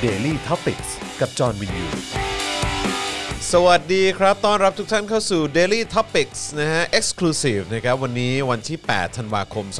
Daily Topics กับจอห์นวินยูสวัสดีครับต้อนรับทุกท่านเข้าสู่ Daily Topics นะฮะ Exclusive นะครับวันนี้วันที่8ธันวาคม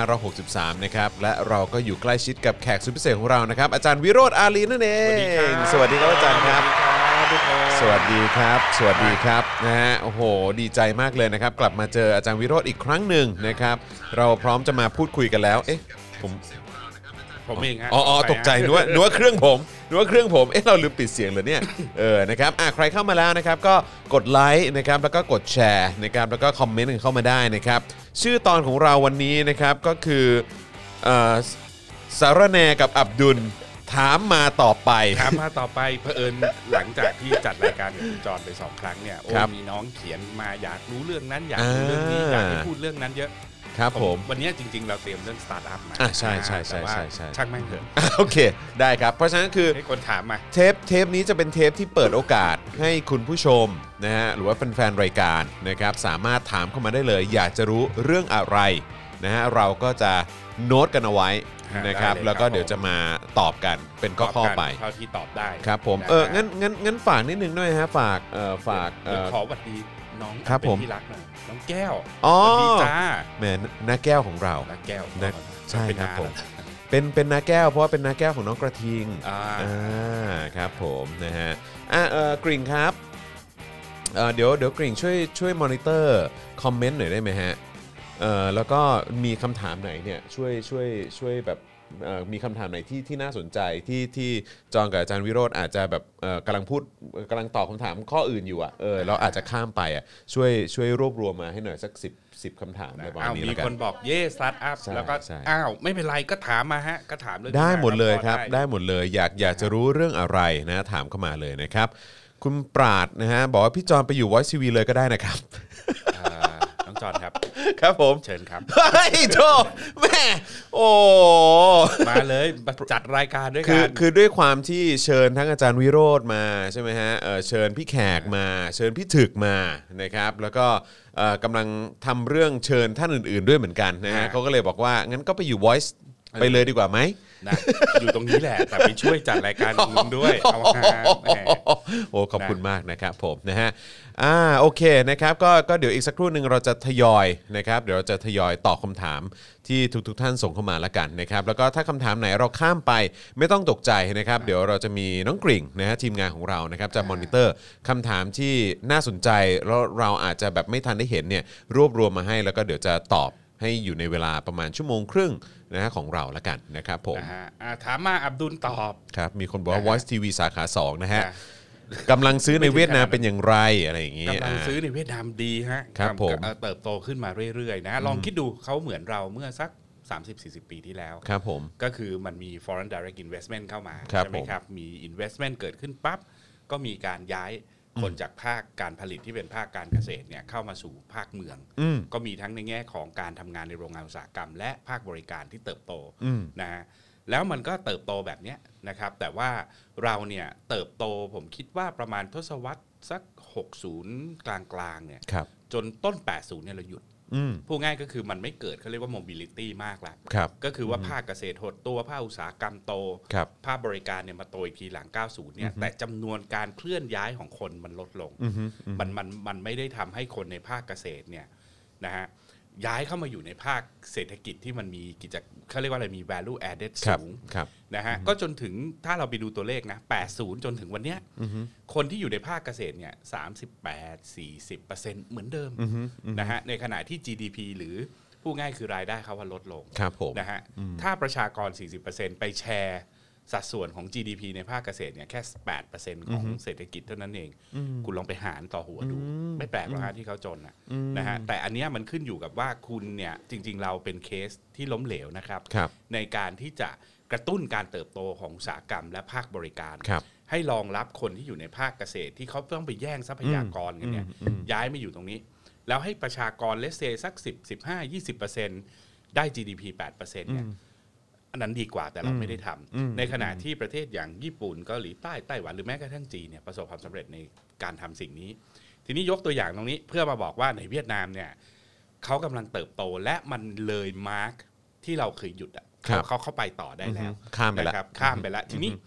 2563นะครับและเราก็อยู่ใกล้ชิดกับแขกสุดพิเศษของเรานะครับอาจารย์วิโรจน์อาลีนั่นเองสวัสดีครับอาจารย์ครับสวัสดีครับสวัสดีครับนะฮะโอ้โหดีใจมากเลยนะครับกลับมาเจออาจารย์วิโรจน์อีกครั้งหนึ่งนะครับเราพร้อมจะมาพูดคุยกันแล้วเอ๊ะผมเองฮะตกใจนึกว่าเครื่องผมเราลืมปิดเสียงเหรอเนี่ยนะครับใครเข้ามาแล้วนะครับก็กดไลค์นะครับแล้วก็กดแชร์นะครับแล้วก็คอมเมนต์กันเข้ามาได้นะครับชื่อตอนของเราวันนี้นะครับก็คือสารแนกับอับดุลถามมาต่อไปเผอิญหลังจากที่จัดรายการกับคุณจอนไป2ครั้งเนี่ยโอ้มีน้องเขียนมาอยากรู้เรื่องนั้นอยากรู้เรื่องนี้อยากให้พูดเรื่องนั้นเยอะครับผมวันนี้จริงๆเราเตรียมเรื่องสตาร์ทอัพมาใช่ช่างแม่งเถอะโอเคได้ครับเพราะฉะนั้นคือให้คนถามมาเทปนี้จะเป็นเทปที่เปิดโอกาสให้คุณผู้ชมนะฮะหรือว่าเป็นแฟนรายการนะครับสามารถถามเข้ามาได้เลยอยากจะรู้เรื่องอะไรนะฮะเราก็จะโน้ตกันเอาไว้นะครับแล้วก็เดี๋ยวจะมาตอบกันเป็นข้อๆไปเท่าที่ตอบได้ครับผมงั้นฝากนิดนึงด้วยฮะฝากขอสวัสดีน้องเป็นที่รักหน่อยน้องแก้วสวัสดีจ้าแม่น้าแก้วของเราน้าแก้วใช่ครับผมเป็นน้าแก้วเพราะว่าเป็นน้าแก้วของน้องกระทิงครับผมนะฮะกริ่งครับเดี๋ยวกริ่งช่วยมอนิเตอร์คอมเมนต์หน่อยได้ไหมฮะแล้วก็มีคำถามไหนเนี่ยช่วยแบบมีคำถามไหนที่น่าสนใจที่จองกับอาจารย์วิโรจน์อาจจะแบบกำลังตอบคำถามข้ออื่นอยู่อ่ะเราอาจจะข้ามไปอ่ะช่วยรวบรวมมาให้หน่อยสัก10คำถามอะไรประมาณนี้มีคนบอกเย่สตาร์ทอัพแล้วก็ไม่เป็นไรก็ถามมาฮะก็ถามเลยได้หมดเลยครับได้หมดเลยอยากจะรู้เรื่องอะไรนะถามเข้ามาเลยนะครับคุณปราดนะฮะบอกว่าพี่จอนไปอยู่ Voice TV เลยก็ได้นะครับน้องจอนครับครับผมเชิญครับเฮ้ยโธ่แม่โอ้มาเลยจัดรายการด้วยกันคือด้วยความที่เชิญทั้งอาจารย์วิโรจน์มาใช่ไหมฮะเชิญพี่แขกมาเชิญพี่ถึกมานะครับแล้วก็กำลังทำเรื่องเชิญท่านอื่นๆด้วยเหมือนกันนะฮะเขาก็เลยบอกว่างั้นก็ไปอยู่ Voice ไปเลยดีกว่าไหมนะอยู่ตรงนี้แหละแต่ไปช่วยจัดรายการอื่นด้วยเอาโอ้ขอบคุณมากนะครับผมนะฮะโอเคนะครับก็เดี๋ยวอีกสักครู่นึงเราจะทยอยนะครับเดี๋ยวเราจะทยอยตอบคำถามที่ทุกท่านส่งเข้ามาละกันนะครับแล้วก็ถ้าคำถามไหนเราข้ามไปไม่ต้องตกใจนะครับเดี๋ยวเราจะมีน้องกริ่งนะฮะทีมงานของเรานะครับจะมอนิเตอร์คำถามที่น่าสนใจแล้วเราอาจจะแบบไม่ทันได้เห็นเนี่ยรวบรวมมาให้แล้วก็เดี๋ยวจะตอบให้อยู่ในเวลาประมาณ1.5 ชั่วโมงนะฮะของเราละกันนะครับผมถามมาอับดุลตอบครับมีคนบอกว่า Voice TV สาขา2นะฮะกำลังซื้อในเวียดนามเป็นอย่างไรอะไรอย่างงี้กำลังซื้อในเวียดนามดีฮะครับผมเติบโตขึ้นมาเรื่อยๆนะลองคิดดูเขาเหมือนเราเมื่อสัก 30-40 ปีที่แล้วครับผมก็คือมันมี foreign direct investment เข้ามาใช่ไหมครับมี investment เกิดขึ้นปั๊บก็มีการย้ายคนจากภาคการผลิตที่เป็นภาคการเกษตรเนี่ยเข้ามาสู่ภาคเมืองก็มีทั้งในแง่ของการทำงานในโรงงานอุตสาหกรรมและภาคบริการที่เติบโตนะฮะแล้วมันก็เติบโตแบบนี้นะครับแต่ว่าเราเนี่ยเติบโตผมคิดว่าประมาณทศวรรษสัก60กลางๆเนี่ยจนต้น80เนี่ยเราหยุดพูดง่ายก็คือมันไม่เกิดเขาเรียกว่า mobility มากแล้วก็คือว่าภาคเกษตรหดตัวภาคอุตสาหกรรมโตภาคบริการเนี่ยมาโตอีกทีหลัง90เนี่ยแต่จำนวนการเคลื่อนย้ายของคนมันลดลงมันไม่ได้ทำให้คนในภาคเกษตรเนี่ยนะฮะย้ายเข้ามาอยู่ในภาคเศรษฐกิจที่มันมีเขาเรียกว่าอะไรมี value added สูงนะฮะก็จนถึงถ้าเราไปดูตัวเลขนะ80จนถึงวันเนี้ยคนที่อยู่ในภาคเกษตรเนี่ย38-40%เหมือนเดิมนะฮะในขณะที่ GDP หรือพูดง่ายคือรายได้เขาว่าลดลงนะฮะถ้าประชากร 40% ไปแชร์สัดส่วนของ GDP ในภาคเกษตรเนี่ยแค่ 8% ของเศรษฐกิจเท่านั้นเองคุณลองไปหารต่อหัวดูไม่แปลกหรอกที่เขาจนนะฮะแต่อันนี้มันขึ้นอยู่กับว่าคุณเนี่ยจริงๆเราเป็นเคสที่ล้มเหลวนะครับในการที่จะกระตุ้นการเติบโตของอุตสาหกรรมและภาคบริการให้รองรับคนที่อยู่ในภาคเกษตรที่เขาต้องไปแย่งทรัพยากรกันเนี่ยย้ายมาอยู่ตรงนี้แล้วให้ประชากรเลสเซสัก10-15-20% ได้ GDP 8% เนี่ยอันนั้นดีกว่าแต่เราไม่ได้ทำในขณะที่ประเทศอย่างญี่ปุ่นเกาหลีใต้ไต้หวันหรือแม้กระทั่งจีนเนี่ยประสบความสำเร็จในการทำสิ่งนี้ทีนี้ยกตัวอย่างตรงนี้เพื่อมาบอกว่าในเวียดนามเนี่ยเขากำลังเติบโตและมันเลยมาร์คที่เราเคยหยุดเขาเข้าไปต่อได้แล้วข้ามไปแล้วข้ามไปแล้วทีนี้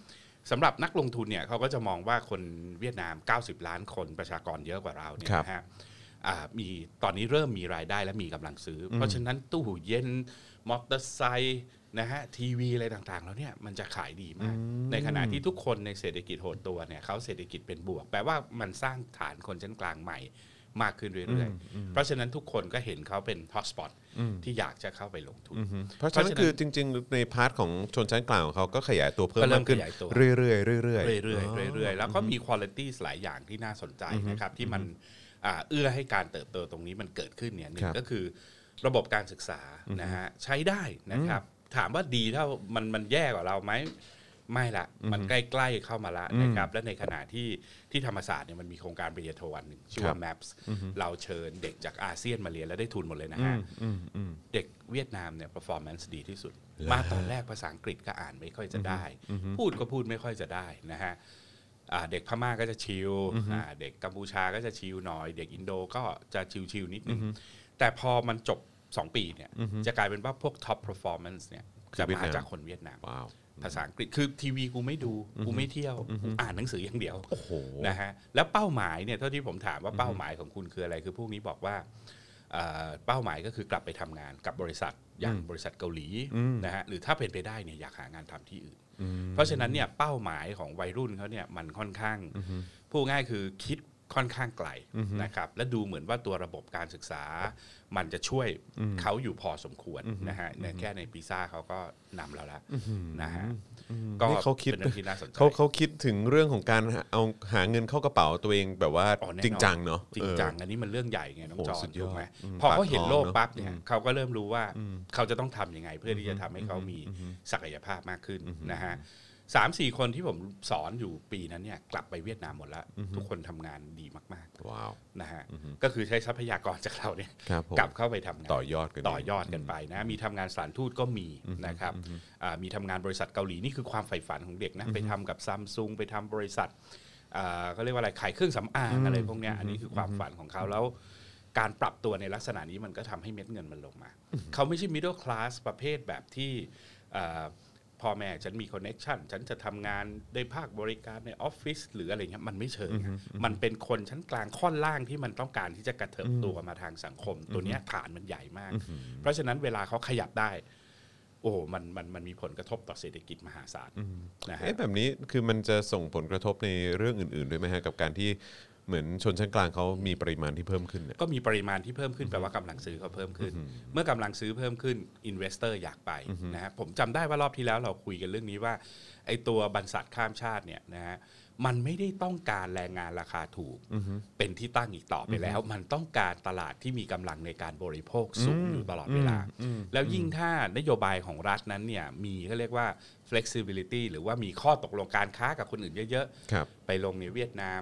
สำหรับนักลงทุนเนี่ยเขาก็จะมองว่าคนเวียดนาม90ล้านคนประชากรเยอะกว่าเราเนี่ยนะฮะมีตอนนี้เริ่มมีรายได้และมีกำลังซื้อเพราะฉะนั้นตู้เย็นมอเตอร์ไซค์นะฮะทีวีอะไรต่างๆแล้วเนี่ยมันจะขายดีมากในขณะที่ทุกคนในเศรษฐกิจโหดตัวเนี่ยเขาเศรษฐกิจเป็นบวกแปลว่ามันสร้างฐานคนชั้นกลางใหม่มากขึ้นเรื่อยๆเพราะฉะนั้นทุกคนก็เห็นเขาเป็นฮอตสปอตที่อยากจะเข้าไปลงทุนเพราะฉะนั้นคือจริงๆในพาร์ทของชนชั้นกลางของเขาก็ขยายตัวเพิ่มมากขึ้นเรื่อยๆเรื่อยๆแล้วก็มีคุณภาพหลายอย่างที่น่าสนใจนะครับที่มันเอื้อให้การเติบโตตรงนี้มันเกิดขึ้นเนี่ยหนึ่งก็คือระบบการศึกษานะฮะใช้ได้นะครับถามว่าดีเท่ามันแย่กว่าเราไหมไม่ละมันใกล้ๆเข้ามาละนะครับและในขณะที่ธรรมศาสตร์เนี่ยมันมีโครงการปริญญาโทอันหนึ่งชื่อว่า MAPS เราเชิญเด็กจากอาเซียนมาเรียนแล้วได้ทุนหมดเลยนะฮะเด็กเวียดนามเนี่ย performance ดีที่สุดมาตอนแรกภาษาอังกฤษก็อ่านไม่ค่อยจะได้พูดก็พูดไม่ค่อยจะได้นะฮะเด็กพม่าก็จะชิลเด็กกัมพูชาก็จะชิลหน่อยเด็กอินโดก็จะชิลนิดนึงแต่พอมันจบ2ปีเนี่ยจะกลายเป็นว่าพวก top performance เนี่ยจะมาจากคนเวียดนามภาษาอังกฤษคือทีวีกูไม่ดูกูไม่เที่ยวอ่านหนังสืออย่างเดียวนะฮะแล้วเป้าหมายเนี่ยเท่าที่ผมถามว่าเป้าหมายของคุณคืออะไรคือพวกนี้บอกว่าเป้าหมายก็คือกลับไปทำงานกับบริษัทอย่างบริษัทเกาหลีนะฮะหรือถ้าเป็นไปได้เนี่ยอยากหางานทำที่อื่นเพราะฉะนั้นเนี่ยเป้าหมายของวัยรุ่นเขาเนี่ยมันค่อนข้างพูดง่ายคือคิดค่อนข้างไกลนะครับและดูเหมือนว่าตัวระบบการศึกษามันจะช่วยเขาอยู่พอสมควรนะฮะแค่ในปีซ่าเขาก็นำเราแล้วนะฮะก็เขาคิดเขาคิดถึงเรื่องของการเอาหาเงินเข้ากระเป๋าตัวเองแบบว่าจริงจังเนาะจริงจังอันนี้มันเรื่องใหญ่ไงน้องจอนถูกไหมพอเขาเห็นโลกปั๊บเนี่ยเขาก็เริ่มรู้ว่าเขาจะต้องทำยังไงเพื่อที่จะทำให้เขามีศักยภาพมากขึ้นนะฮะ3-4 คนที่ผมสอนอยู่ปีนั้นเนี่ยกลับไปเวียดนามหมดแล้วทุกคนทำงานดีมากๆว้าวนะฮะก็คือใช้ทรัพยากรจากเราเนี่ยกลับเข้าไปทำงานต่อยอดกันไปนะมีทำงานสถานทูตก็มีนะครับมีทำงานบริษัทเกาหลีนี่คือความใฝ่ฝันของเด็กนะไปทำกับซัมซุงไปทำบริษัทเขาเรียกว่าอะไรขายเครื่องสำอางอะไรพวกนี้อันนี้คือความฝันของเขาแล้วการปรับตัวในลักษณะนี้มันก็ทำให้เม็ดเงินมันลงมาเขาไม่ใช่ middle class ประเภทแบบที่พ่อแม่ฉันมีคอนเนคชั่นฉันจะทำงานในภาคบริการในออฟฟิศหรืออะไรเงี้ยมันไม่เชิงมันเป็นคนชั้นกลางค่อนล่างที่มันต้องการที่จะกระเถิบตัวมาทางสังคมตัวนี้ฐานมันใหญ่มากเพราะฉะนั้นเวลาเขาขยับได้โอ้มันมีผลกระทบต่อเศรษฐกิจมหาศาลนะฮะแบบนี้คือมันจะส่งผลกระทบในเรื่องอื่นๆด้วยไหมฮะกับการที่เหมือนชนชั้นกลางเขามีปริมาณที่เพิ่มขึ้นก็มีปริมาณที่เพิ่มขึ้นแปลว่ากำลังซื้อเขาเพิ่มขึ้นเมื่อกำลังซื้อเพิ่มขึ้นอินเวสเตอร์อยากไปนะฮะผมจำได้ว่ารอบที่แล้วเราคุยกันเรื่องนี้ว่าไอ้ตัวบรรษัทข้ามชาติเนี่ยนะฮะมันไม่ได้ต้องการแรงงานราคาถูกเป็นที่ตั้งอีกต่อไปแล้วมันต้องการตลาดที่มีกำลังในการบริโภคสูงอยู่ตลอดเวลาแล้วยิ่งถ้านโยบายของรัฐนั้นเนี่ยมีเขาเรียกว่า flexibility หรือว่ามีข้อตกลงการค้ากับคนอื่นเยอะๆไปลงในเวียดนาม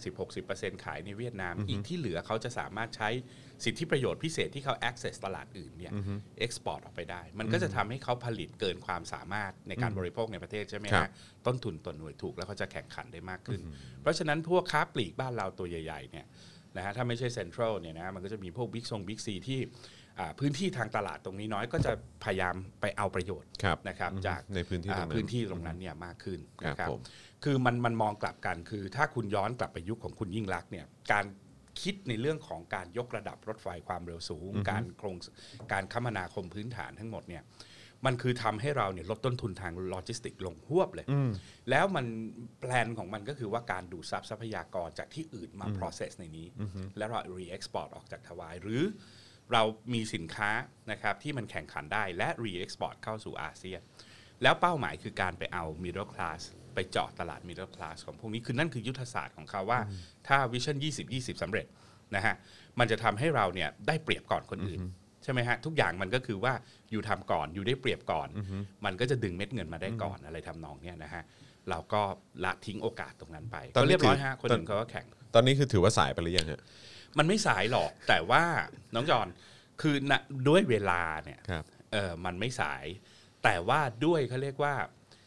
50-60% ขายในเวียดนามอีกที่เหลือเขาจะสามารถใช้สิทธิประโยชน์พิเศษที่เขา access ตลาดอื่นเนี่ย export ออกไปได้มันก็จะทำให้เขาผลิตเกินความสามารถในการบริโภคในประเทศใช่ไหมฮะต้นทุนต่อหน่วยถูกแล้วเขาจะแข่งขันได้มากขึ้นเพราะฉะนั้นพวกค้าปลีกบ้านเราตัวใหญ่ๆเนี่ยนะฮะถ้าไม่ใช่เซ็นทรัลเนี่ยนะมันก็จะมีพวกบิ๊กซีที่พื้นที่ทางตลาดตรงนี้น้อยก็จะพยายามไปเอาประโยชน์นะครับจากในพื้นที่ตรงนั้นเนี่ยมากขึ้นนะครับคือมันมองกลับกันคือถ้าคุณย้อนกลับไปยุคของคุณยิ่งลักษณ์เนี่ยการคิดในเรื่องของการยกระดับรถไฟความเร็วสูงการคมนาคมพื้นฐานทั้งหมดเนี่ยมันคือทำให้เราเนี่ยลดต้นทุนทางโลจิสติกลงหวบเลยแล้วมันแพลนของมันก็คือว่าการดูดซับทรัพยากรจากที่อื่นมา process ในนี้แล้วเรา re-export ออกจากทวายหรือเรามีสินค้านะครับที่มันแข่งขันได้และ re-export เข้าสู่อาเซียนแล้วเป้าหมายคือการไปเอา middle class ไปเจาะตลาด middle class ของพวกนี้คือนั่นคือยุทธศาสตร์ของเขาว่าถ้า Vision 2020 สำเร็จนะฮะมันจะทำให้เราเนี่ยได้เปรียบก่อนคนอื่นใช่ไหมฮะทุกอย่างมันก็คือว่าอยู่ทำก่อนอยู่ได้เปรียบก่อนมันก็จะดึงเม็ดเงินมาได้ก่อนอะไรทำนองเนี้ยนะฮะเราก็ละทิ้งโอกาสตรงนั้นไปก็เรียบร้อยฮะคนอื่นเขาก็แข่งตอนนี้คือถือว่าสายไปหรือยังฮะมันไม่สายหรอกแต่ว่าน้องจอนคือด้วยเวลาเนี่ยมันไม่สายแต่ว่าด้วยเขาเรียกว่า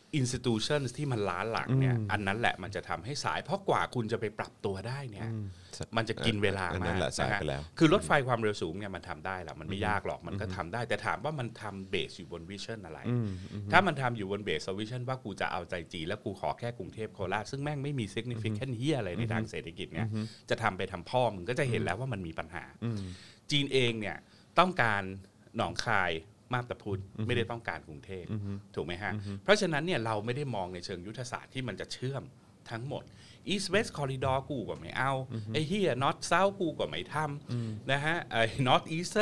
institutions ที่มันล้าหลังเนี่ยอันนั้นแหละมันจะทำให้สายเพราะกว่าคุณจะไปปรับตัวได้เนี่ยมันจะกินเวลามากนะคือรถไฟความเร็วสูงเนี่ยมันทำได้แหละมันไม่ยากหรอกมันก็ทำได้แต่ถามว่ามันทำเบสอยู่บนวิชั่นอะไรถ้ามันทำอยู่บนเบสวิชั่นว่ากูจะเอาใจจีนแล้วกูขอแค่กรุงเทพโคราชซึ่งแม่งไม่มี significant เหี้ยอะไรในทางเศรษฐกิจเนี่ยจะทำไปทำพ่อมึงก็จะเห็นแล้วว่ามันมีปัญหาจีนเองเนี่ยต้องการหนองคายมาบตาพุธไม่ได้ต้องการกรุงเทพถูกไหมฮะเพราะฉะนั้นเนี่ยเราไม่ได้มองในเชิงยุทธศาสตร์ที่มันจะเชื่อมทั้งหมด East West Corridor กูก็ไม่เอาไอ้เหี้ย North South กูก็ไม่ทำนะฮะไอ้ North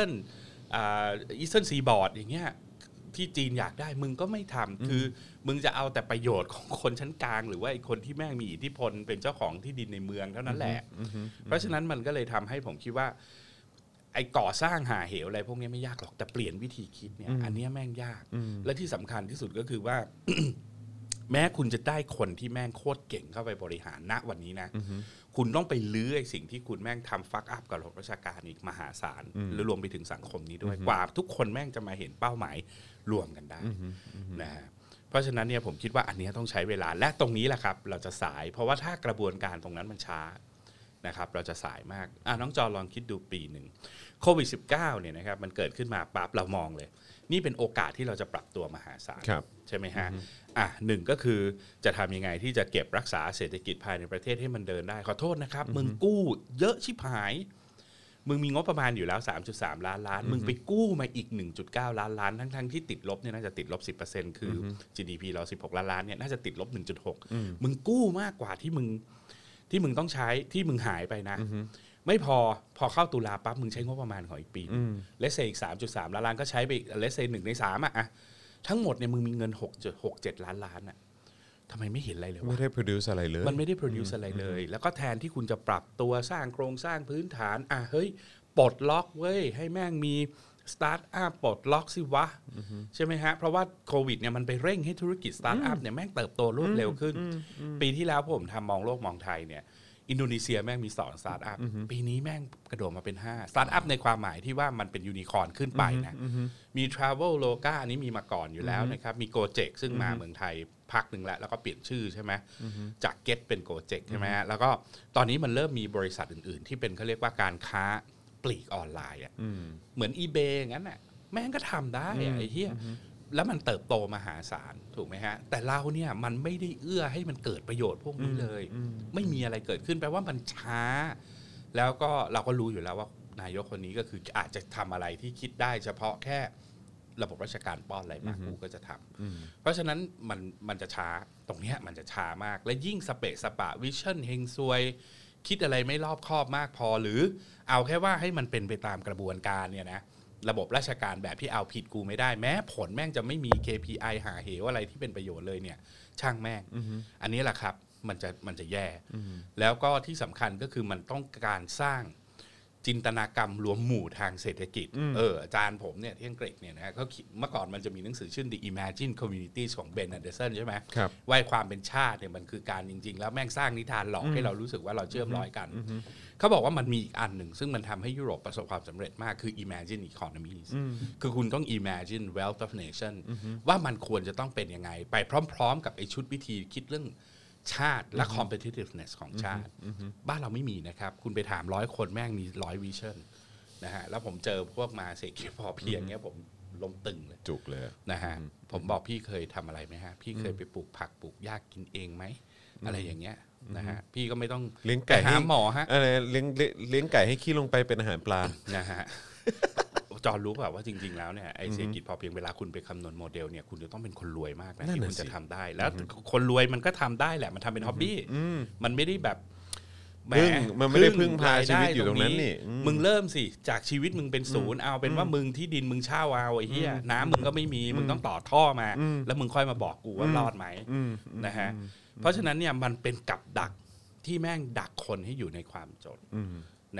Eastern Seaboard อย่างเงี้ยที่จีนอยากได้มึงก็ไม่ทำคือมึงจะเอาแต่ประโยชน์ของคนชั้นกลางหรือว่าไอ้คนที่แม่งมีอิทธิพลเป็นเจ้าของที่ดินในเมืองเท่านั้นแหละเพราะฉะนั้นมันก็เลยทำให้ผมคิดว่าไอ้ก่อสร้างหาเหวอะไรพวกนี้ไม่ยากหรอกแต่เปลี่ยนวิธีคิดเนี่ยอันนี้แม่งยากและที่สำคัญที่สุดก็คือว่า แม้คุณจะได้คนที่แม่งโคตรเก่งเข้าไปบริหารณวันนี้นะคุณต้องไปลื้อไอ้สิ่งที่คุณแม่งทำฟักอัพกับระบบราชการอีกมหาศาลและรวมไปถึงสังคมนี้ด้วยกว่าทุกคนแม่งจะมาเห็นเป้าหมายรวมกันได้นะฮะเพราะฉะนั้นเนี่ยผมคิดว่าอันนี้ต้องใช้เวลาและตรงนี้แหละครับเราจะสายเพราะว่าถ้ากระบวนการตรงนั้นมันช้านะครับเราจะสายมากน้องจอลองคิดดูปีหนึ่งโควิด -19 เนี่ยนะครับมันเกิดขึ้นมาปั๊บเรามองเลยนี่เป็นโอกาสที่เราจะปรับตัวมหาศาลใช่ไหมฮะหนึ่งก็คือจะทำยังไงที่จะเก็บรักษาเศรษฐกิจภายในประเทศให้มันเดินได้ขอโทษนะครับมึงกู้เยอะชิบหายมึงมีงบประมาณอยู่แล้ว 3.3 ล้านมึงไปกู้มาอีก 1.9 ล้านทั้งที่ติดลบเนี่ยน่าจะติดลบ 10% คือ GDP เรา16ล้านเนี่ยน่าจะติดลบ 1.6 มึงกู้มากกว่าที่มึงต้องใช้ที่มึงหายไปนะไม่พอเข้าตุลาปั๊บมึงใช้งบประมาณของอีกปีเลสเซอีก 3.3 ล้านก็ใช้ไปเลสเซ1 ใน 3อะทั้งหมดเนี่ยมึงมีเงิน 6.67 ล้านอะทำไมไม่เห็นอะไรเลยวะไม่ได้ produce อะไรเลยมันไม่ได้ produce อะไรเลยแล้วก็แทนที่คุณจะปรับตัวสร้างโครงสร้างพื้นฐานเฮ้ยปลดล็อกเว้ยให้แม่งมีสตาร์ทอัพปลดล็อกสิวะใช่ไหมฮะเพราะว่าโควิดเนี่ยมันไปเร่งให้ธุรกิจสตาร์ทอัพเนี่ยแม่งเติบโตรวดเร็วขึ้นปีที่แล้วผมทำมองโลกมองไทยเนี่ยอินโดนีเซียแม่งมี2สตาร์ทอัพปีนี้แม่งกระโดดมาเป็น5สตาร์ทอัพในความหมายที่ว่ามันเป็นยูนิคอร์นขึ้นไปนะมี Traveloka อันนี้มีมาก่อนอยู่แล้วนะครับมี Gojek ซึ่งมาเมืองไทยพักหนึ่งแล้วก็เปลี่ยนชื่อใช่ไหมจาก Get เป็น Gojek ใช่ไหมฮะแล้วก็ตอนนี้มันเริ่มมีบริษัทอื่นๆที่เป็นเขาเรียกว่าการค้าปลีกออนไลน์เหมือน eBay งั้นน่ะแม่งก็ทำได้ไอ้เหี้ยแล้วมันเติบโตมหาศาลถูกไหมฮะแต่เราเนี่ยมันไม่ได้เอื้อให้มันเกิดประโยชน์พวกนี้เลยไม่มีอะไรเกิดขึ้นแปลว่ามันช้าแล้วก็เราก็รู้อยู่แล้วว่านายกคนนี้ก็คืออาจจะทำอะไรที่คิดได้เฉพาะแค่ระบบราชการป้อนอะไรมากูก็จะทำเพราะฉะนั้นมันจะช้าตรงนี้มันจะช้ามากและยิ่งสเปะสปะวิชั่นเฮงซวยคิดอะไรไม่รอบคอบมากพอหรือเอาแค่ว่าให้มันเป็นไปตามกระบวนการเนี่ยนะระบบราชการแบบที่เอาผิดกูไม่ได้แม้ผลแม่งจะไม่มี KPI หาเหวอะไรที่เป็นประโยชน์เลยเนี่ยช่างแม่งอันนี้แหละครับมันจะแย่แล้วก็ที่สำคัญก็คือมันต้องการสร้างจินตนากรรมรวมหมู่ทางเศรษฐกิจอาจารย์ผมเนี่ยที่อังกฤษเนี่ยนะเขาเมื่อก่อนมันจะมีหนังสือชื่อ The Imagine Communities ของ Ben Anderson ใช่ไหมว่าความเป็นชาติเนี่ยมันคือการจริงๆแล้วแม่งสร้างนิทานหลอกให้เรารู้สึกว่าเราเชื่อมร้อยกันเขาบอกว่ามันมีอีกอันหนึ่งซึ่งมันทำให้ยุโรปประสบความสำเร็จมากคือ Imagine Economies คือคุณต้อง Imagine Wealth of Nation ว่ามันควรจะต้องเป็นยังไงไปพร้อมๆกับไอ้ชุดวิธีคิดเรื่องชาติและ competitiveness ของชาติบ้านเราไม่มีนะครับคุณไปถาม100 คนแม่งมี100 vision นะฮะแล้วผมเจอพวกมาเศรษฐกิจพอเพียงเงี้ยผมล้มตึงเลยจุกเลยนะฮะผมบอกพี่เคยทำอะไรไหมฮะพี่เคยไปปลูกผักปลูกหญ้ากินเองไหมอะไรอย่างเงี้ยนะฮะพี่ก็ไม่ต้องเลี้ยงไก่หาหมอฮะเลี้ยงไก่ให้ขี้ลงไปเป็นอาหารปลานะฮะจอรู้เปล่าว่าจริงๆแล้วเนี่ยไอ้เศรษฐกิจพอเพียงเวลาคุณไปคำนวณโมเดลเนี่ยคุณจะต้องเป็นคนรวยมากนะที่คุณจะทำได้แล้วคนรวยมันก็ทำได้แหละมันทำเป็นฮ็อบบี้มันไม่ได้แบบมันไม่ได้พึ่งพาชีวิตอยู่ตรงนั้นนี่มึงเริ่มสิจากชีวิตมึงเป็นศูนย์เอาเป็นว่ามึงที่ดินมึงเช่าเอาไอ้เหี้ยน้ำมึงก็ไม่มีมึงต้องต่อท่อมาแล้วมึงค่อยมาบอกกูว่ารอดไหมนะฮะเพราะฉะนั้นเนี่ยมันเป็นกับดักที่แม่งดักคนให้อยู่ในความจนนะฮะ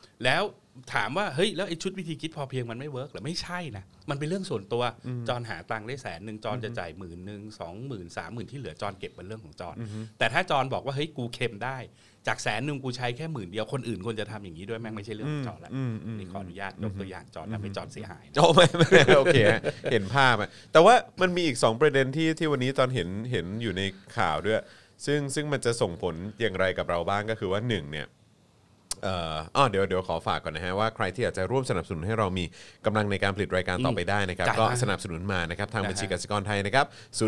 แล้วถามว่าเฮ้ยแล้วไอ้ชุดวิธีคิดพอเพียงมันไม่เวิร์กหรือไม่ใช่นะมันเป็นเรื่องส่วนตัวจอนหาตังค์ได้100,000จอนจะจ่าย10,000 20,000 30,000ที่เหลือจอนเก็บเป็นเรื่องของจอนแต่ถ้าจอนบอกว่าเฮ้ยกูเค็มได้จาก100,000กูใช้แค่10,000คนอื่นควรจะทำอย่างนี้ด้วยแม่งไม่ใช่เรื่องของจอนแล้วนี่ขออนุญาตยกตัวอย่างจอนทำให้จอนเสียหายโอ้ไม่โอเคเห็นภาพแต่ว่ามันมีอีก2ประเด็นที่วันนี้ตอนเห็นอยู่ในข่าวด้วยซึ่งมันจะส่งผลอย่างไรกับเราบ้างก็คือว่า1เนี่ยเดี๋ยวขอฝากก่อนนะฮะว่าใครที่อยากจะร่วมสนับสนุนให้เรามีกำลังในการผลิตรายการต่อไปได้นะครับก็สนับสนุนมานะครับทางบัญชีกสิกรไทยนะครับ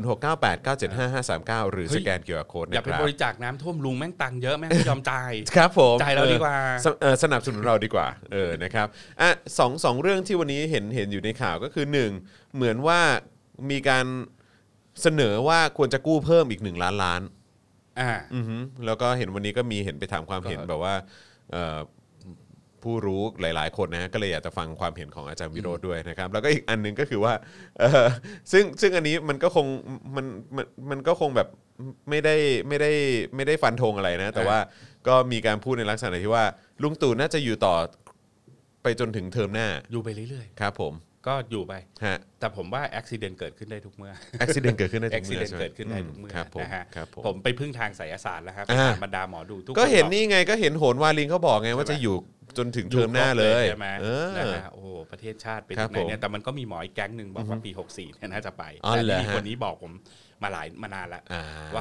0698975539หรือสแกน QR Code นะครับอย่าไปบริจาคน้ำท่วมลุงแม่งตังค์เยอะแม่งไม่ยอมจ่ายครับผมจ่ายเราดีกว่าสนับสนุนเราดีกว่านะครับสองเรื่องที่วันนี้เห็นอยู่ในข่าวก็คือ1เหมือนว่ามีการเสนอว่าควรจะกู้เพิ่มอีก1 ล้านแล้วก็เห็นวันนี้ก็มีเห็นไปถามความเห็นแบบว่าผู้รู้หลายๆคนนะก็เลยอยากจะฟังความเห็นของอาจารย์วิโรจน์ด้วยนะครับแล้วก็อีกอันนึงก็คือว่าซึ่งอันนี้มันก็คงแบบไม่ได้ฟันธงอะไรนะแต่ว่าก็มีการพูดในลักษณะที่ว่าลุงตู่น่าจะอยู่ต่อไปจนถึงเทอมหน้าอยู่ไปเรื่อยๆครับผมก็อยู่ไปแต่ผมว่าอุบัติเหตุเกิดขึ้นได้ทุกเมื่ออุบัติเหตุเกิดขึ้นได้ทุกเมื่อเกิดขึ้นได้ทุกเมื่อนะฮะผมไปพึ่งทางไสยศาสตร์แล้วครับบรรดาหมอดูทุกก็เห็นนี่ไงก็เห็นโหนวาลินเขาบอกไงว่าจะอยู่จนถึงเทอมหน้าเลยใช่ไหมนะฮะโอ้ประเทศชาติเป็นยังไงเนี่ยแต่มันก็มีหมออีกแก๊งหนึ่งบอกว่าปี64เนี่ยน่าจะไปแต่มีคนนี้บอกผมมานานแล้วว่า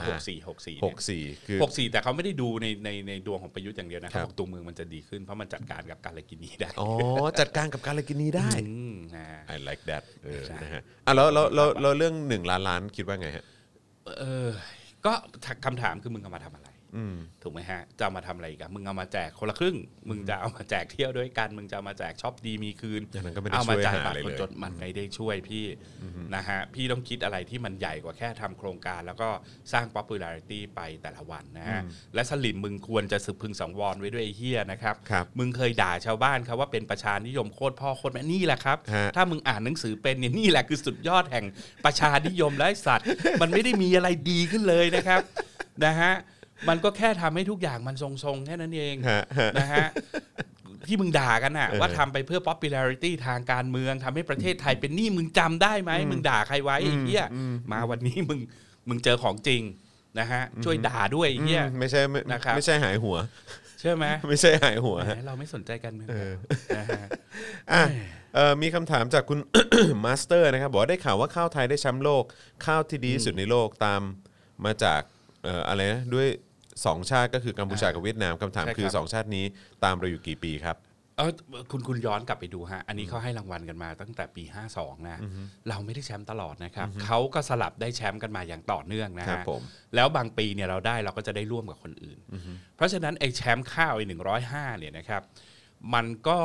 64 คือ 64แต่เขาไม่ได้ดูในดวงของประยุทธ์อย่างเดียวนะเขาบอกตัวเมืองมันจะดีขึ้นเพราะมันจัดการกับการกินีได้อ๋อจัดการกับการกินีได้ I like that นะฮะแล้วเรื่อง1 ล้านคิดว่าไงฮะก็คำถามคือมึงเอามาทำอะไรถูกไหมฮะจะเอามาทำอะไรกันมึงเอามาแจกคนละครึ่งมึงจะเอามาแจกเที่ยวด้วยกันมึงจะเอามาแจกช็อปดีมีคืนเอามาจ่ายบัตรคนจนมันไม่ได้ช่วยพี่นะฮะพี่ต้องคิดอะไรที่มันใหญ่กว่าแค่ทำโครงการแล้วก็สร้าง popularity ไปแต่ละวันนะฮะและสลิมมึงควรจะสึกพึงสังวรไว้ด้วยไอ้เหี้ยนะครับมึงเคยด่าชาวบ้านครับว่าเป็นประชานิยมโคตรพ่อโคตรแม่นี่แหละครับถ้ามึงอ่านหนังสือเป็นเนี่ยนี่แหละคือสุดยอดแห่งประชานิยมและสัตว์มันไม่ได้มีอะไรดีขึ้นเลยนะครับนะฮะมันก็แค่ทำให้ทุกอย่างมันทรงๆแค่นั้นเองนะฮะที่มึงด่ากันน่ะว่าทำไปเพื่อ popularity ทางการเมืองทำให้ประเทศไทยเป็นหนี้มึงจำได้ไหมมึงด่าใครไว้ไอ้เหี้ยมาวันนี้มึงเจอของจริงนะฮะช่วยด่าด้วยไอ้เหี้ยไม่ใช่หายหัวใช่ไหมไม่ใช่หายหัวเราไม่สนใจกันนะฮะมีคำถามจากคุณ มาสเตอร์นะครับบอกว่าได้ข่าวว่าข้าวไทยได้แชมป์โลกข้าวที่ดีที่สุดในโลกตามมาจากอะไรนะด้วย2ชาติก็คือกัมพูชากับเวียดนามคำถามคือ2ชาตินี้ตามเราอยู่กี่ปีครับคุณย้อนกลับไปดูฮะอันนี้เขาให้รางวัลกันมาตั้งแต่ปี52นะเราไม่ได้แชมป์ตลอดนะครับเขาก็สลับได้แชมป์กันมาอย่างต่อเนื่องนะฮะแล้วบางปีเนี่ยเราก็จะได้ร่วมกับคนอื่นเพราะฉะนั้นไอ้แชมป์ข้าวไอ้105เนี่ยนะครับมันก็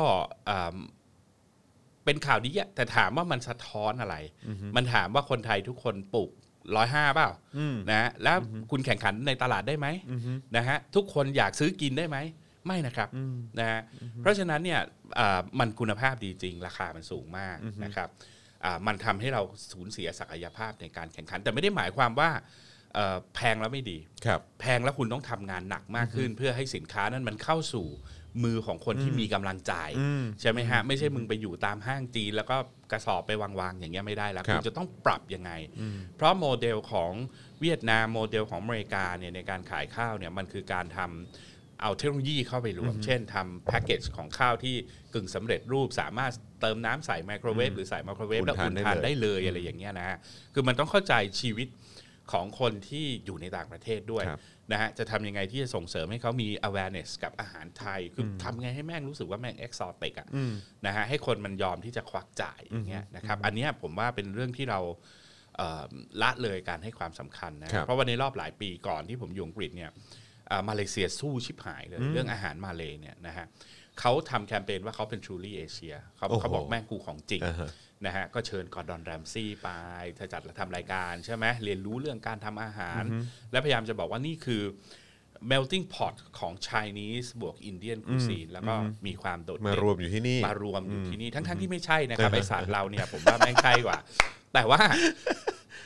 เป็นข่าวดีอะแต่ถามว่ามันสะท้อนอะไรมันถามว่าคนไทยทุกคนปลูก105เปล่านะแล้วคุณแข่งขันในตลาดได้ไหมนะฮะทุกคนอยากซื้อกินได้ไหมไม่นะครับนะฮะเพราะฉะนั้นเนี่ยมันคุณภาพดีจริงราคามันสูงมากนะครับมันทำให้เราสูญเสียศักยภาพในการแข่งขันแต่ไม่ได้หมายความว่าแพงแล้วไม่ดีแพงแล้วคุณต้องทำงานหนักมากขึ้นเพื่อให้สินค้านั้นมันเข้าสู่มือของคนที่มีกำลังจ่ายใช่ไหมฮะไม่ใช่มึงไปอยู่ตามห้างจีนแล้วก็กระสอบไปวางๆอย่างเงี้ยไม่ได้แล้วคุณจะต้องปรับยังไงเพราะโมเดลของเวียดนามโมเดลของอเมริกาเนี่ยในการขายข้าวเนี่ยมันคือการทำเอาเทคโนโลยีเข้าไปรวมเช่นทำแพ็กเกจของข้าวที่กึ่งสำเร็จรูปสามารถเติมน้ำใส่ไมโครเวฟหรือใส่ไมโครเวฟแล้วอุ่นทานได้เลยอะไรอย่างเงี้ยนะฮะคือมันต้องเข้าใจชีวิตของคนที่อยู่ในต่างประเทศด้วยนะฮะจะทำยังไงที่จะส่งเสริมให้เขามี awareness กับอาหารไทยคือทำไงให้แม่งรู้สึกว่าแม่ง exotic อ่ะนะฮะให้คนมันยอมที่จะควักจ่ายอย่างเงี้ยนะครับอันนี้ผมว่าเป็นเรื่องที่เราละเลยการให้ความสำคัญนะเพราะว่าในรอบหลายปีก่อนที่ผมอยู่อังกฤษเนี่ยมาเลเซียสู้ชิบหายเลยเรื่องอาหารมาเลเนี่ยนะฮะเขาทำแคมเปญว่าเขาเป็น Truly Asia เขาบอกแม่งกูของจริงนะฮะก็เชิญกอร์ดอนแรมซี่ไปถ้าจัดทำรายการใช่ไหมเรียนรู้เรื่องการทำอาหารและพยายามจะบอกว่านี่คือ melting pot ของ Chinese บวก Indian cuisine แล้วก็มีความโดดเด่นมารวมอยู่ที่นี่ทั้งที่ไม่ใช่นะครับไอศาสตร์เราเนี่ยผมว่าแม่งใช่กว่าแต่ว่า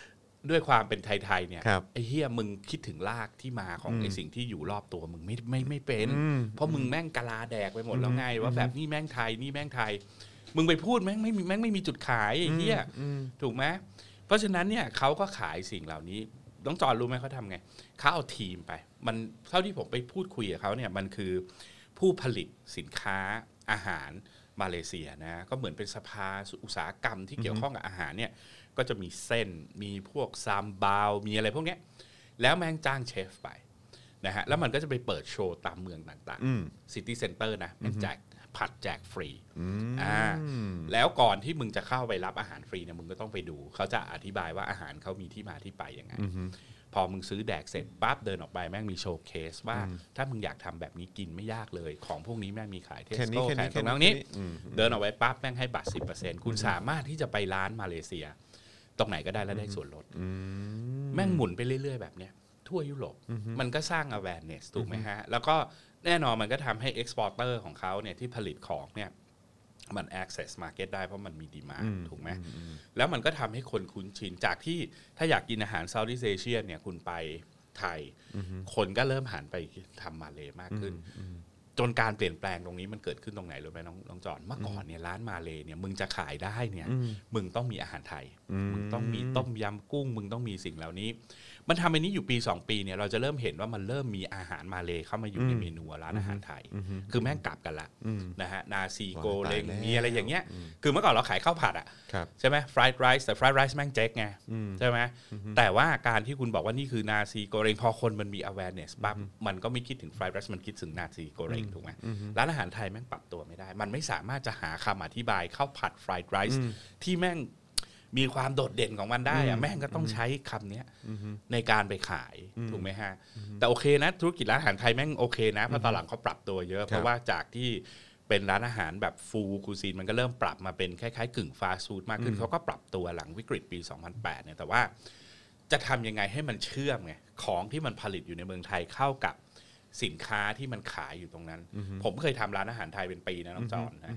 ด้วยความเป็นไทยๆเนี่ยไอ้เหี้ยมึงคิดถึงรากที่มาของไอ้สิ่งที่อยู่รอบตัวมึงไม่เป็นเพราะมึงแม่งกะลาแดกไปหมดแล้วไงว่าแบบนี่แม่งไทยนี่แม่งไทยมึงไปพูดแม่งไม่มีจุดขายไอ้เหี้ยถูกไหมเพราะฉะนั้นเนี่ยเขาก็ขายสิ่งเหล่านี้น้องจอนรู้ไหมเขาทำไงเขาเอาทีมไปมันเท่าที่ผมไปพูดคุยกับเขาเนี่ยมันคือผู้ผลิตสินค้าอาหารมาเลเซียนะก็เหมือนเป็นสภาอุตสาหกรรมที่เกี่ยวข้องกับอาหารเนี่ยก็จะมีเส้นมีพวกซามบาวมีอะไรพวกเนี้ยแล้วแม่งจ้างเชฟไปนะฮะแล้วมันก็จะไปเปิดโชว์ตามเมืองต่างๆซิตี้เซ็นเตอร์นะมันแจกผัดแจกฟรีแล้วก่อนที่มึงจะเข้าไปรับอาหารฟรีเนี่ยมึงก็ต้องไปดูเขาจะอธิบายว่าอาหารเขามีที่มาที่ไปยังไงพอมึงซื้อแดกเสร็จปั๊บเดินออกไปแม่งมีโชว์เคสว่าถ้ามึงอยากทำแบบนี้กินไม่ยากเลยของพวกนี้แม่งมีขายเทสโก้ขายตรงนี้เดินออกไปปั๊บแม่งให้บัตร 10% คุณสามารถที่จะไปร้านมาเลเซียตรงไหนก็ได้แล้วได้ส่วนลดแม่งหมุนไปเรื่อยๆแบบเนี้ยทั่วยุโรปมันก็สร้าง awareness ถูกไหมฮะแล้วก็แน่นอนมันก็ทำให้ exporter ของเขาเนี่ยที่ผลิตของเนี่ยมัน access market ได้เพราะมันมี demand ถูกไหมแล้วมันก็ทำให้คนคุ้นชินจากที่ถ้าอยากกินอาหาร Southeast Asia เนี่ยคุณไปไทยคนก็เริ่มหันไปทำมาเลมากขึ้นจนการเปลี่ยนแปลงตรงนี้มันเกิดขึ้นตรงไหนรู้ไหมน้องจอนเมื่อก่อนเนี่ยร้านมาเลเนี่ยมึงจะขายได้เนี่ยมึงต้องมีอาหารไทยมึงต้องมีต้มยำกุ้งมึงต้องมีสิ่งเหล่านี้มันทำอันนี้อยู่ปี2ปีเนี่ยเราจะเริ่มเห็นว่ามันเริ่มมีอาหารมาเลเข้ามาอยู่ในเมนูร้านอาหารไทยคือแม่งกลับกันละนะฮะนาซีโกเลงมีอะไรอย่างเงี้ยคือเมื่อก่อนเราขายข้าวผัดอ่ะใช่ไหมฟรายไรซ์แต่ฟรายไรซ์แม่งเจ๊กไงใช่ไหมแต่ว่าการที่คุณบอกว่านี่คือนาซีโกเลงพอคนมันมี awareness ปั๊บมันก็ไม่คิดถึงฟรายไรซ์มันคิดถึงนาซีโกเลงถูกไหมร้านอาหารไทยแม่งปรับตัวไม่ได้มันไม่สามารถจะหาคำอธิบายข้าวผัดฟรายไรซ์ที่แม่งมีความโดดเด่นของมันได้อะแม่งก็ต้องใช้คำนี้ในการไปขายถูกไหมฮะแต่โอเคนะธุรกิจร้านอาหารไทยแม่งโอเคนะเพราะตอนหลังเขาปรับตัวเยอะเพราะว่าจากที่เป็นร้านอาหารแบบฟูลคูซีนมันก็เริ่มปรับมาเป็นคล้ายๆกึ่งฟาสต์ฟู้ดมากขึ้นเขาก็ปรับตัวหลังวิกฤตปี 2008 เนี่ยแต่ว่าจะทำยังไงให้มันเชื่อมไงของที่มันผลิตอยู่ในเมืองไทยเข้ากับสินค้าที่มันขายอยู่ตรงนั้นผมเคยทำร้านอาหารไทยเป็นปีนะน้องจอนนะ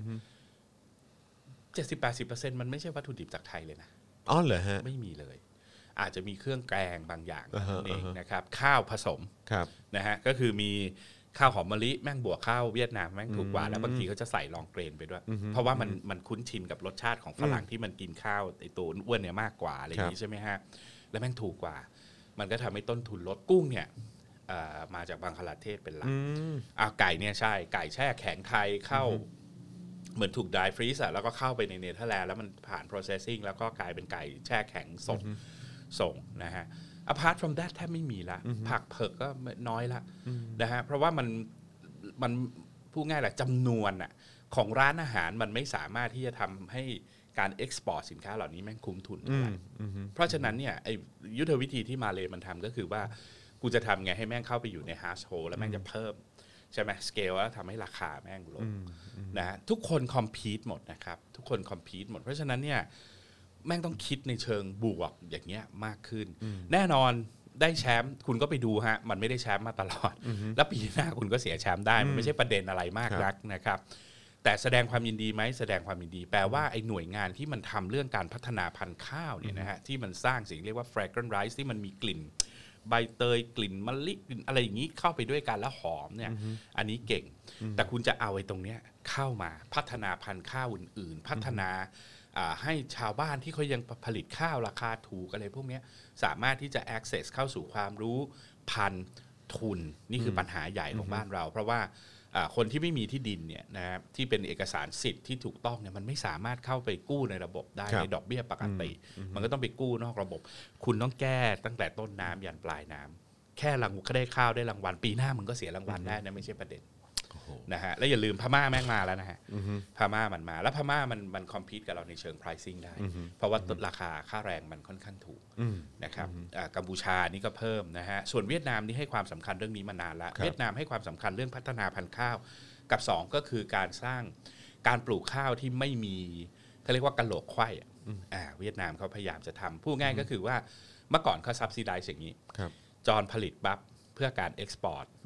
70-80% มันไม่ใช่วัตถุดิบจากไทยเลยนะอ๋อเหรอฮะไม่มีเลยอาจจะมีเครื่องแกงบางอย่างเองนะครับข้าวผสมนะฮะก็คือมีข้าวหอมมะลิแม่งบวกข้าวเวียดนามแม่งถูกกว่าแล้วบางทีเขาจะใส่ลองเกรนไปด้วยเพราะว่ามันคุ้นชินกับรสชาติของฝรั่งที่มันกินข้าวไอตัวอ้วนเนี่ยมากกว่าอะไรอย่างนี้ใช่ไหมฮะแล้วแม่งถูกกว่ามันก็ทำให้ต้นทุนลดกุ้งเนี่ยมาจากบังคลาเทศเป็นหลักไก่เนี่ยใช่ไก่แช่แข็งไทยเข้าเหมือนถูก dry freeze แล้วก็เข้าไปในเนเธอร์แลนด์แล้วมันผ่าน processing แล้วก็กลายเป็นไก่แช่แข็งสดส่งนะฮะ apart from that แทบไม่มีละผักเผือกก็น้อยละนะฮะเพราะว่ามันพูดง่ายแหละจำนวนอะของร้านอาหารมันไม่สามารถที่จะทำให้การ export สินค้าเหล่านี้แม่งคุ้มทุนเท่าไหร่เพราะฉะนั้นเนี่ยยุทธวิธีที่มาเลมันทำก็คือว่ากูจะทำไงให้แม่งเข้าไปอยู่ใน household แล้วแม่งจะเพิ่มใช่ไหมสเกลแล้วทำให้ราคาแม่งลดนะทุกคนคอมพีตหมดนะครับทุกคนคอมพีตหมดเพราะฉะนั้นเนี่ยแม่งต้องคิดในเชิงบวกอย่างเงี้ยมากขึ้นแน่นอนได้แชมป์คุณก็ไปดูฮะมันไม่ได้แชมป์มาตลอดแล้วปีหน้าคุณก็เสียแชมป์ได้มันไม่ใช่ประเด็นอะไรมากนักนะครับแต่แสดงความยินดีไหมแสดงความยินดีแปลว่าไอ้หน่วยงานที่มันทำเรื่องการพัฒนาพันธุ์ข้าวเนี่ยนะฮะที่มันสร้างสิ่งเรียกว่า fragrant rice ที่มันมีกลิ่นใบเตยกลิ่นมะลิกลิ่นอะไรอย่างนี้เข้าไปด้วยกันแล้วหอมเนี่ยอันนี้เก่งแต่คุณจะเอาไอ้ตรงเนี้ยเข้ามาพัฒนาพันธุ์ข้าวอื่นๆพัฒนาให้ชาวบ้านที่เขายังผลิตข้าวราคาถูกอะไรพวกนี้สามารถที่จะ access เข้าสู่ความรู้พันธุ์ทุนนี่คือปัญหาใหญ่ของบ้านเราเพราะว่าคนที่ไม่มีที่ดินเนี่ยนะครับที่เป็นเอกสารสิทธิ์ที่ถูกต้องเนี่ยมันไม่สามารถเข้าไปกู้ในระบบได้ในดอกเบี้ยปกติมันก็ต้องไปกู้นอกระบบคุณต้องแก้ตั้งแต่ต้นน้ำยันปลายน้ำแค่ได้ข้าวได้รางวัลปีหน้ามึงก็เสียรางวัลได้นะไม่ใช่ประเด็นนะฮะแล้วอย่าลืมพม่าแม่งมาแล้วนะฮะพม่ามันมาแล้วพม่ามันคอมพีตกับเราในเชิง pricing ได้เพราะว่าราคาค่าแรงมันค่อนข้างถูกนะครับกัมพูชานี่ก็เพิ่มนะฮะส่วนเวียดนามนี่ให้ความสำคัญเรื่องนี้มานานแล้วเวียดนามให้ความสำคัญเรื่องพัฒนาพันธุ์ข้าวกับ2ก็คือการสร้างการปลูกข้าวที่ไม่มีเขาเรียกว่ากะโหลกไขว้เวียดนามเขาพยายามจะทำพูดง่ายก็คือว่าเมื่อก่อนเขา subsidize อย่างนี้จอนผลิตปั๊บเพื่อการ export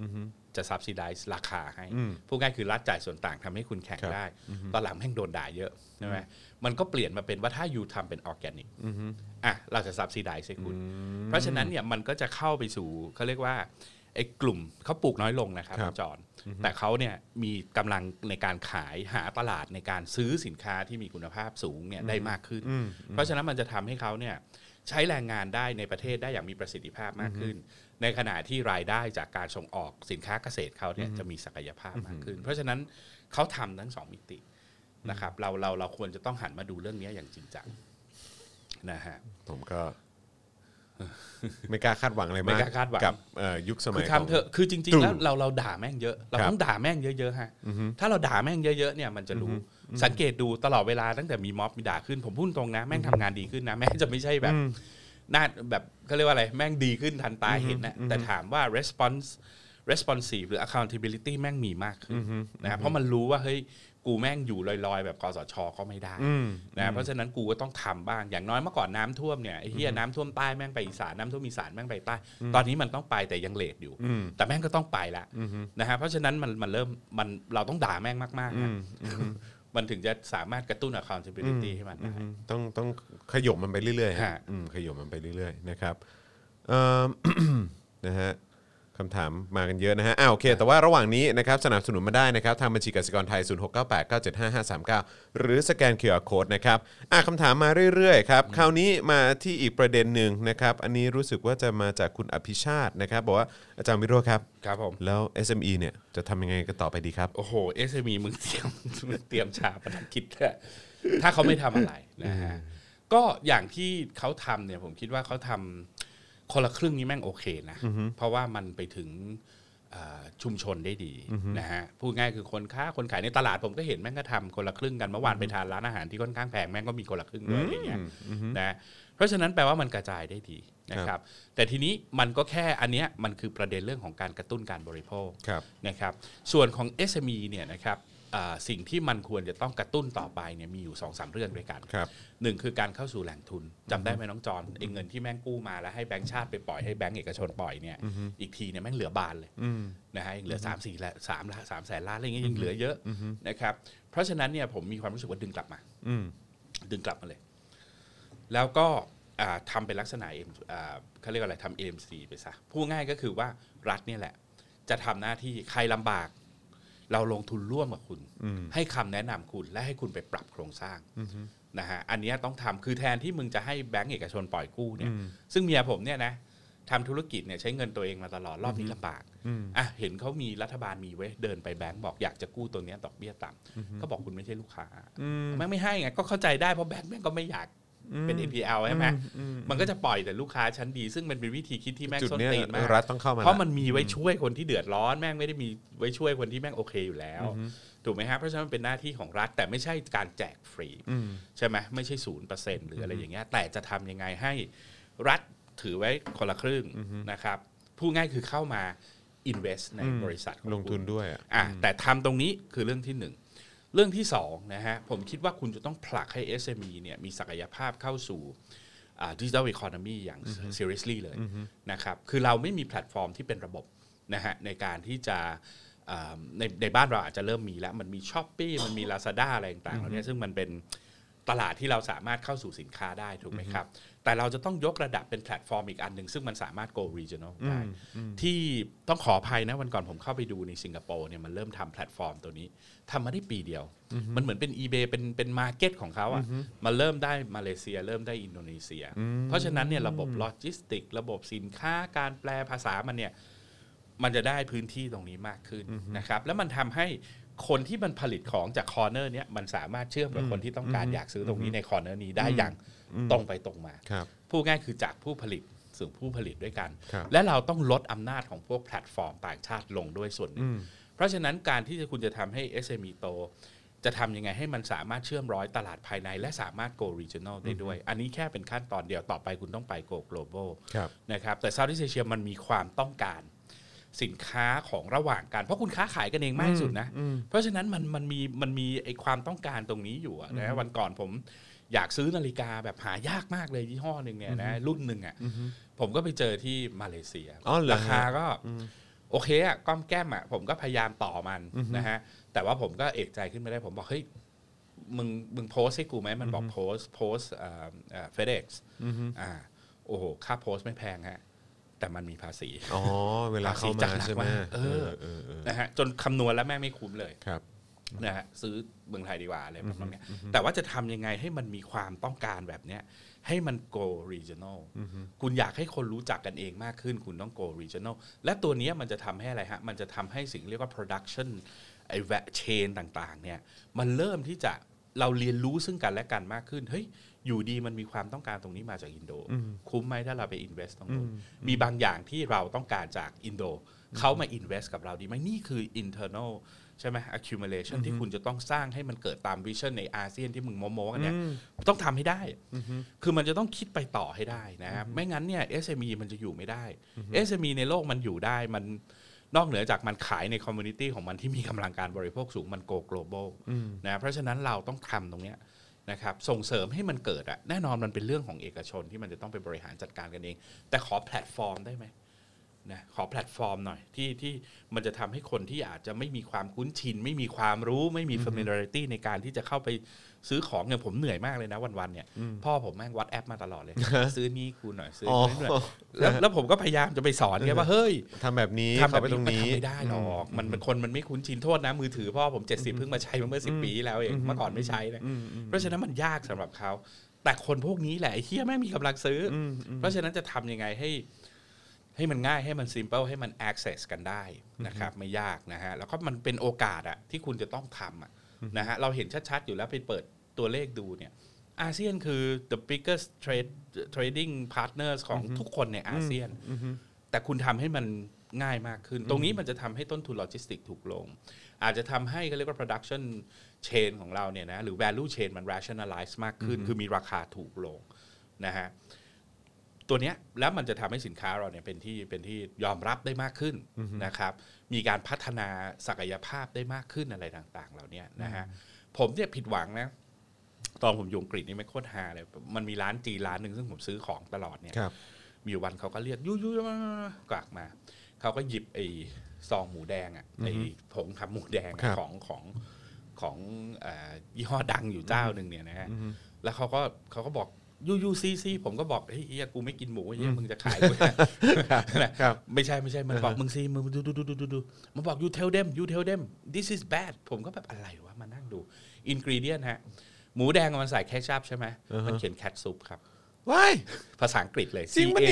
จะ subsidize ราคาให้พูดง่ายคือรัฐจ่ายส่วนต่างทำให้คุณแข่งได้ตอนหลังแม่งโดนด่าเยอะใช่ไหมมันก็เปลี่ยนมาเป็นว่าถ้าอยู่ทำเป็นออร์แกนิกเราจะ subsidize ให้คุณเพราะฉะนั้นเนี่ยมันก็จะเข้าไปสู่เขาเรียกว่าไอ้กลุ่มเขาปลูกน้อยลงนะครับจอนแต่เขาเนี่ยมีกำลังในการขายหาตลาดในการซื้อสินค้าที่มีคุณภาพสูงเนี่ยได้มากขึ้นเพราะฉะนั้นมันจะทำให้เขาเนี่ยใช้แรงงานได้ในประเทศได้อย่างมีประสิทธิภาพมากขึ้นในขณะที่รายได้จากการส่งออกสินค้าเกษตรเขาเนี่ยจะมีศักยภาพมากขึ้นเพราะฉะนั้นเขาทำทั้ง2มิตินะครับเราควรจะต้องหันมาดูเรื่องนี้อย่างจริงจังนะฮะผมก็ไม่กล้าคาดหวังอะไรมากกับยุคสมัยคือทำเถอะคือจริงๆแล้วเราด่าแม่งเยอะเราต้องด่าแม่งเยอะๆฮะถ้าเราด่าแม่งเยอะๆเนี่ยมันจะรู้สังเกตดูตลอดเวลาตั้งแต่มีม็อบมีด่าขึ้นผมพูดตรงนะแม่งทำงานดีขึ้นนะแม่งจะไม่ใช่แบบน่าแบบเขาเรียกว่าอะไรแม่งดีขึ้นทันตาเห็นนะแต่ถามว่า responsive หรือ accountability แม่งมีมากขึ้นนะเพราะมันรู้ว่าเฮ้ยกูแม่งอยู่ลอยๆแบบกสชก็ไม่ได้นะเพราะฉะนั้นกูก็ต้องทำบ้างอย่างน้อยเมื่อก่อนน้ำท่วมเนี่ยไอ้เหี้ยน้ำท่วมใต้แม่งไปอีสานน้ำท่วมอีสานแม่งไปใต้ตอนนี้มันต้องไปแต่ยังเลทอยู่แต่แม่งก็ต้องไปละนะฮะเพราะฉะนั้นมันเริ่มเราต้องด่าแม่งมากๆนะมันถึงจะสามารถกระตุ้น accountability ให้มันได้ต้องขยบมันไปเรื่อยๆขยบมันไปเรื่อยๆนะครับนะฮะคำถามมากันเยอะนะฮะโอเคแต่ว่าระหว่างนี้นะครับสนับสนุนมาได้นะครับทางบัญชีกสิกรไทย0698975539หรือสแกน QR Code นะครับคำถามมาเรื่อยๆครับคราวนี้มาที่อีกประเด็นหนึ่งนะครับอันนี้รู้สึกว่าจะมาจากคุณอภิชาตินะครับบอกว่าอาจารย์วิโรจน์ครับครับผมแล้ว SME เนี่ยจะทำยังไงกันต่อไปดีครับโอ้โห SME มึงเตรียมชาปนกิจถ้าเขาไม่ทำอะไรนะฮะก็อย่างที่เขาทำเนี่ยผมคิดว่าเขาทำคนละครึ่งนี้แม่งโอเคนะเพราะว่ามันไปถึงชุมชนได้ดีนะฮะพูดง่ายคือคนขายในตลาดผมก็เห็นแม่งก็ทำคนละครึ่งกันเมื่อวานไปทานร้านอาหารที่ค่อนข้างแพงแม่งก็มีคนละครึ่งด้วยอย่างเงี้ยนะเพราะฉะนั้นแปลว่ามันกระจายได้ดีนะครับแต่ทีนี้มันก็แค่อันเนี้ยมันคือประเด็นเรื่องของการกระตุ้นการบริโภคนะครับส่วนของ SME เนี่ยนะครับสิ่งที่มันควรจะต้องกระตุ้นต่อไปเนี่ยมีอยู่ 2-3 เรื่องด้วยกันหนึ่งคือการเข้าสู่แหล่งทุนจำได้ไหมน้องจอนเงินที่แม่งกู้มาแล้วให้แบงก์ชาติไปปล่อยให้แบงก์เอกชนปล่อยเนี่ยอีกทีเนี่ยแม่งเหลือบานเลยนะฮะยังเหลือ3 แสนล้านอะไรเงี้ยยังเหลือเยอะนะครับเพราะฉะนั้นเนี่ยผมมีความรู้สึกว่าดึงกลับมาเลยแล้วก็ทำเป็นลักษณะเขาเรียกอะไรทำ AMC ไปซะพูดง่ายก็คือว่ารัฐเนี่ยแหละจะทำหน้าที่ใครลำบากเราลงทุนร่วมกับคุณให้คำแนะนำคุณและให้คุณไปปรับโครงสร้างนะฮะอันนี้ต้องทำคือแทนที่มึงจะให้แบงก์เอกชนปล่อยกู้เนี่ยซึ่งเมียผมเนี่ยนะทำธุรกิจเนี่ยใช้เงินตัวเองมาตลอดรอบนี้ลำบากเห็นเขามีรัฐบาลมีไว้เดินไปแบงก์บอกอยากจะกู้ตัวนี้ดอกเบี้ยต่ำก็บอกคุณไม่ใช่ลูกค้าแม่งไม่ให้ไงก็เข้าใจได้เพราะแบงก์แม่งก็ไม่อยากเป็น NPL ใช่ไหมมันก็จะปล่อยแต่ลูกค้าชั้นดีซึ่งมันเป็นวิธีคิดที่แม่งส้นตีนมากเพราะมันมีไว้ช่วยคนที่เดือดร้อนแม่งไม่ได้มีไว้ช่วยคนที่แม่งโอเคอยู่แล้วถูกไหมฮะเพราะฉะนั้นเป็นหน้าที่ของรัฐแต่ไม่ใช่การแจกฟรีใช่ไหมไม่ใช่ 0% หรืออะไรอย่างเงี้ยแต่จะทำยังไงให้รัฐถือไว้คนละครึ่งนะครับพูดง่ายคือเข้ามา invest ในบริษัทลงทุนด้วยแต่ทำตรงนี้คือเรื่องที่1เรื่องที่2นะฮะผมคิดว่าคุณจะต้องผลักให้ SME เนี่ยมีศักยภาพเข้าสู่Digital Economy อย่าง seriously เลยนะครับคือเราไม่มีแพลตฟอร์มที่เป็นระบบนะฮะในการที่จะในบ้านเราอาจจะเริ่มมีแล้วมันมี Shopee มันมี Lazada อะไรต่างๆเหล่านี้ซึ่งมันเป็นตลาดที่เราสามารถเข้าสู่สินค้าได้ถูกไหมครับแต่เราจะต้องยกระดับเป็นแพลตฟอร์มอีกอันหนึ่งซึ่งมันสามารถ go regional ได้ที่ต้องขออภัยนะวันก่อนผมเข้าไปดูในสิงคโปร์เนี่ยมันเริ่มทำแพลตฟอร์มตัวนี้ทำมาได้ปีเดียวมันเหมือนเป็น eBay เป็นมาร์เก็ตของเขาอ่ะมันเริ่มได้มาเลเซียเริ่มได้อินโดนีเซียเพราะฉะนั้นเนี่ยระบบโลจิสติกระบบสินค้าการแปลภาษามันเนี่ยมันจะได้พื้นที่ตรงนี้มากขึ้นนะครับแล้วมันทำให้คนที่มันผลิตของจากคอร์เนอร์เนี้ยมันสามารถเชื่อมกับคนที่ต้องการอยากซื้อตรงนี้ในคอร์เนอร์นี้ได้อย่างตรงไปตรงมาพูดง่ายคือจากผู้ผลิตสู่ผู้ผลิตด้วยกันและเราต้องลดอำนาจของพวกแพลตฟอร์มต่างชาติลงด้วยส่วนหนึ่งเพราะฉะนั้นการที่คุณจะทำให้ SME โตจะทำยังไงให้มันสามารถเชื่อมร้อยตลาดภายในและสามารถ go regional ได้ด้วยอันนี้แค่เป็นขั้นตอนเดียวต่อไปคุณต้องไป go global นะครับแต่ Southeast Asia มันมีความต้องการสินค้าของระหว่างกันเพราะคุณค้าขายกันเองมากที่สุดนะเพราะฉะนั้นมันมีไอ้ความต้องการตรงนี้อยู่นะวันก่อนผมอยากซื้อนาฬิกาแบบหายากมากเลยยี่ห้อนึงเนี่ยนะรุ่นนึงอ่ะผมก็ไปเจอที่มาเลเซียราคาก็โอเคอะก้อมแก้มอะผมก็พยายามต่อมันนะฮะแต่ว่าผมก็เอกใจขึ้นมาได้ผมบอกเฮ้ยมึงโพสให้กูไหมมันบอกโพสFedEx โอ้โหค่าโพสไม่แพงฮะแต่มันมีภาษีเวลาเข้ามาใช่ไหมนะฮะจนคำนวณแล้วแม่ไม่คุ้มเลยครับนะฮะซื้อเมืองไทยดีกว่าอะไรแบบนี้แต่ว่าจะทำยังไงให้มันมีความต้องการแบบเนี้ยให้มัน go regional คุณอยากให้คนรู้จักกันเองมากขึ้นคุณต้อง go regional และตัวนี้มันจะทำให้อะไรฮะมันจะทำให้สิ่งเรียกว่า production ไอ้ chain ต่างๆเนี่ยมันเริ่มที่จะเราเรียนรู้ซึ่งกันและกันมากขึ้นเฮ้ยอยู่ดีมันมีความต้องการตรงนี้มาจากอินโดคุ้มไหมถ้าเราไป invest ตรงนู้นมีบางอย่างที่เราต้องการจากอินโดเขามา invest กับเราดีไหมนี่คือ internalใช่ไหม accumulation ที่คุณจะต้องสร้างให้มันเกิดตาม vision ในอาเซียนที่มึงโม้ๆกันเนี่ยต้องทำให้ได้คือมันจะต้องคิดไปต่อให้ได้นะครับไม่งั้นเนี่ย SME มันจะอยู่ไม่ได้ SME ในโลกมันอยู่ได้มันนอกเหนือจากมันขายใน community ของมันที่มีกำลังการบริโภคสูงมัน go global นะเพราะฉะนั้นเราต้องทำตรงเนี้ยนะครับส่งเสริมให้มันเกิดอะแน่นอนมันเป็นเรื่องของเอกชนที่มันจะต้องไปบริหารจัดการกันเองแต่ขอแพลตฟอร์มได้ไหมนะขอแพลตฟอร์มหน่อยที่มันจะทำให้คนที่อาจจะไม่มีความคุ้นชินไม่มีความรู้ไม่มี familiarity ในการที่จะเข้าไปซื้อของเนี่ยผมเหนื่อยมากเลยนะวันๆเนี่ยพ่อผมแม่งวัดแอปมาตลอดเลยซื้อนี่กูหน่อยซื้อนี่หน่อยแล้วผมก็พยายามจะไปสอนแกว่าเฮ้ยทำแบบนี้ทำแบบนี้มันทำไม่ได้หรอกมันคนมันไม่คุ้นชินโทษนะมือถือพ่อผม70เพิ่งมาใช้เมื่อ10 ปีแล้วเองเมื่อก่อนไม่ใช้นะเพราะฉะนั้นมันยากสำหรับเขาแต่คนพวกนี้แหละไอ้เหี้ยแม่งมีกำลังซื้อเพราะฉะนั้นจะทำยังไงให้มันง่ายให้มัน simple ให้มัน access กันได้นะครับไม่ยากนะฮะแล้วก็มันเป็นโอกาสอะที่คุณจะต้องทำนะฮะเราเห็นชัดๆอยู่แล้วไปเปิดตัวเลขดูเนี่ยอาเซียนคือ the biggest trading partners ของทุกคนในอาเซียนแต่คุณทำให้มันง่ายมากขึ้นตรงนี้มันจะทำให้ต้นทุนโลจิสติกถูกลงอาจจะทำให้เขาเรียกว่า production chain ของเราเนี่ยนะหรือ value chain มัน rationalize มากขึ้นคือมีราคาถูกลงนะฮะตัวเนี้ยแล้วมันจะทำให้สินค้าเราเนี่ยเป็นที่ยอมรับได้มากขึ้นนะครับมีการพัฒนาศักยภาพได้มากขึ้นอะไรต่างๆเหล่านี้นะฮะผมเนี่ยผิดหวังนะตอนผมอยู่อังกฤษนี่ไม่โคตรฮาเลยมันมีร้านจีนร้านนึงซึ่งผมซื้อของตลอดเนี่ยมีวันเขาก็เรียกยุ่ยกลักมาเขาก็หยิบไอ้ซองหมูแดงอ่ะไอ้ผงทำหมูแดงของยี่ห้อดังอยู่เจ้านึงเนี่ยนะฮะแล้วเขาก็บอกยูซีผมก็บอกเฮ้ยกูไม่กินหมูเฮ้ยมึงจะขายกูไม่ใช่มันบอกมึงซีมึงดูมันบอก you tell them this is bad ผมก็แบบอะไรวะมานั่งดู ingredient ฮะหมูแดงมันใส่แคชชัพใช่ไหมมันเขียนแคทซุปครับว้ายภาษาอังกฤษเลย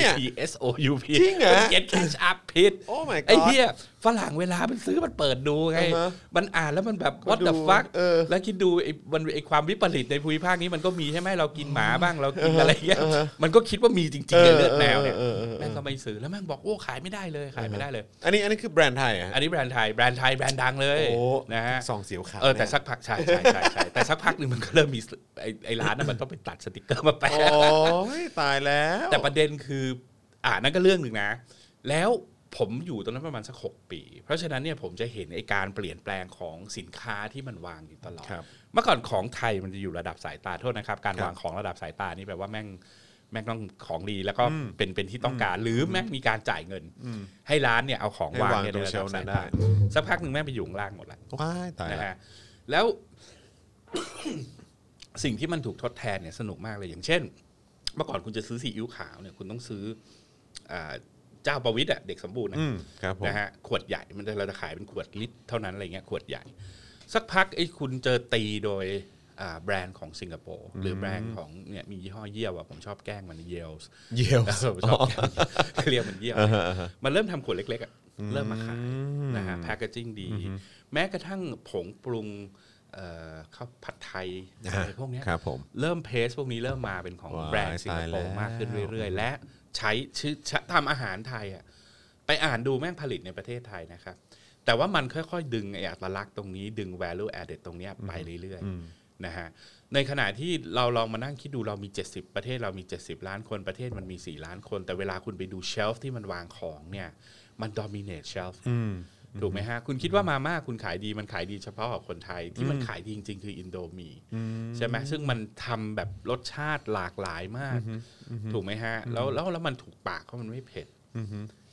CATSOUP จริงเหรอเขียนแคชอัพผิดโอ้ my god ไอ้เหี้ยฝรั่งเวลามันซื้อมันเปิดดูไงมันอ่านแล้วมันแบบ what the fuck แล้วคิดดูไอ้ความวิปริตในภูมิภาคนี้มันก็มีใช่ไหมเรากินหมาบ้างเรากินอะไรเงี้ยมันก็คิดว่ามีจริงๆในเลือดแมวเนี่ยแม่งก็ไม่ซื้อแล้วแม่งบอกโอ้ขายไม่ได้เลยอันนี้คือแบรนด์ไทยอ่ะอันนี้แบรนด์ไทยแบรนด์ดังเลยนะฮะซองสีขาวแต่สักพักใช่แต่สักพักนึงมันก็เริ่มมีไอ้ร้านนั้นมันต้องไปตัดสติกเกอร์มาแปะโอ้ยตายแล้วแต่ประเด็นคือนั่นก็เรื่องหนึ่งนะแล้วผมอยู่ตรงนั้นประมาณสัก6 ปีเพราะฉะนั้นเนี่ยผมจะเห็นไอ้การเปลี่ยนแปลงของสินค้าที่มันวางอยู่ตลอดเมื่อก่อนของไทยมันจะอยู่ระดับสายตาโทษนะครับการวางของระดับสายตานี่แปลว่าแม่งต้องของดีแล้วก็เป็นที่ต้องการหรือแม่งมีการจ่ายเงินให้ร้านเนี่ยเอาของวางในระดับสายตาสักพักนึงแม่งไปอยู่ข้างล่างหมดแล้วว้ายตายนะฮะแล้ว สิ่งที่มันถูกทดแทนเนี่ยสนุกมากเลยอย่างเช่นเมื่อก่อนคุณจะซื้อซีอิ๊วขาวเนี่ยคุณต้องซื้อเจ้าประวิตรเด็กสมบูรณ์นะฮะขวดใหญ่เราจะขายเป็นขวดลิตรเท่านั้นอะไรเงี้ยขวดใหญ่สักพักไอ้คุณเจอตีโดยแบรนด์ของสิงคโปร์หรือแบรนด์ของเนี่ยมียี่ห้อเยี่ยวผมชอบแกล้งมันเยลส์ชอบเรียกมันเยี่ยวมันเริ่มทำขวดเล็กๆเริ่มมาขายนะฮะแพคเกจจิ้งดีแม้กระทั่งผงปรุงข้าวผัดไทยอะไรพวกนี้เริ่มเพสพวกนี้เริ่มมาเป็นของแบรนด์สิงคโปร์มากขึ้นเรื่อยๆและใช้ทำอาหารไทยไปอ่านดูแม่งผลิตในประเทศไทยนะครับแต่ว่ามันค่อยๆดึงอัตลักษณ์ตรงนี้ดึง value added ตรงนี้ไปเรื่อยๆนะฮะในขณะที่เราลองมานั่งคิดดูเรามี70ประเทศเรามี70ล้านคนประเทศมันมี4ล้านคนแต่เวลาคุณไปดูเชลฟ์ที่มันวางของเนี่ยมัน dominate shelfถูกไหมฮะคุณคิดว่ามาม่าคุณขายดีมันขายดีเฉพาะกับคนไทยที่มันขายดีจริงๆคืออินโดมีใช่ไหมซึ่งมันทำแบบรสชาติหลากหลายมากถูกไหมฮะแล้วมันถูกปากเพราะมันไม่เผ็ด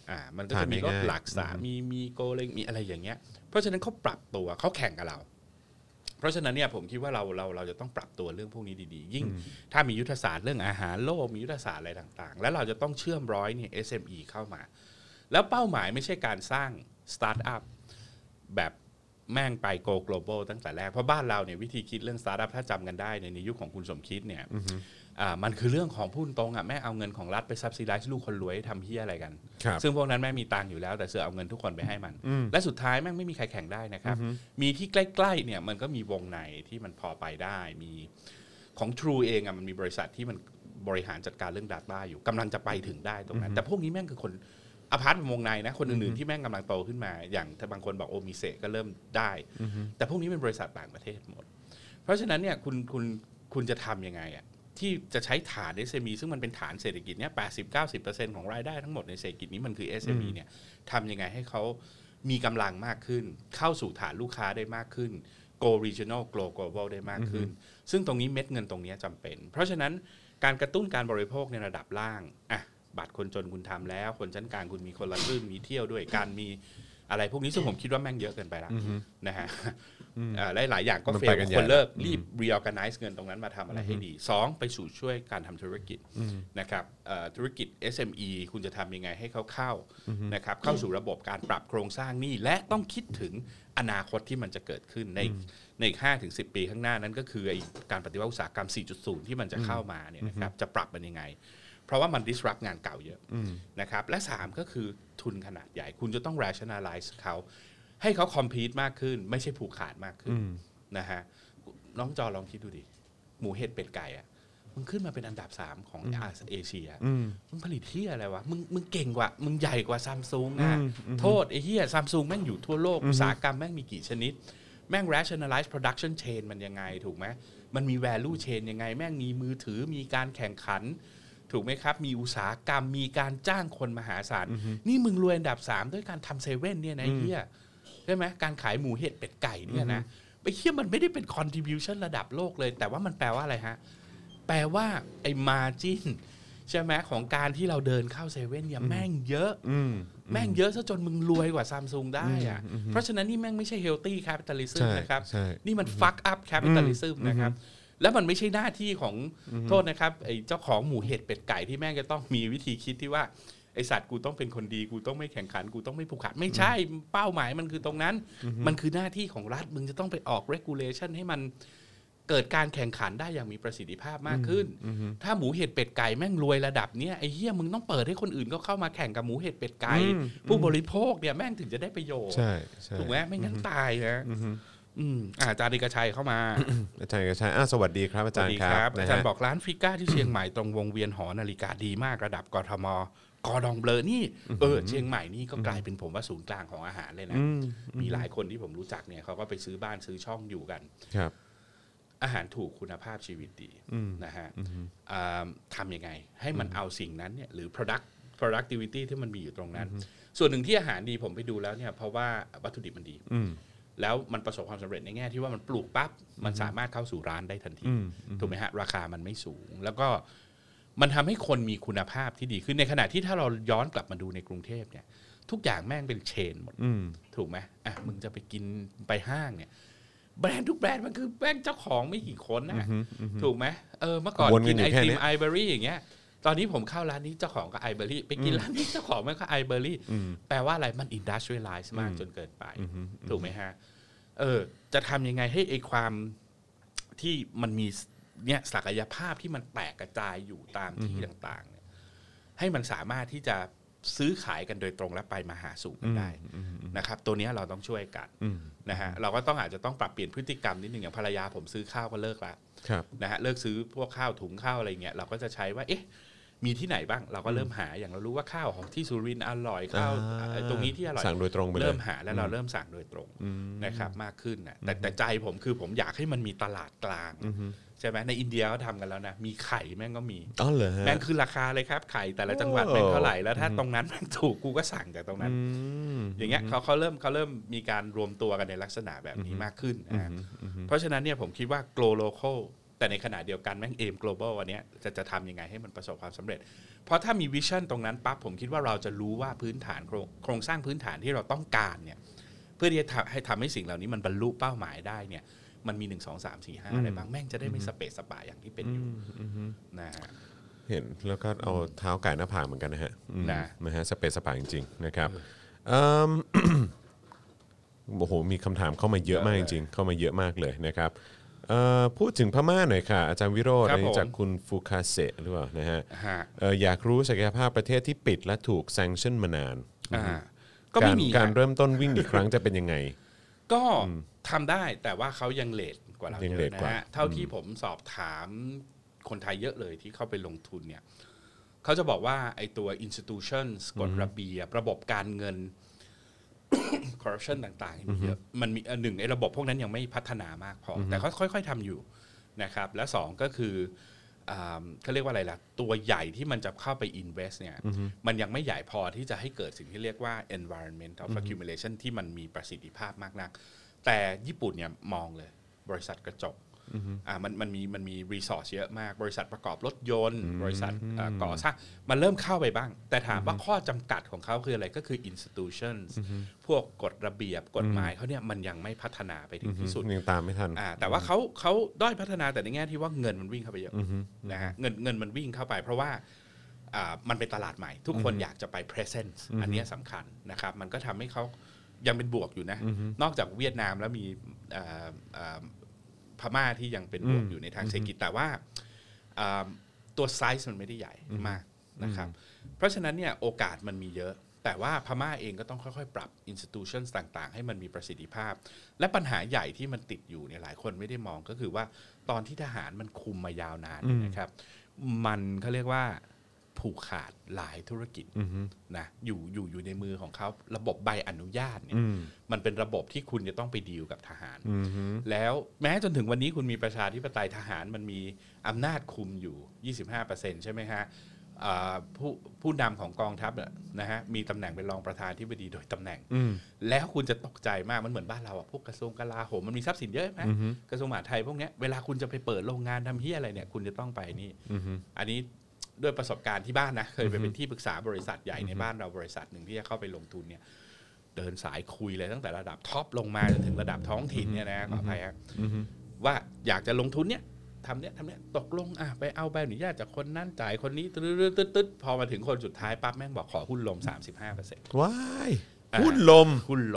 มันก็จะมีรถหลักสามีโกเล้งมีอะไรอย่างเงี้ยเพราะฉะนั้นเขาปรับตัวเขาแข่งกับเราเพราะฉะนั้นเนี่ยผมคิดว่าเราจะต้องปรับตัวเรื่องพวกนี้ดีๆยิ่งถ้ามียุทธศาสตร์เรื่องอาหารโลกมียุทธศาสตร์อะไรต่างๆแล้วเราจะต้องเชื่อมร้อยเนี่ย SME เข้ามาแล้วเป้าหมายไม่ใช่การสร้างสตาร์ทอัพแบบแม่งไป go global ตั้งแต่แรกเพราะบ้านเราเนี่ยวิธีคิดเรื่องสตาร์ทอัพถ้าจำกันได้ในยุคของคุณสมคิดเนี่ยมันคือเรื่องของพูดตรงแม่เอาเงินของรัฐไปซับซิไดซ์ลูกคนรวยทำเหี้ยอะไรกันซึ่งพวกนั้นแม่มีตังค์อยู่แล้วแต่เสือเอาเงินทุกคนไปให้มันและสุดท้ายแม่งไม่มีใครแข่งได้นะครับมีที่ใกล้ๆเนี่ยมันก็มีวงในที่มันพอไปได้มีของ True เองมันมีบริษัทที่มันบริหารจัดการเรื่อง Data อยู่กำลังจะไปถึงได้ตรงนั้นแต่พวกนี้แม่งคือคนอพาร์ตวงในนะคนอื่นๆที่แม่งกำลังโตขึ้นมาอย่างถ้าบางคนบอกโอมิเซก็เริ่มได้แต่พวกนี้เป็นบริษัทต่างประเทศหมดเพราะฉะนั้นเนี่ยคุณจะทำยังไงที่จะใช้ฐาน SME ซึ่งมันเป็นฐานเศรษฐกิจเนี่ย 80-90% ของรายได้ทั้งหมดในเศรษฐกิจนี้มันคือ SME เนี่ยทำยังไงให้เขามีกำลังมากขึ้นเข้าสู่ฐานลูกค้าได้มากขึ้น go regional global ได้มากขึ้นซึ่งตรงนี้เม็ดเงินตรงนี้จำเป็นเพราะฉะนั้นการกระตุ้นการบริโภคในระดับล่างบัตรคนจนคุณทำแล้วคนชั้นกลางคุณมีคนละครึ่งมีเที่ยวด้วยการมีอะไรพวกนี้ซึ่งผมคิดว่าแม่งเยอะเกินไปแล้วนะฮะหลายอย่างก็เฟลคนเลิกรีบ reorganize เงินตรงนั้นมาทำอะไรให้ดี2ไปสู่ช่วยการทำธุรกิจนะครับธุรกิจ SME คุณจะทำยังไงให้เขาเข้านะครับเข้าสู่ระบบการปรับโครงสร้างหนี้และต้องคิดถึงอนาคตที่มันจะเกิดขึ้นใน 5-10 ปีข้างหน้านั้นก็คือการปฏิวัติอุตสาหกรรม 4.0 ที่มันจะเข้ามาเนี่ยนะครับจะปรับมันยังไงเพราะว่ามัน disrupt งานเก่าเยอะนะครับและ3ก็คือทุนขนาดใหญ่คุณจะต้อง rationalize เขาให้เขา compete มากขึ้นไม่ใช่ผูกขาดมากขึ้นนะฮะน้องจอลองคิดดูดิหมูเห็ดเป็ดไก่มึงขึ้นมาเป็นอันดับ3ของเอเชียมึงผลิตเหี้ยอะไรวะมึงเก่งกว่ามึงใหญ่กว่า Samsung โทษไอ้เหี้ย Samsung แม่งอยู่ทั่วโลกอุตสาหกรรมแม่งมีกี่ชนิดแม่ง rationalize production chain มันยังไงถูกไหมมันมี value chain ยังไงแม่งมีมือถือมีการแข่งขันถูกไหมครับมีอุตสาหกรรมมีการจ้างคนมหาศาลนี่มึงรวยอันดับ3ด้วยการทำเซเว่นเนี่ยนะเฮียใช่ไหมการขายหมูเห็ดเป็ดไก่เนี่ยนะไอ้เฮียมันไม่ได้เป็น contribution ระดับโลกเลยแต่ว่ามันแปลว่าอะไรฮะแปลว่าไอ้ margin ใช่ไหมของการที่เราเดินเข้าเซเว่นเนี่ยแม่งเยอะแม่งเยอะซะจนมึงรวยกว่า Samsung ได้อะเพราะฉะนั้นนี่แม่งไม่ใช่ healthy capitalism นะครับนี่มัน fuck up capitalism นะครับแล้วมันไม่ใช่หน้าที่ของโทษนะครับไอ้เจ้าของหมูเห็ดเป็ดไก่ที่แม่งจะต้องมีวิธีคิดที่ว่าไอสัตว์กูต้องเป็นคนดีกูต้องไม่แข่งขันกูต้องไม่ผูกขาดไม่ใช่เป้าหมายมันคือตรงนั้นมันคือหน้าที่ของรัฐมึงจะต้องไปออก regulation ให้มันเกิดการแข่งขันได้อย่างมีประสิทธิภาพมากขึ้นถ้าหมูเห็ดเป็ดไก่แม่งรวยระดับเนี้ยไอ้เหี้ยมึงต้องเปิดให้คนอื่นก็เข้ามาแข่งกับหมูเห็ดเป็ดไก่ผู้บริโภคเนี่ยแม่งถึงจะได้ประโยชน์ถูกไหมไม่งั้นตายนะอาจารย์เอกชัยเข้ามาอาจารย์เอกชัยสวัสดีครับอาจารย์ครับอาจารย์บอกร้านฟิก้าที่เชียงใหม่ตรงวงเวียนหอนาฬิกาดีมากระดับกทมกอดองเบลอนี่เชียงใหม่นี่ก็กลายเป็นผมว่าศูนย์กลางของอาหารเลยนะมีหลายคนที่ผมรู้จักเนี่ยเขาก็ไปซื้อบ้านซื้อช่องอยู่กันครับอาหารถูกคุณภาพชีวิตดีนะฮะทำยังไงให้มันเอาสิ่งนั้นเนี่ยหรือ productivity ที่มันมีอยู่ตรงนั้นส่วนหนึ่งที่อาหารดีผมไปดูแล้วเนี่ยเพราะว่าวัตถุดิบมันดีแล้วมันประสบความสำเร็จในแง่ที่ว่ามันปลูกปั๊บมันสามารถเข้าสู่ร้านได้ทันทีถูกไหมฮะราคามันไม่สูงแล้วก็มันทำให้คนมีคุณภาพที่ดีขึ้นในขณะที่ถ้าเราย้อนกลับมาดูในกรุงเทพเนี่ยทุกอย่างแม่งเป็นเชนหมดถูกไหมมึงจะไปกินไปห้างเนี่ยแบรนด์ทุกแบรนด์มันคือแม่งเจ้าของไม่กี่คนนะถูกไหมเมื่อก่อนกินไอติมไอเบอรี่อย่างเงี้ยตอนนี้ผมเข้าร้านนี้เจ้าของก็ไอเบอรี่ไปกินร้านนี้เจ้าของมันก็ไอเบอรี่แปลว่าอะไรมันอินดัสทรียลไลซ์มากจนเกินไปถูกไหมฮะจะทำยังไงให้ไอความที่มันมีเนี่ยศักยภาพที่มันแตกกระจายอยู่ตามที่ต่างๆเนี่ยให้มันสามารถที่จะซื้อขายกันโดยตรงและไปมาหาสู่กันได้นะครับตัวนี้เราต้องช่วยกันนะฮะเราก็ต้องอาจจะต้องปรับเปลี่ยนพฤติกรรมนิดนึงอย่างภรรยาผมซื้อข้าวก็เลิกแล้วนะฮะเลิกซื้อพวกข้าวถุงข้าวอะไรเงี้ยเราก็จะใช้ว่ามีที่ไหนบ้างเราก็เริ่มหาอย่างเรารู้ว่าข้าวของที่สุรินทร์อร่อยข้าวตรงนี้ที่อร่อยสั่งโดยตรงไปเลยเริ่มหาแล้วเราเริ่มสั่งโดยตรงนะครับมากขึ้นนะแต่ใจผมคือผมอยากให้มันมีตลาดกลางใช่ไหมในอินเดียเขาทำกันแล้วนะมีไข่แม่งก็มีแม่งคือราคาเลยครับไข่แต่ละจังหวัดแม่งเท่าไหร่แล้วถ้าตรงนั้นแม่งถูกกูก็สั่งจากตรงนั้นอย่างเงี้ยเขาเริ่มมีการรวมตัวกันในลักษณะแบบนี้มากขึ้นเพราะฉะนั้นเนี่ยผมคิดว่า grow local แต่ในขณะเดียวกันแม่ง aim global อันเนี้ยจะทำยังไงให้มันประสบความสำเร็จเพราะถ้ามีวิชั่นตรงนั้นปั๊บผมคิดว่าเราจะรู้ว่าพื้นฐานโครงสร้างพื้นฐานที่เราต้องการเนี่ยเพื่อที่จะทำให้สิ่งเหล่านี้มันบรรลุเป้าหมายได้เนี่ยมันมี1 2 3 4 5อะไรบ้างแม่งจะได้ไม่สเปซสปาอย่างที่เป็นอยู่นะฮะเห็นแล้วก็เอาเท้าไก่หน้าผากเหมือนกันนะฮะนะฮะสเปซสปาจริงๆนะครับโอ้โหมีคำถามเข้ามาเยอะมากจริงๆเข้ามาเยอะมากเลยนะครับพูดถึงพม่าหน่อยค่ะอาจารย์วิโรจน์จากคุณฟูคาเซหรือเปล่านะฮะอยากรู้ศักยภาพประเทศที่ปิดและถูกแซงชั่นมานานการเริ่มต้นวิ่งอีกครั้งจะเป็นยังไงก็ทำได้แต่ว่าเขายังเลทกว่าเราเยอะนะฮะเท่าที่ผมสอบถามคนไทยเยอะเลยที่เข้าไปลงทุนเนี่ยเขาจะบอกว่าไอ้ตัว institutions กฎระเบียบระบบการเงิน corruption ต่างๆมีเยอะมันมีหนึ่งไอ้ระบบพวกนั้นยังไม่พัฒนามากพอแต่เขาค่อยๆทำอยู่นะครับและสองก็คือเขาเรียกว่าอะไรล่ะตัวใหญ่ที่มันจะเข้าไป invest เนี่ยมันยังไม่ใหญ่พอที่จะให้เกิดสิ่งที่เรียกว่า environment of accumulation ที่มันมีประสิทธิภาพมากนักแต่ญี่ปุ่นเนี่ยมองเลยบริษัทกระจกมันมีรีซอสเยอะมากบริษัทประกอบรถยนต์บริษัทก่อสร้างมันเริ่มเข้าไปบ้างแต่ถามว่าข้อจำกัดของเขาคืออะไรก็คือ institutions พวกกฎระเบียบกฎหมายเขาเนี่ยมันยังไม่พัฒนาไปถึงที่สุดยังตามไม่ทันแต่ว่าเขาด้อยพัฒนาแต่ในแง่ที่ว่าเงินมันวิ่งเข้าไปเยอะนะฮะเงินมันวิ่งเข้าไปเพราะว่ามันเป็นตลาดใหม่ทุกคนอยากจะไป presence อันนี้สำคัญนะครับมันก็ทำให้เขายังเป็นบวกอยู่นะนอกจากเวียดนามแล้วมีพม่าที่ยังเป็นบวกอยู่ในทางเศรษฐกิจแต่ว่าตัวไซส์มันไม่ได้ใหญ่มากนะครับเพราะฉะนั้นเนี่ยโอกาสมันมีเยอะแต่ว่าพม่าเองก็ต้องค่อยๆปรับ institutions ต่างๆให้มันมีประสิทธิภาพและปัญหาใหญ่ที่มันติดอยู่เนี่ยหลายคนไม่ได้มองก็คือว่าตอนที่ทหารมันคุมมายาวนานนะครับมันเขาเรียกว่าผูกขาดหลายธุรกิจนะอยู่ในมือของเขาระบบใบอนุญาตเนี่ยมันเป็นระบบที่คุณจะต้องไปดีลกับทหารแล้วแม้จนถึงวันนี้คุณมีประชาธิปไตยทหารมันมีอำนาจคุมอยู่ 25% ใช่ไหมฮะผู้นำของกองทัพนะฮะมีตำแหน่งเป็นรองประธานธิบดีโดยตำแหน่งแล้วคุณจะตกใจมากมันเหมือนบ้านเราพวกกระทรวงกลาโหมมันมีทรัพย์สินเยอะไหมกระทรวงมหาดไทยพวกนี้เวลาคุณจะไปเปิดโรงงานทำเหี้ยอะไรเนี่ยคุณจะต้องไปนี่อันนี้ด้วยประสบการณ์ที่บ้านนะเคยไปเป็นที่ปรึกษาบริษัทใหญ่ในบ้านเราบริษัทหนึ่งที่จะเข้าไปลงทุนเนี่ยเดินสายคุยเลยตั้งแต่ระดับท็อปลงมาจนถึงระดับท้องถิ่นเนี่ยนะขออภัยครับว่าอยากจะลงทุนเนี่ยทำเนี่ยตกลงไปเอาใบอนุญาตจากคนนั้นจ่ายคนนี้ตึ๊ดพอมาถึงคนสุดท้ายปั๊บแม่งบอกขอหุ้นลม 35% ว้ายหุ้นลม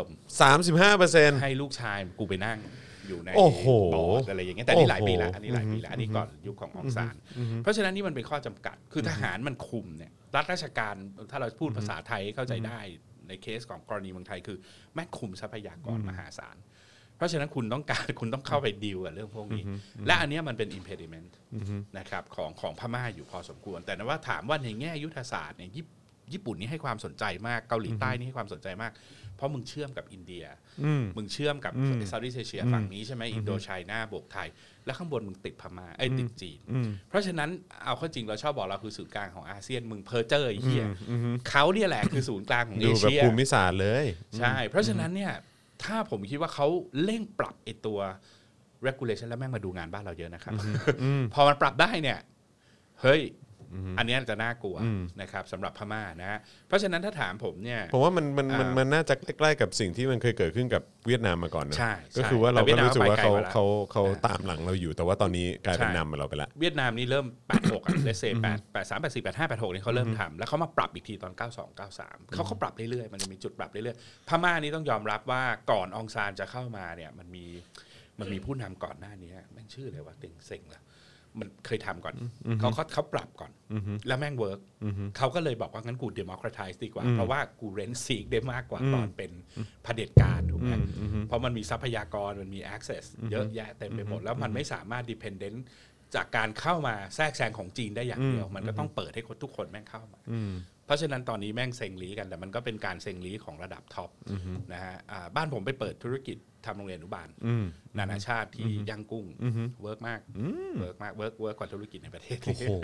35% ให้ลูกชายกูไปนั่งอยู่ในบอร์ดอะไรอย่างเงี้ยแต่นี่หลายปีแล้วอันนี้หลายปีแล้วอันนี้ก่อนยุคขององซานเพราะฉะนั้นนี่มันเป็นข้อจำกัดคือทหารมันคุมเนี่ยรัฐราชการถ้าเราพูดภาษาไทยเข้าใจได้ในเคสของกรณีเมืองไทยคือแม่คุมทรัพยากรมหาศาลเพราะฉะนั้นคุณต้องเข้าไปดีลกับเรื่องพวกนี้และอันนี้มันเป็น impediment นะครับของพม่าอยู่พอสมควรแต่ว่าถามว่าในแง่ยุทธศาสตร์เนี่ยญี่ปุ่นนี่ให้ความสนใจมากเกาหลีใต้นี่ให้ความสนใจมากเพราะมึงเชื่อมกับอินเดียมึงเชื่อมกับเซาท์อีสต์เอเชียฝั่งนี้ใช่ไหมอินโดไชน่าบวกไทยแล้วข้างบนมึงติดพม่าติดจีนเพราะฉะนั้นเอาเข้าจริงเราชอบบอกเราคือศูนย์กลางของอาเซียนมึงเพอเจอร์ไอ้เหี้ยเขาเนี่ยแหละคือศูนย์กลางของเอเชียดูแบบภูมิศาสตร์เลยใช่เพราะฉะนั้นเนี่ยถ้าผมคิดว่าเขาเร่งปรับไอ้ตัว regulation แล้วแม่งมาดูงานบ้านเราเยอะนะครับพอมันปรับได้เนี่ยเฮ้ยอันนี้จะน่ากลัวนะครับสำหรับพม่านะเพราะฉะนั้นถ้าถามผมเนี่ยผมว่ามันน่าจะใกล้ๆกับสิ่งที่มันเคยเกิดขึ้นกับเวียดนามมาก่อนนะก็คือว่าเราก็รู้สึกว่าเขาตามหลังเราอยู่แต่ว่าตอนนี้กลายเป็นนำเราไปแล้วเวียดนามนี่เริ่ม86อ่ะเลเซ83 84 85 86นี่เขาเริ่มทำแล้วเขามาปรับอีกทีตอน92 93เขาปรับเรื่อยๆมันจะมีจุดปรับเรื่อยๆพม่านี่ต้องยอมรับว่าก่อนองซานจะเข้ามาเนี่ยมันมีผู้นำก่อนหน้านี้แม่งชื่ออะไรวะเต็งเซ็งละมันเคยทำก่อนเขาปรับก่อนแล้วแม่งเวิร์กเขาก็เลยบอกว่างั้นกู democratize ดีกว่าเพราะว่ากู rent seek ได้มากกว่าตอนเป็นเผด็จการถูกไหมเพราะมันมีทรัพยากรมันมี access เยอะแยะเต็มไปหมดแล้วมันไม่สามารถ dependent จากการเข้ามาแทรกแซงของจีนได้อย่างเดียวมันก็ต้องเปิดให้ทุกคนแม่งเข้ามาเพราะฉะนั้นตอนนี้แม่งเซ็งลีกันแต่มันก็เป็นการเซ็งลีของระดับท็อปนะฮะบ้านผมไปเปิดธุรกิจทำโรงเรียนอนุบาลนานาชาติที่ย่างกุ้งเวิร์กมากเวิร์กกว่าธุรกิจในประเทศ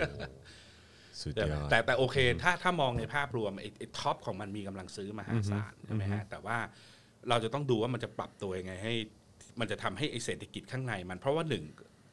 แต่โอเคถ้ามองในภาพรวมไอ้ท็อปของมันมีกำลังซื้อมหาศาลใช่ไหมฮะแต่ว่าเราจะต้องดูว่ามันจะปรับตัวยังไงให้มันจะทำให้ไอ้เศรษฐกิจข้างในมันเพราะว่าหนึ่ง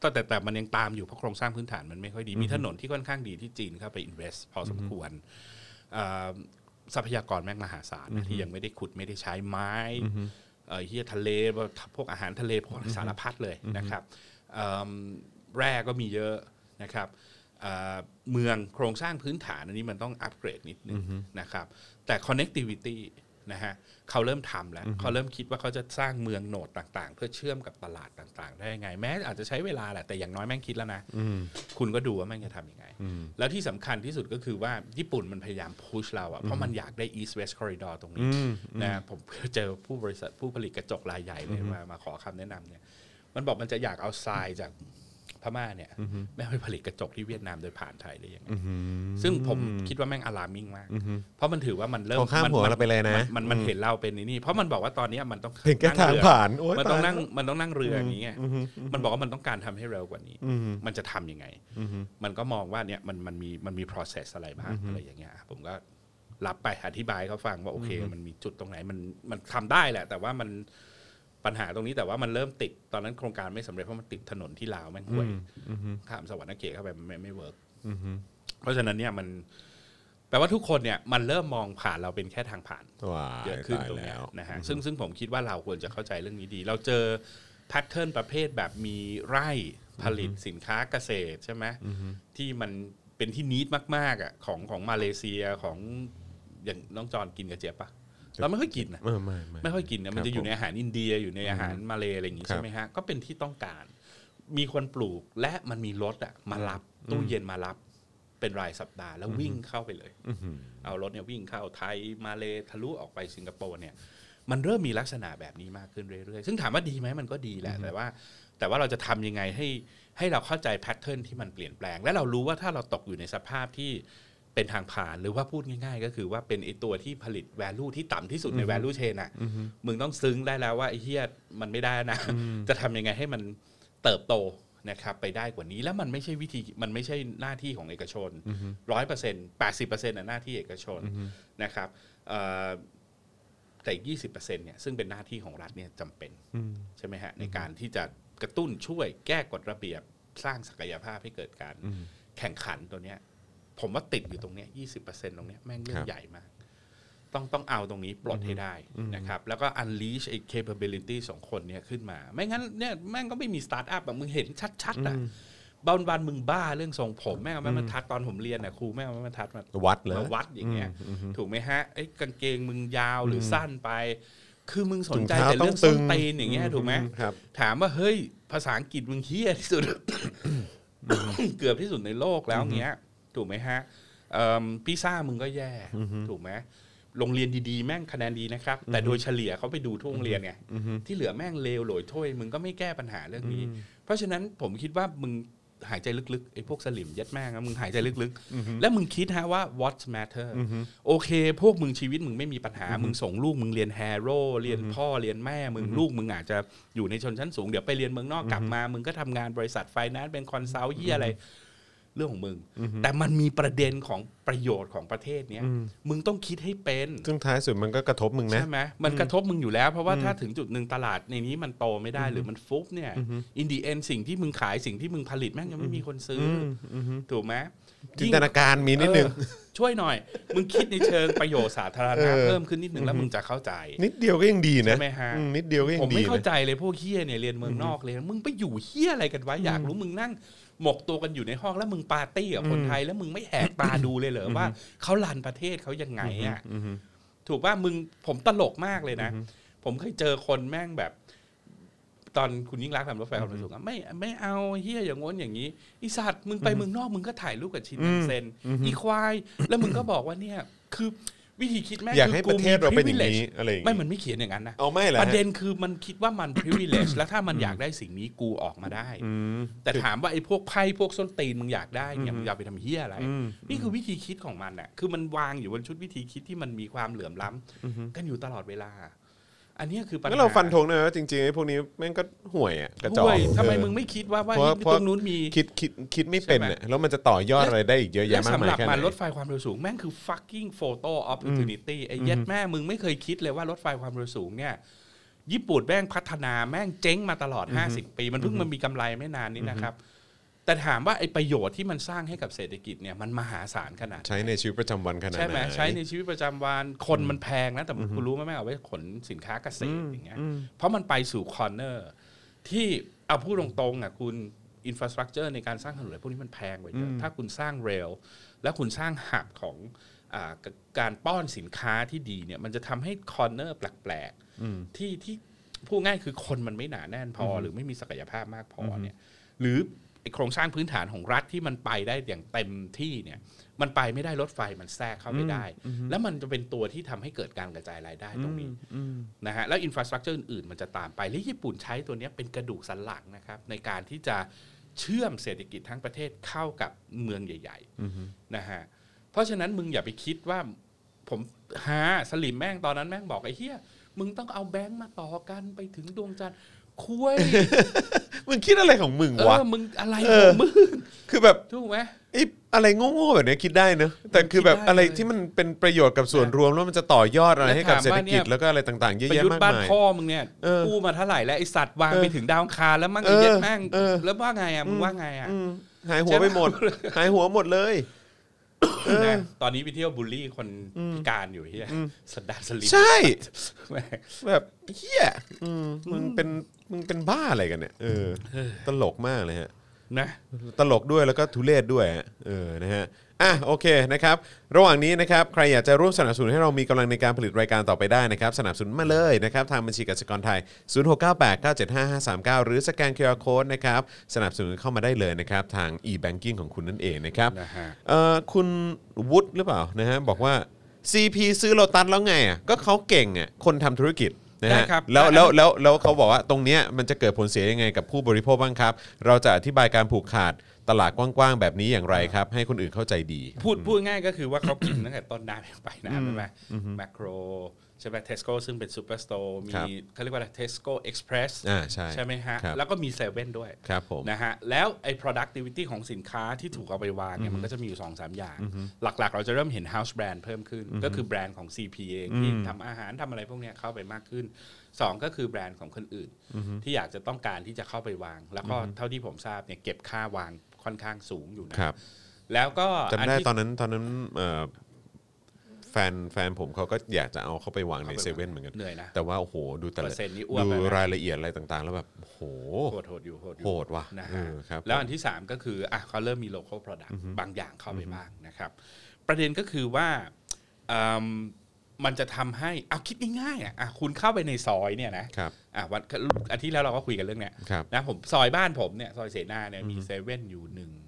แต่มันยังตามอยู่เพราะโครงสร้างพื้นฐานมันไม่ค่อยดีมีถนนที่ค่อนข้างดีที่จีนเข้าไป invest พอสมควรทรัพยากรแม่งมหาศาลที่ยังไม่ได้ขุดไม่ได้ใช้ไม้เฮียทะเลพวกอาหารทะเลพวกสารพัดเลยนะครับแร่ก็มีเยอะนะครับเมืองโครงสร้างพื้นฐานอันนี้มันต้องอัปเกรดนิดนึงนะครับแต่ connectivity นะฮะเขาเริ่มทำแล้วเขาเริ่มคิดว่าเขาจะสร้างเมืองโหนดต่างๆเพื่อเชื่อมกับตลาดต่างๆได้ยังไงแม้อาจจะใช้เวลาแหละแต่อย่างน้อยแม่งคิดแล้วนะคุณก็ดูว่าแม่งจะทำยังไงแล้วที่สำคัญที่สุดก็คือว่าญี่ปุ่นมันพยายามพุชเราอ่ะเพราะมันอยากได้ East West Corridor ตรงนี้นะผมเจอผู้ผลิตกระจกรายใหญ่เลยมาขอคำแนะนำเนี่ยมันบอกมันจะอยากเอาทรายจากพม่าเนี่ยแม่งไปผลิตกระจกที่เวียดนามโดยผ่านไทยได้ยังไงซึ่งผมคิดว่าแม่งอะลามิ่งมากเพราะมันถือว่ามันเริ่มข้ามหัวเราไปเลยนะมันเห็นเราเป็นนี่เพราะมันบอกว่าตอนนี้มันต้องเป็นแค่ทางผ่านมันต้องนั่งเรืออย่างนี้มันบอกว่ามันต้องการทำให้เร็วกว่านี้มันจะทำยังไงมันก็มองว่าเนี่ยมันมี process อะไรบ้างอะไรอย่างเงี้ยผมก็รับไปอธิบายเขาฟังว่าโอเคมันมีจุดตรงไหนมันทำได้แหละแต่ว่ามันปัญหาตรงนี้แต่ว่ามันเริ่มติดตอนนั้นโครงการไม่สำเร็จเพราะมันติดถนนที่ลาวแม่งห่วยข้ามสวรรณเขตเข้าไปมันไม่เวิร์กเพราะฉะนั้นเนี่ยมันแปลว่าทุกคนเนี่ยมันเริ่มมองผ่านเราเป็นแค่ทางผ่านเยอะขึ้นตรงนี้นะฮะซึ่งผมคิดว่าเราควรจะเข้าใจเรื่องนี้ดีเราเจอแพทเทิร์นประเภทแบบมีไร่ผลิตสินค้าเกษตรใช่ไหมที่มันเป็นที่นิดมากๆอ่ะของมาเลเซียของอย่างน้องจอนกินกระเจี๊ยบปะเราไม่ค่อยกินนะไม่ค่อยกินนะมันจะอยู่ในอาหารอินเดียอยู่ในอาหารมาเลอะไรอย่างงี้ใช่ไหมฮะก็เป็นที่ต้องการมีคนปลูกและมันมีรถอ่ะมารับตู้เย็นมารับเป็นรายสัปดาห์แล้ววิ่งเข้าไปเลยเอารถเนี่ยวิ่งเข้าไทยมาเลทะลุออกไปสิงคโปร์เนี่ยมันเริ่มมีลักษณะแบบนี้มากขึ้นเรื่อยๆซึ่งถามว่าดีไหมมันก็ดีแหละแต่ว่าเราจะทำยังไงให้เราเข้าใจแพทเทิร์นที่มันเปลี่ยนแปลงและเรารู้ว่าถ้าเราตกอยู่ในสภาพที่เป็นทางผ่านหรือว่าพูดง่ายๆก็คือว่าเป็นไอตัวที่ผลิต value ที่ต่ำที่สุดใน value chain น่ะมึงต้องซึ้งได้แล้วว่าไอ้เหี้ยมันไม่ได้นะจะทำยังไงให้มันเติบโตนะครับไปได้กว่านี้แล้วมันไม่ใช่วิธีมันไม่ใช่หน้าที่ของเอกชน 100% 80% น่ะหน้าที่เอกชนนะครับแต่อีก 20% เนี่ยซึ่งเป็นหน้าที่ของรัฐเนี่ยจำเป็นใช่ไหมฮะในการที่จะกระตุ้นช่วยแก้กฎระเบียบสร้างศักยภาพให้เกิดการแข่งขันตัวเนี้ยผมว่าติดอยู่ตรงนี้ 20% ตรงนี้แม่งเรื่องใหญ่มากต้องเอาตรงนี้ปลดให้ได้นะครับแล้วก็ unleash ไอ้ capability ของคนเนี่ยขึ้นมาไม่งั้นเนี่ยแม่งก็ไม่มีสตาร์ทอัพอ่ะมึงเห็นชัดๆอ่ะวันมึงบ้าเรื่องทรงผมแม่งเอาไม้บรรทัดตอนผมเรียนน่ะครูแม่งเอาไม้บรรทัดมาวัดเลยวัดอย่างเงี้ยถูกไหมฮะไอ้กางเกงมึงยาวหรือสั้นไปคือมึงสนใจแต่เรื่องส้นตีนอย่างเงี้ยถูกไหมถามว่าเฮ้ยภาษาอังกฤษมึงเฮี้ยที่สุด เกือบที่สุดในโลกแล้วเงี้ยถูกไหมฮะพิซซ่ามึงก็แย่ถูกไหมโรงเรียนดีๆแม่งคะแนนดีนะครับแต่โดยเฉลี่ยเขาไปดูทั่วโรงเรียนไงที่เหลือแม่งเลวโหลอยถ้วยมึงก็ไม่แก้ปัญหาเรื่องนี้เพราะฉะนั้นผมคิดว่ามึงหายใจลึกๆไอ้พวกสลิมยัดแม่งมึงหายใจลึกๆแล้วมึงคิดฮะว่า what matter โอเคพวกมึงชีวิตมึงไม่มีปัญหามึงส่งลูกมึงเรียนแฮโร่เรียนพ่อเรียนแม่มึงลูกมึงอาจจะอยู่ในชนชั้นสูงเดี๋ยวไปเรียนเมืองนอกกลับมามึงก็ทำงานบริษัทไฟแนนซ์เป็นคอนซัลท์อะไรเรื่องของมึงแต่มันมีประเด็นของประโยชน์ของประเทศเนี้ยมึงต้องคิดให้เป็นซึ่งท้ายสุดมันก็กระทบมึงนะใช่ไหมมันกระทบมึงอยู่แล้วเพราะว่าถ้าถึงจุดหนึ่งตลาดในนี้มันโตไม่ได้หรือมันฟุบเนี่ยอินดีเอ็นสิ่งที่มึงขายสิ่งที่มึงผลิตแม่งยังไม่มีคนซื้อถูกไหมจินตนาการมีนิดนึงช่วยหน่อยมึงคิดในเชิงประโยชน์สาธารณะเพิ่มขึ้นนิดนึงแล้วมึงจะเข้าใจนิดเดียวก็ยังดีนะใช่ไหมฮะนิดเดียวก็ยังดีผมไม่เข้าใจเลยพวกเฮี้ยเนี่ยเรียนเมืองนอกเลยมึงไปอยู่เฮี้ยอะไรกันวะอยากรู้มึงนั่งหมกตัวกันอยู่ในห้องแล้วมึงปาร์ตี้กับคนไทยแล้วมึงไม่แหกตาดูเลยเหรอว่าเขาลันประเทศเขายังไงอ่ะถูกป่ะมึงผมตลกมากเลยนะผมเคยเจอคนแม่งแบบตอนคุณยิ่งรักทำรถไฟความเร็วสูงไม่เอาเฮียอย่างง้นอย่างนี้อีสัตว์มึงไปเมืองนอกมึงก็ถ่ายรูปกับชินเซนอีควายแล้วมึงก็บอกว่าเนี่ยคือวิธีคิดแม่งคือกูมี privilege ไม่มันไม่เขียนอย่างนั้นนะประเด็นคือมันคิดว่ามัน privilege แล้วถ้ามันอยากได้สิ่งนี้กูออกมาได้แต่ถามว่าไอ้พวกไพ่พวกส้นตีนมึงอยากได้เนี่ยมึงอยากไปทำเหี้ยอะไรนี่คือวิธีคิดของมันน่ะคือมันวางอยู่บนชุดวิธีคิดที่มันมีความเหลื่อมล้ำกันอยู่ตลอดเวลาอันนี้คือปัญหางั้นเราฟันธงนะว่าจริงๆไอ้พวกนี้แม่งก็ห่วยอ่ะกระจอกทำไมมึงไม่คิดว่าตรงนู้นมีคิดไม่เป็นเนี่ยแล้วมันจะต่อยอดอะไรได้อีกเยอะแยะมากมายแค่ไหนสำหรับรถไฟความเร็วสูงแม่งคือ fucking photo opportunity ไอ้เย็ดแม่มึงไม่เคยคิดเลยว่ารถไฟความเร็วสูงเนี่ยญี่ปุ่นแม่งพัฒนาแม่งเจ๊งมาตลอด50ปีมันเพิ่งมามีกำไรไม่นานนี้นะครับแต่ถามว่าไอ้ประโยชน์ที่มันสร้างให้กับเศรษฐกิจเนี่ยมันมหาศาลขนาดใช้ในชีวิตประจำวันขนาดไหนใช่ไหมใช้ในชีวิตประจำวันคนมันแพงนะแต่คุณรู้ไหมเอาไว้ขนสินค้าเกษตรอย่างเงี้ยเพราะมันไปสู่คอร์เนอร์ที่เอาพูดตรงๆอ่ะคุณอินฟราสตรัคเจอร์ในการสร้างถนนอะไรพวกนี้มันแพงไปเยอะถ้าคุณสร้างเรลแล้วคุณสร้างหับของการป้อนสินค้าที่ดีเนี่ยมันจะทำให้คอร์เนอร์แปลกๆที่พูดง่ายคือคนมันไม่หนาแน่นพอหรือไม่มีศักยภาพมากพอเนี่ยหรือโครงสร้างพื้นฐานของรัฐที่มันไปได้อย่างเต็มที่เนี่ยมันไปไม่ได้รถไฟมันแทรกเข้าไม่ได้แล้วมันจะเป็นตัวที่ทำให้เกิดการกระจายรายได้ตรงนี้นะฮะแล้วอินฟราสตรัคเจอร์อื่นๆมันจะตามไปและญี่ปุ่นใช้ตัวนี้เป็นกระดูกสันหลังนะครับในการที่จะเชื่อมเศรษฐกิจทั้งประเทศเข้ากับเมืองใหญ่ๆนะฮะเพราะฉะนั้นมึงอย่าไปคิดว่าผมสลิมแม่งตอนนั้นแม่งบอกไอ้เหี้ยมึงต้องเอาแบงค์มาต่อกันไปถึงดวงจันทร์คุยมึงคิดอะไรของมึงวะมึงอะไรของมึงคือแบบถูกไหมอะไรโง่ๆแบบนี้คิดได้เนอะแต่คือแบบอะไรที่มันเป็นประโยชน์กับส่วนรวมแล้วมันจะต่อยอดอะไรให้กับเศรษฐกิจแล้วก็อะไรต่างๆเยอะแยะมากมายบ้านพ่อมึงเนี่ยกู้มาเท่าไหร่แล้วไอสัตว์วางไปถึงดาวอังคารแล้วมั่งไอ้เย็ดแม่งแล้วว่าไงอ่ะมึงว่าไงอ่ะหายหัวไปหมดหายหัวหมดเลยตอนนี้ไปเที่ยวบูลลี่คนพิการอยู่เฮียสัดดาสลิปใช่แบบเฮียมึงเป็นบ้าอะไรกันเนี่ยตลกมากเลยฮะนะตลกด้วยแล้วก็ทุเรศด้วยนะฮะโอเคนะครับระหว่างนี้นะครับใครอยากจะร่วมสนับสนุนให้เรามีกำลังในการผลิตรายการต่อไปได้นะครับสนับสนุนมาเลยนะครับทางบัญชีกสิกรไทย0698975539หรือสแกน QR Code นะครับสนับสนุนเข้ามาได้เลยนะครับทาง e-banking ของคุณนั่นเองนะครับคุณวุฒิหรือเปล่านะฮะบอกว่า CP ซื้อโลตัสแล้วไงก็เขาเก่งคนทำธุรกิจนะฮะแล้วเขาบอกว่าตรงเนี้ยมันจะเกิดผลเสียยังไงกับผู้บริโภคบ้างครับเราจะอธิบายการผูกขาดตลาดกว้างๆแบบนี้อย่างไรครับให้คนอื่นเข้าใจดีพูดง่ายก็คือว่าเขากินตั้งแต่ต้นน้ำไปน้ำใช่ไหมแมคโครใช่ไหมเทสโก้ซึ่งเป็นซูเปอร์สโตร์มีเขาเรียกว่าอะไรเทสโก้เอ็กซ์เพรสใช่ไหมฮะแล้วก็มีเซเว่นด้วยนะฮะแล้วไอ้ productivity ของสินค้าที่ถูกเอาไปวางเนี่ยมันก็จะมีอยู่ 2-3 อย่างหลักๆเราจะเริ่มเห็น house brand เพิ่มขึ้นก็คือแบรนด์ของ CP เองที่ทำอาหารทำอะไรพวกนี้เข้าไปมากขึ้น2ก็คือแบรนด์ของคนอื่นที่อยากจะต้องการที่จะเข้าไปวางแล้วก็เท่าที่ผมทราบเนี่ยเก็บค่าวางค่อนข้างสูงอยู่นะแล้วก็จำได้ตอนนั้นแฟนผมเขาก็อยากจะเอาเข้าไปวางในเซเว่นเหมือนกันแต่ว่าโอ้โหดูแต่ละดูรายละเอียดอะไรต่างๆแล้วแบบโหโหดว่ะนะครับแล้วอันที่3ก็คือเขาเริ่มมี local product บางอย่างเข้าไปบ้างนะครับประเด็นก็คือว่ามันจะทำให้เอาคิดง่ายๆคุณเข้าไปในซอยเนี่ยนะวันอาทิตย์แล้วเราก็คุยกันเรื่องเนี้ยนะผมซอยบ้านผมเนี่ยซอยเสนาเนี่ยมีเซเว่นอยู่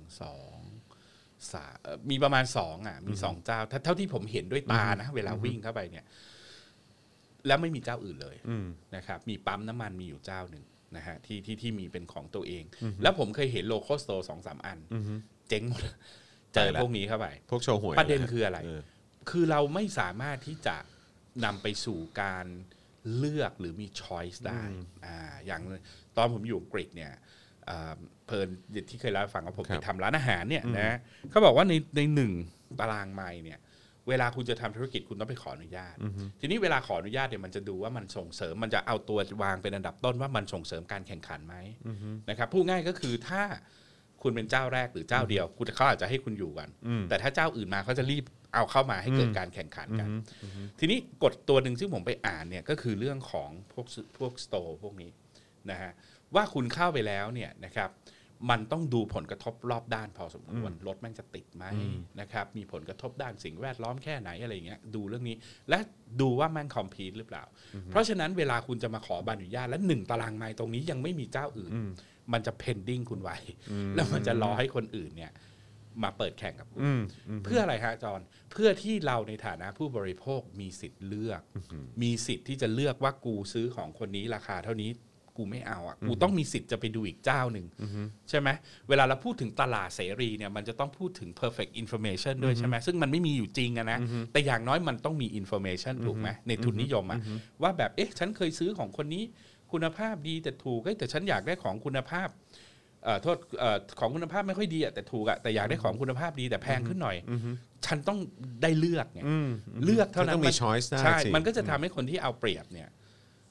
มีประมาณ2มี2เจ้าเท่าที่ผมเห็นด้วยตานะเวลาวิ่งเข้าไปเนี่ยแล้วไม่มีเจ้าอื่นเลยนะครับมีปั๊มน้ำมันมีอยู่เจ้าหนึ่งนะฮะที่มีเป็นของตัวเองแล้วผมเคยเห็นโลคอลสโตร์ 2-3 อันเจ๊งหมดเจอพวกนี้เข้าไปพวกโชว์หวยประเด็นคืออะไรคือเราไม่สามารถที่จะนำไปสู่การเลือกหรือมี choice ได้อย่างตอนผมอยู่อังกฤษเนี่ยเพลินที่เคยเล่าให้ฟังว่าผมไปทำร้านอาหารเนี่ยนะเขาบอกว่าใน1 ตารางไมล์เนี่ยเวลาคุณจะทำธุรกิจคุณต้องไปขออนุญาตทีนี้เวลาขออนุญาตเนี่ยมันจะดูว่ามันส่งเสริมมันจะเอาตัววางเป็นอันดับต้นว่ามันส่งเสริมการแข่งขันไหมนะครับพูดง่ายก็คือถ้าคุณเป็นเจ้าแรกหรือเจ้าเดียวเขาอาจจะให้คุณอยู่กันแต่ถ้าเจ้าอื่นมาเขาจะรีบเอาเข้ามาให้เกิดการแข่งขันกันทีนี้กฎตัวหนึ่งซึ่งผมไปอ่านเนี่ยก็คือเรื่องของพวกสโตร์พวกนี้นะฮะว่าคุณเข้าไปแล้วเนี่ยนะครับมันต้องดูผลกระทบรอบด้านพอสมควรรถแม่งจะติดไหมนะครับมีผลกระทบด้านสิ่งแวดล้อมแค่ไหนอะไรเงี้ยดูเรื่องนี้และดูว่าแม่งคอมพีทหรือเปล่าเพราะฉะนั้นเวลาคุณจะมาขอใบอนุญาตและ1 ตารางไมล์ตรงนี้ยังไม่มีเจ้าอื่นมันจะ pending คุณไว้แล้วมันจะรอให้คนอื่นเนี่ยมาเปิดแข่งกับคุณเพื่ออะไรฮะจอนเพื่อที่เราในฐานะผู้บริโภคมีสิทธิ์เลือกมีสิทธิ์ที่จะเลือกว่ากูซื้อของคนนี้ราคาเท่านี้กูไม่เอากูต้องมีสิทธิ์จะไปดูอีกเจ้าหนึ่งใช่ไหมเวลาเราพูดถึงตลาดเสรีเนี่ยมันจะต้องพูดถึง perfect information ด้วยใช่ไหมซึ่งมันไม่มีอยู่จริงนะแต่อย่างน้อยมันต้องมี information ถูกไหมในทุนนิยมว่าแบบฉันเคยซื้อของคนนี้คุณภาพดีแต่ถูกแต่ฉันอยากได้ของคุณภาพโทษของคุณภาพไม่ค่อยดีแต่ถูกแต่อยากได้ของคุณภาพดีแต่แพงขึ้นหน่อยฉันต้องได้เลือกไงเลือกเท่านั้นต้องมี choice ได้ใช่มันก็จะทำให้คนที่เอาเปรียบเนี่ย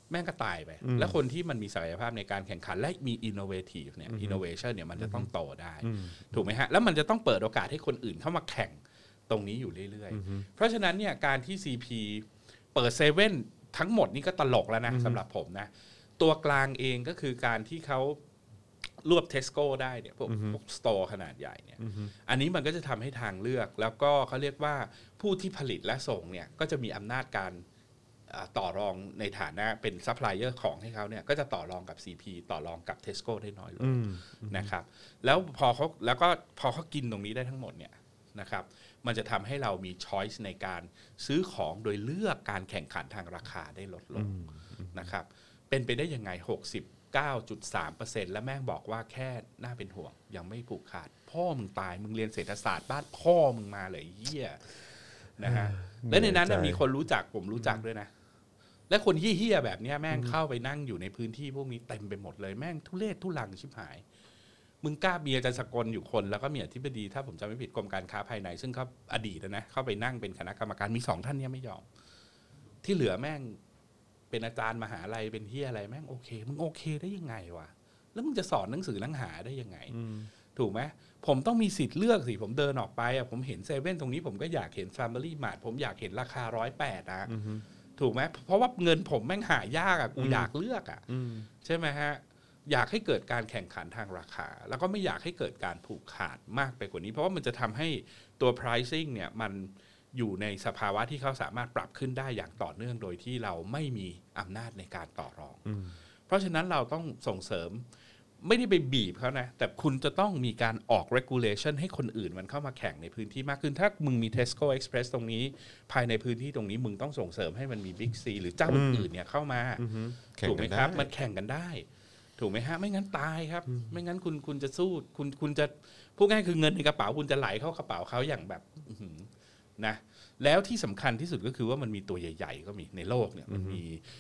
แม่งก็ตายไปแล้วคนที่มันมีศักยภาพในการแข่งขันและมี innovative เนี่ย innovation เนี่ยมันจะต้องโตได้ถูกไหมฮะแล้วมันจะต้องเปิดโอกาสให้คนอื่นเข้ามาแข่งตรงนี้อยู่เรื่อยๆเพราะฉะนั้นเนี่ยการที่ CP เปิดเซเว่นทั้งหมดนี่ก็ตลกแล้วนะสำหรับผมนะตัวกลางเองก็คือการที่เขารวบ Tesco ได้เนี่ยพวกสโตร์ขนาดใหญ่เนี่ยอันนี้มันก็จะทำให้ทางเลือกแล้วก็เขาเรียกว่าผู้ที่ผลิตและส่งเนี่ยก็จะมีอำนาจการต่อรองในฐานะเป็นซัพพลายเออร์ของให้เขาเนี่ยก็จะต่อรองกับ CP ต่อรองกับ Tesco ได้น้อยลงนะครับแล้วพอเขากินตรงนี้ได้ทั้งหมดเนี่ยนะครับมันจะทำให้เรามี choice ในการซื้อของโดยเลือกการแข่งขันทางราคาได้ลดลงนะครับเป็นไปได้ยังไง 69.3% และแม่งบอกว่าแค่น่าเป็นห่วงยังไม่ผูกขาดพ่อมึงตายมึงเรียนเศรษฐศาสตร์บ้านพ่อมึงมาเลยเหี้ยนะฮะและในนั้นมีคนรู้จักผมรู้จักด้วยนะและคนเหี้ยแบบนี้แม่งเข้าไปนั่งอยู่ในพื้นที่พวกนี้เต็มไปหมดเลยแม่งทุเรศทุลังชิบหายมึงกล้าเบียร์จันสกลอยู่คนแล้วก็มีอธิบดีถ้าผมจำไม่ผิดกรมการค้าภายในซึ่งเขาอดีตนะเข้าไปนั่งเป็นคณะกรรมการมี2ท่านนี้ไม่ยอมที่เหลือแม่งเป็นอาจารย์มหาลัยเป็นเหี้ยอะไรแม่งโอเคมึงโอเคได้ยังไงวะแล้วมึงจะสอนหนังสือหนังหาได้ยังไงถูกไหมผมต้องมีสิทธิ์เลือกสิผมเดินออกไปผมเห็นเซเว่นตรงนี้ผมก็อยากเห็น Family Mart ผมอยากเห็นราคา108นะถูกไหมเพราะว่าเงินผมแม่งหายากกูอยากเลือกใช่ไหมฮะอยากให้เกิดการแข่งขันทางราคาแล้วก็ไม่อยากให้เกิดการผูกขาดมากไปกว่านี้เพราะว่ามันจะทำให้ตัว pricing เนี่ยมันอยู่ในสภาวะที่เขาสามารถปรับขึ้นได้อย่างต่อเนื่องโดยที่เราไม่มีอำนาจในการต่อรองเพราะฉะนั้นเราต้องส่งเสริมไม่ได้ไปบีบเขานะแต่คุณจะต้องมีการออก regulation ให้คนอื่นมันเข้ามาแข่งในพื้นที่มากขึ้นถ้ามึงมี Tesco Express ตรงนี้ภายในพื้นที่ตรงนี้มึงต้องส่งเสริมให้มันมี Big C หรือเจ้าอื่นเนี่ยเข้ามาถูกไหมครับมันแข่งกันได้ถูกไหมฮะไม่งั้นตายครับไม่งั้นคุณจะสู้คุณจะพูดง่ายคือเงินในกระเป๋าคุณจะไหลเข้ากระเป๋าเขาอย่างแบบนะแล้วที่สำคัญที่สุดก็คือว่ามันมีตัวใหญ่ๆก็มีในโลกเนี่ยมันมี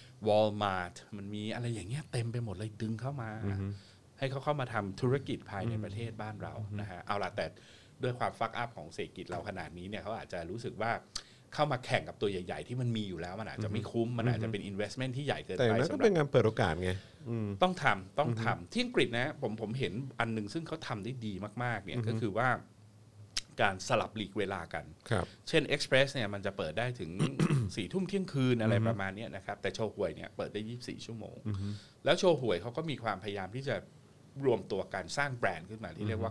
Walmart มันมีอะไรอย่างเงี้ยเต็มไปหมดเลยดึงเข้ามาให้เขาเข้ามาทำธุรกิจภายในประเทศบ้านเรานะฮะเอาล่ะแต่ด้วยความฟักอัพของเศรษฐกิจเราขนาดนี้เนี่ยเขาอาจจะรู้สึกว่าเข้ามาแข่งกับตัวใหญ่ๆที่มันมีอยู่แล้วมันอาจจะไม่คุ้มมันอาจจะเป็น investment ที่ใหญ่เกินไปแต่ก็เป็นงานเปิดโอกาสไงต้องทำที่อังกฤษนะผมเห็นอันนึงซึ่งเขาทำได้ดีมากๆเนี่ยก็คือว่าการสลับหลีกเวลากันเช่น Express เนี่ยมันจะเปิดได้ถึง 4 ทุ่มเที่ยงคืนอะไรประมาณนี้นะครับแต่โชห่วยเนี่ยเปิดได้24ชั่วโมงแล้วโชห่วยเขาก็มีความพยายามที่จะรวมตัวกันสร้างแบรนด์ขึ้นมาที่เรียกว่า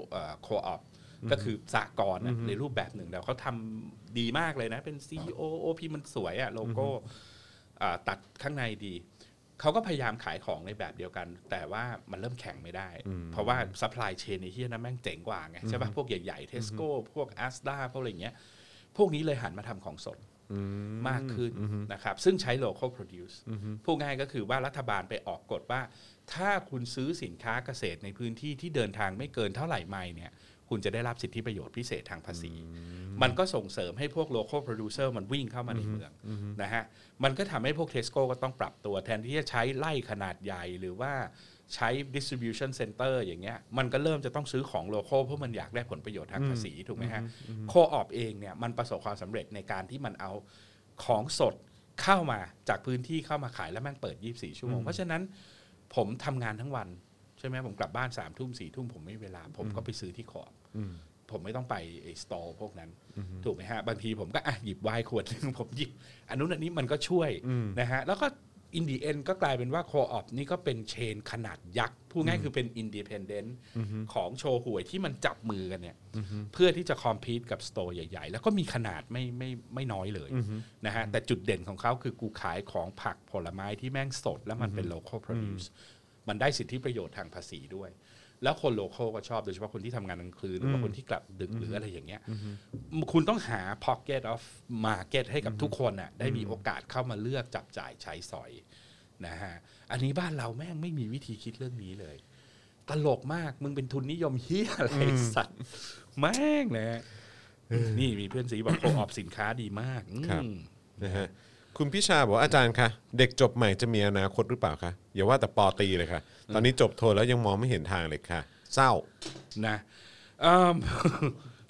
co-op ก็คือสหกรณ์ในรูปแบบหนึ่งแล้วเขาทำดีมากเลยนะเป็น CEO OP มันสวยอะโลโก้ตัดข้างในดีเขาก็พยายามขายของในแบบเดียวกันแต่ว่ามันเริ่มแข่งไม่ได้เพราะว่าซัพพลายเชนในที่นั้นแม่งเจ๋งกว่าไงใช่ป่ะพวกใหญ่ๆ Tesco พวก Asda พวกอะไรเงี้ยพวกนี้เลยหันมาทำของสดมากขึ้นนะครับซึ่งใช้ local produce พูดง่ายก็คือว่ารัฐบาลไปออกกฎว่าถ้าคุณซื้อสินค้าเกษตรในพื้นที่ที่เดินทางไม่เกินเท่าไหร่ไมล์เนี่ยคุณจะได้รับสิทธิประโยชน์พิเศษทางภาษีมันก็ส่งเสริมให้พวก local producer มันวิ่งเข้ามาในเมืองนะฮะมันก็ทำให้พวก Tesco ก็ต้องปรับตัวแทนที่จะใช้ไล่ขนาดใหญ่หรือว่าใช้ distribution center อย่างเงี้ยมันก็เริ่มจะต้องซื้อของ local เพราะมันอยากได้ผลประโยชน์ทางภาษีถูกไหมฮะ Co-op เองเนี่ยมันประสบความสำเร็จในการที่มันเอาของสดเข้ามาจากพื้นที่เข้ามาขายแล้วแม่งเปิด24ชั่วโมงเพราะฉะนั้นผมทำงานทั้งวันใช่ไหมผมกลับบ้าน3 ทุ่ม4 ทุ่มผมไม่มีเวลาผมก็ไปซื้อที่Co-opผมไม่ต้องไปสตอร์พวกนั้นถูกไหมฮะบางทีผมก็หยิบไวน์ขวดนึงผมหยิบอันนู้นอันนี้มันก็ช่วยนะฮะแล้วก็อินดีเอ็นก็กลายเป็นว่าโคออปนี่ก็เป็นเชนขนาดยักษ์พูดง่ายคือเป็นอินดิเพนเดนต์ของโชห่วยที่มันจับมือกันเนี่ยเพื่อที่จะคอมพีตกับสโตร์ใหญ่ๆแล้วก็มีขนาดไม่น้อยเลยนะฮะแต่จุดเด่นของเขาคือกูขายของผักผลไม้ที่แม่งสดแล้วมันเป็น local produce มันได้สิทธิประโยชน์ทางภาษีด้วยแล้วคนโลคอลก็ชอบโดยเฉพาะคนที่ทำงานกลางคืนหรือว่าคนที่กลับดึกหรืออะไรอย่างเงี้ยคุณต้องหา pocket of market ให้กับทุกคนน่ะได้มีโอกาสเข้ามาเลือกจับจ่ายใช้สอยนะฮะอันนี้บ้านเราแม่งไม่มีวิธีคิดเรื่องนี้เลยตลกมากมึงเป็นทุนนิยมเหี้ยอะไรสัตว์แม่งนะนี่มีเพื่อนสีบอกโคออปสินค้าดีมากนะฮะคุณพิชาบอกอาจารย์คะเด็กจบใหม่จะมีอนาคตหรือเปล่าคะอย่าว่าแต่ป.ตรีเลยค่ะตอนนี้จบโทแล้วยังมองไม่เห็นทางเลยค่ะเศร้านะ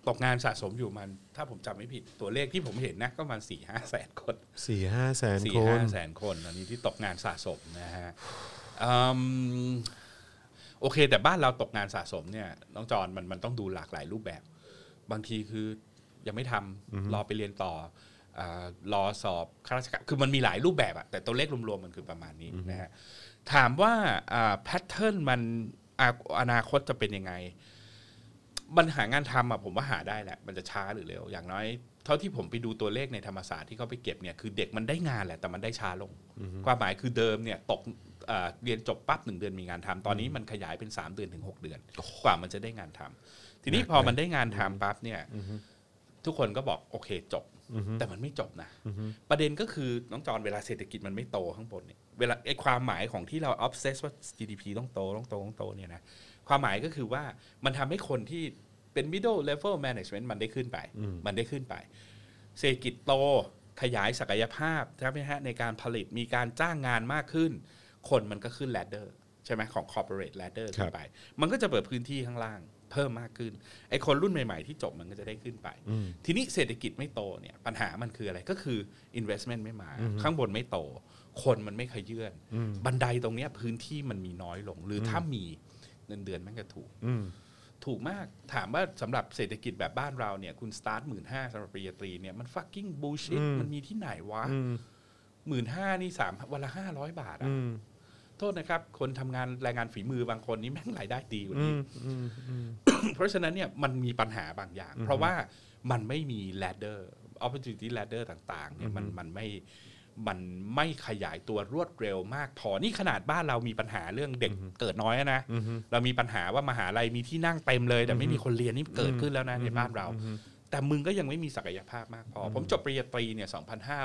ตกงานสะสมอยู่มันถ้าผมจำไม่ผิดตัวเลขที่ผมเห็นนะก็ประมาณ 4-5 แสนคน 4-5 แสนคน 4-5 แสนคนอันนี้ที่ตกงานสะสมนะฮะโอเคแต่บ้านเราตกงานสะสมเนี่ยน้องจอนมันต้องดูหลากหลายรูปแบบบางทีคือยังไม่ทำรอไปเรียนต่อรอสอบข้าราชการคือมันมีหลายรูปแบบอะแต่ตัวเลขรวมๆมันคือประมาณนี้นะฮะถามว่าแพทเทิร์นมันอนาคตจะเป็นยังไงมันหางานทำอะผมว่าหาได้แหละมันจะช้าหรือเร็วอย่างน้อยเท่าที่ผมไปดูตัวเลขในธรรมศาสตร์ที่เขาไปเก็บเนี่ยคือเด็กมันได้งานแหละแต่มันได้ช้าลงความหมายคือเดิมเนี่ยตกเรียนจบปั๊บ1 เดือนมีงานทำตอนนี้มันขยายเป็น3 เดือนถึง6 เดือนกว่ามันจะได้งานทำทีนี้พอมันได้งานทำปั๊บเนี่ยทุกคนก็บอกโอเคจบแต่มันไม่จบนะประเด็นก็คือน้องจอนเวลาเศรษฐกิจมันไม่โตข้างบนเนี่ยเวลาไอ้ความหมายของที่เรา obsess ว่า GDP ต้องโตเนี่ยนะความหมายก็คือว่ามันทำให้คนที่เป็น middle level management มันได้ขึ้นไปเศรษฐกิจโตขยายศักยภาพใช่ไหมฮะในการผลิตมีการจ้างงานมากขึ้นคนมันก็ขึ้น ladder ใช่ไหมของ corporate ladder ขึ้นไปมันก็จะเปิดพื้นที่ข้างล่างเพิ่มมากขึ้นไอ้คนรุ่นใหม่ๆที่จบมันก็จะได้ขึ้นไปทีนี้เศรษฐกิจไม่โตเนี่ยปัญหามันคืออะไรก็คือ investment ไม่มาข้างบนไม่โตคนมันไม่ขยื่นบันไดตรงเนี้ยพื้นที่มันมีน้อยลงหรือถ้ามีเงินเดือนมันก็ถูกมากถามว่าสำหรับเศรษฐกิจแบบบ้านเราเนี่ยคุณสตาร์ท 15,000 สำหรับปริญญาตรีเนี่ยมัน fucking bullshit มันมีที่ไหนวะ 15,000 นี่วันละ500 บาทอะโทษนะครับคนทำงานแรงงานฝีมือบางคนนี่แม่งรายได้ดีกว่านี้เพราะฉะนั้นเนี่ยมันมีปัญหาบางอย่างเพราะว่ามันไม่มี ladder opportunity ladder ต่างๆเนี่ยมันไม่ขยายตัวรวดเร็วมากพอนี่ขนาดบ้านเรามีปัญหาเรื่องเด็กเกิดน้อยนะเรามีปัญหาว่ามหาลัยมีที่นั่งเต็มเลยแต่ไม่มีคนเรียนนี่เกิดขึ้นแล้วนะในบ้านเราแต่มึงก็ยังไม่มีศักยภาพมากพอผมจบปริญญาตรีเนี่ย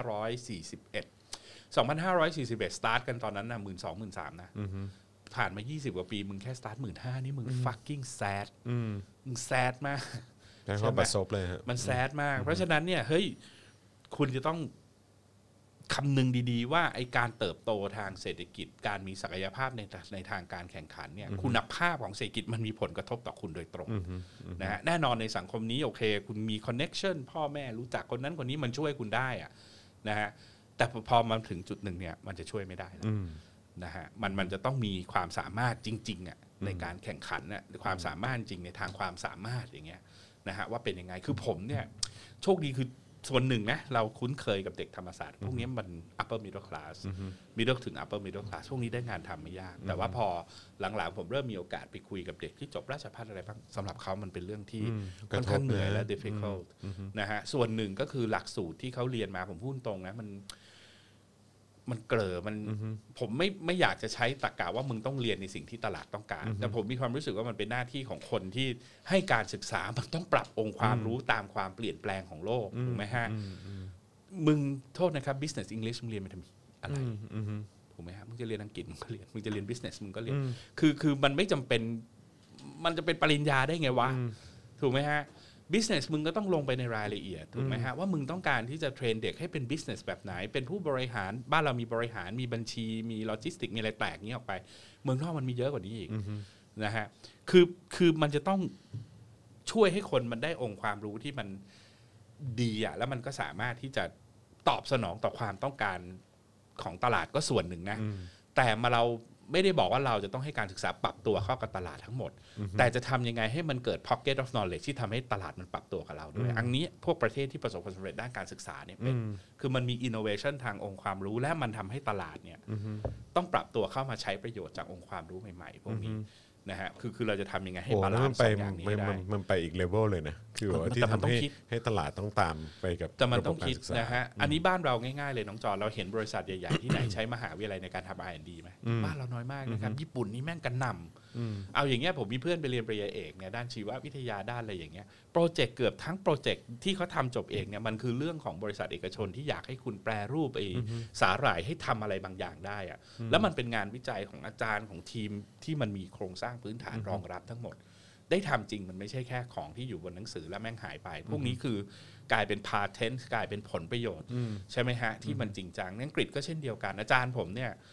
2541 สตาร์ทกันตอนนั้นนะ 12,000-13,000 นะผ่านมา20กว่าปีมึงแค่สตาร์ท 15,000 นี่มึง fucking sad มึง sad มากใช่ประสบเลยฮะมัน sad มากเพราะฉะนั้นเนี่ยเฮ้ยคุณจะต้องคำนึงดีๆว่าไอการเติบโตทางเศรษฐกิจการมีศักยภาพในทางการแข่งขันเนี่ยคุณภาพของเศรษฐกิจมันมีผลกระทบต่อคุณโดยตรงนะฮะแน่นอนในสังคมนี้โอเคคุณมีคอนเน็กชันพ่อแม่รู้จักคนนั้นคนนี้มันช่วยคุณได้อะนะฮะแต่พอมาถึงจุดหนึ่งเนี่ยมันจะช่วยไม่ได้แล้วนะฮะมันจะต้องมีความสามารถจริงๆอ่ะในการแข่งขันน่ะความสามารถจริงในทางความสามารถอย่างเงี้ยนะฮะว่าเป็นยังไงคือผมเนี่ยโชคดีคือส่วนหนึ่งนะเราคุ้นเคยกับเด็กธรรมศาสตร์พวกนี้มัน upper middle class middle ถึง upper middle class พวกนี้ได้งานทำไม่ยากแต่ว่าพอหลังๆผมเริ่มมีโอกาสไปคุยกับเด็กที่จบราชภัฏอะไรบ้างสำหรับเขามันเป็นเรื่องที่ค่อนข้างเหนื่อยและ difficult นะฮะส่วนหนึ่งก็คือหลักสูตรที่เขาเรียนมาผมพูดตรงนะมันเกลอมันผมไม่อยากจะใช้ตรรกะว่ามึงต้องเรียนในสิ่งที่ตลาดต้องการแต่ผมมีความรู้สึกว่ามันเป็นหน้าที่ของคนที่ให้การศึกษามันต้องปรับองค์ความรู้ตามความเปลี่ยนแปลงของโลกถูกไหมฮะมึงโทษนะครับ business English มึงเรียนไปทำอะไรถูกไหมฮะมึงจะเรียนอังกฤษมึงก็เรียนมึงจะเรียน business มึงก็เรียนคือมันไม่จำเป็นมันจะเป็นปริญญาได้ไงวะถูกไหมฮะbusiness มึงก็ต้องลงไปในรายละเอียดถูกไหมฮะว่ามึงต้องการที่จะเทรนเด็กให้เป็น business แบบไหนเป็นผู้บริหารบ้านเรามีบริหารมีบัญชีมีโลจิสติกมีอะไรแตกนี้ออกไปเมืองนอกมันมีเยอะกว่านี้อีกนะฮะคือมันจะต้องช่วยให้คนมันได้องค์ความรู้ที่มันดีอ่ะแล้วมันก็สามารถที่จะตอบสนองต่อความต้องการของตลาดก็ส่วนหนึ่งนะแต่เราไม่ได้บอกว่าเราจะต้องให้การศึกษาปรับตัวเข้ากับตลาดทั้งหมดแต่จะทำยังไงให้มันเกิด pocket of knowledge ที่ทำให้ตลาดมันปรับตัวกับเราด้วยอันนี้พวกประเทศที่ประสบความสำเร็จด้านการศึกษาเนี่ยเป็นคือมันมี innovation ทางองค์ความรู้และมันทำให้ตลาดเนี่ยต้องปรับตัวเข้ามาใช้ประโยชน์จากองค์ความรู้ใหม่ๆพวกนี้นะฮะคือเราจะทำยังไงให้บาลานซ์2อย่างนี้ได้มันไปอีกเลเวลเลยนะคือว่าที่ทำให้ตลาดต้องตามไปกับแต่มันต้องคิดนะฮะอันนี้บ้านเราง่ายๆเลยน้องจอเราเห็นบริษัทใหญ่ๆที่ไหนใช้มหาวิทยาลัยในการทำ R&D ไหมบ้านเราน้อยมากนะครับญี่ปุ่นนี่แม่งกันนำเอาอย่างเงี้ยผมมีเพื่อนไปเรียนปริญญาเอกเนี่ยด้านชีววิทยาด้านอะไรอย่างเงี้ยโปรเจกต์เกือบทั้งโปรเจกต์ที่เขาทำจบเองเนี่ยมันคือเรื่องของบริษัทเอกชนที่อยากให้คุณแปรรูปสาหร่ายให้ทำอะไรบางอย่างได้อะแล้วมันเป็นงานวิจัยของอาจารย์ของทีมที่มันมีโครงสร้างพื้นฐานรองรับทั้งหมดได้ทำจริงมันไม่ใช่แค่ของที่อยู่บนหนังสือแล้วแม่งหายไปพวกนี้คือกลายเป็นพาเทนต์กลายเป็นผลประโยชน์ใช่ไหมฮะที่มันจริงจังอังกฤษก็เช่นเดียวกันอาจารย์ผมเนี่ย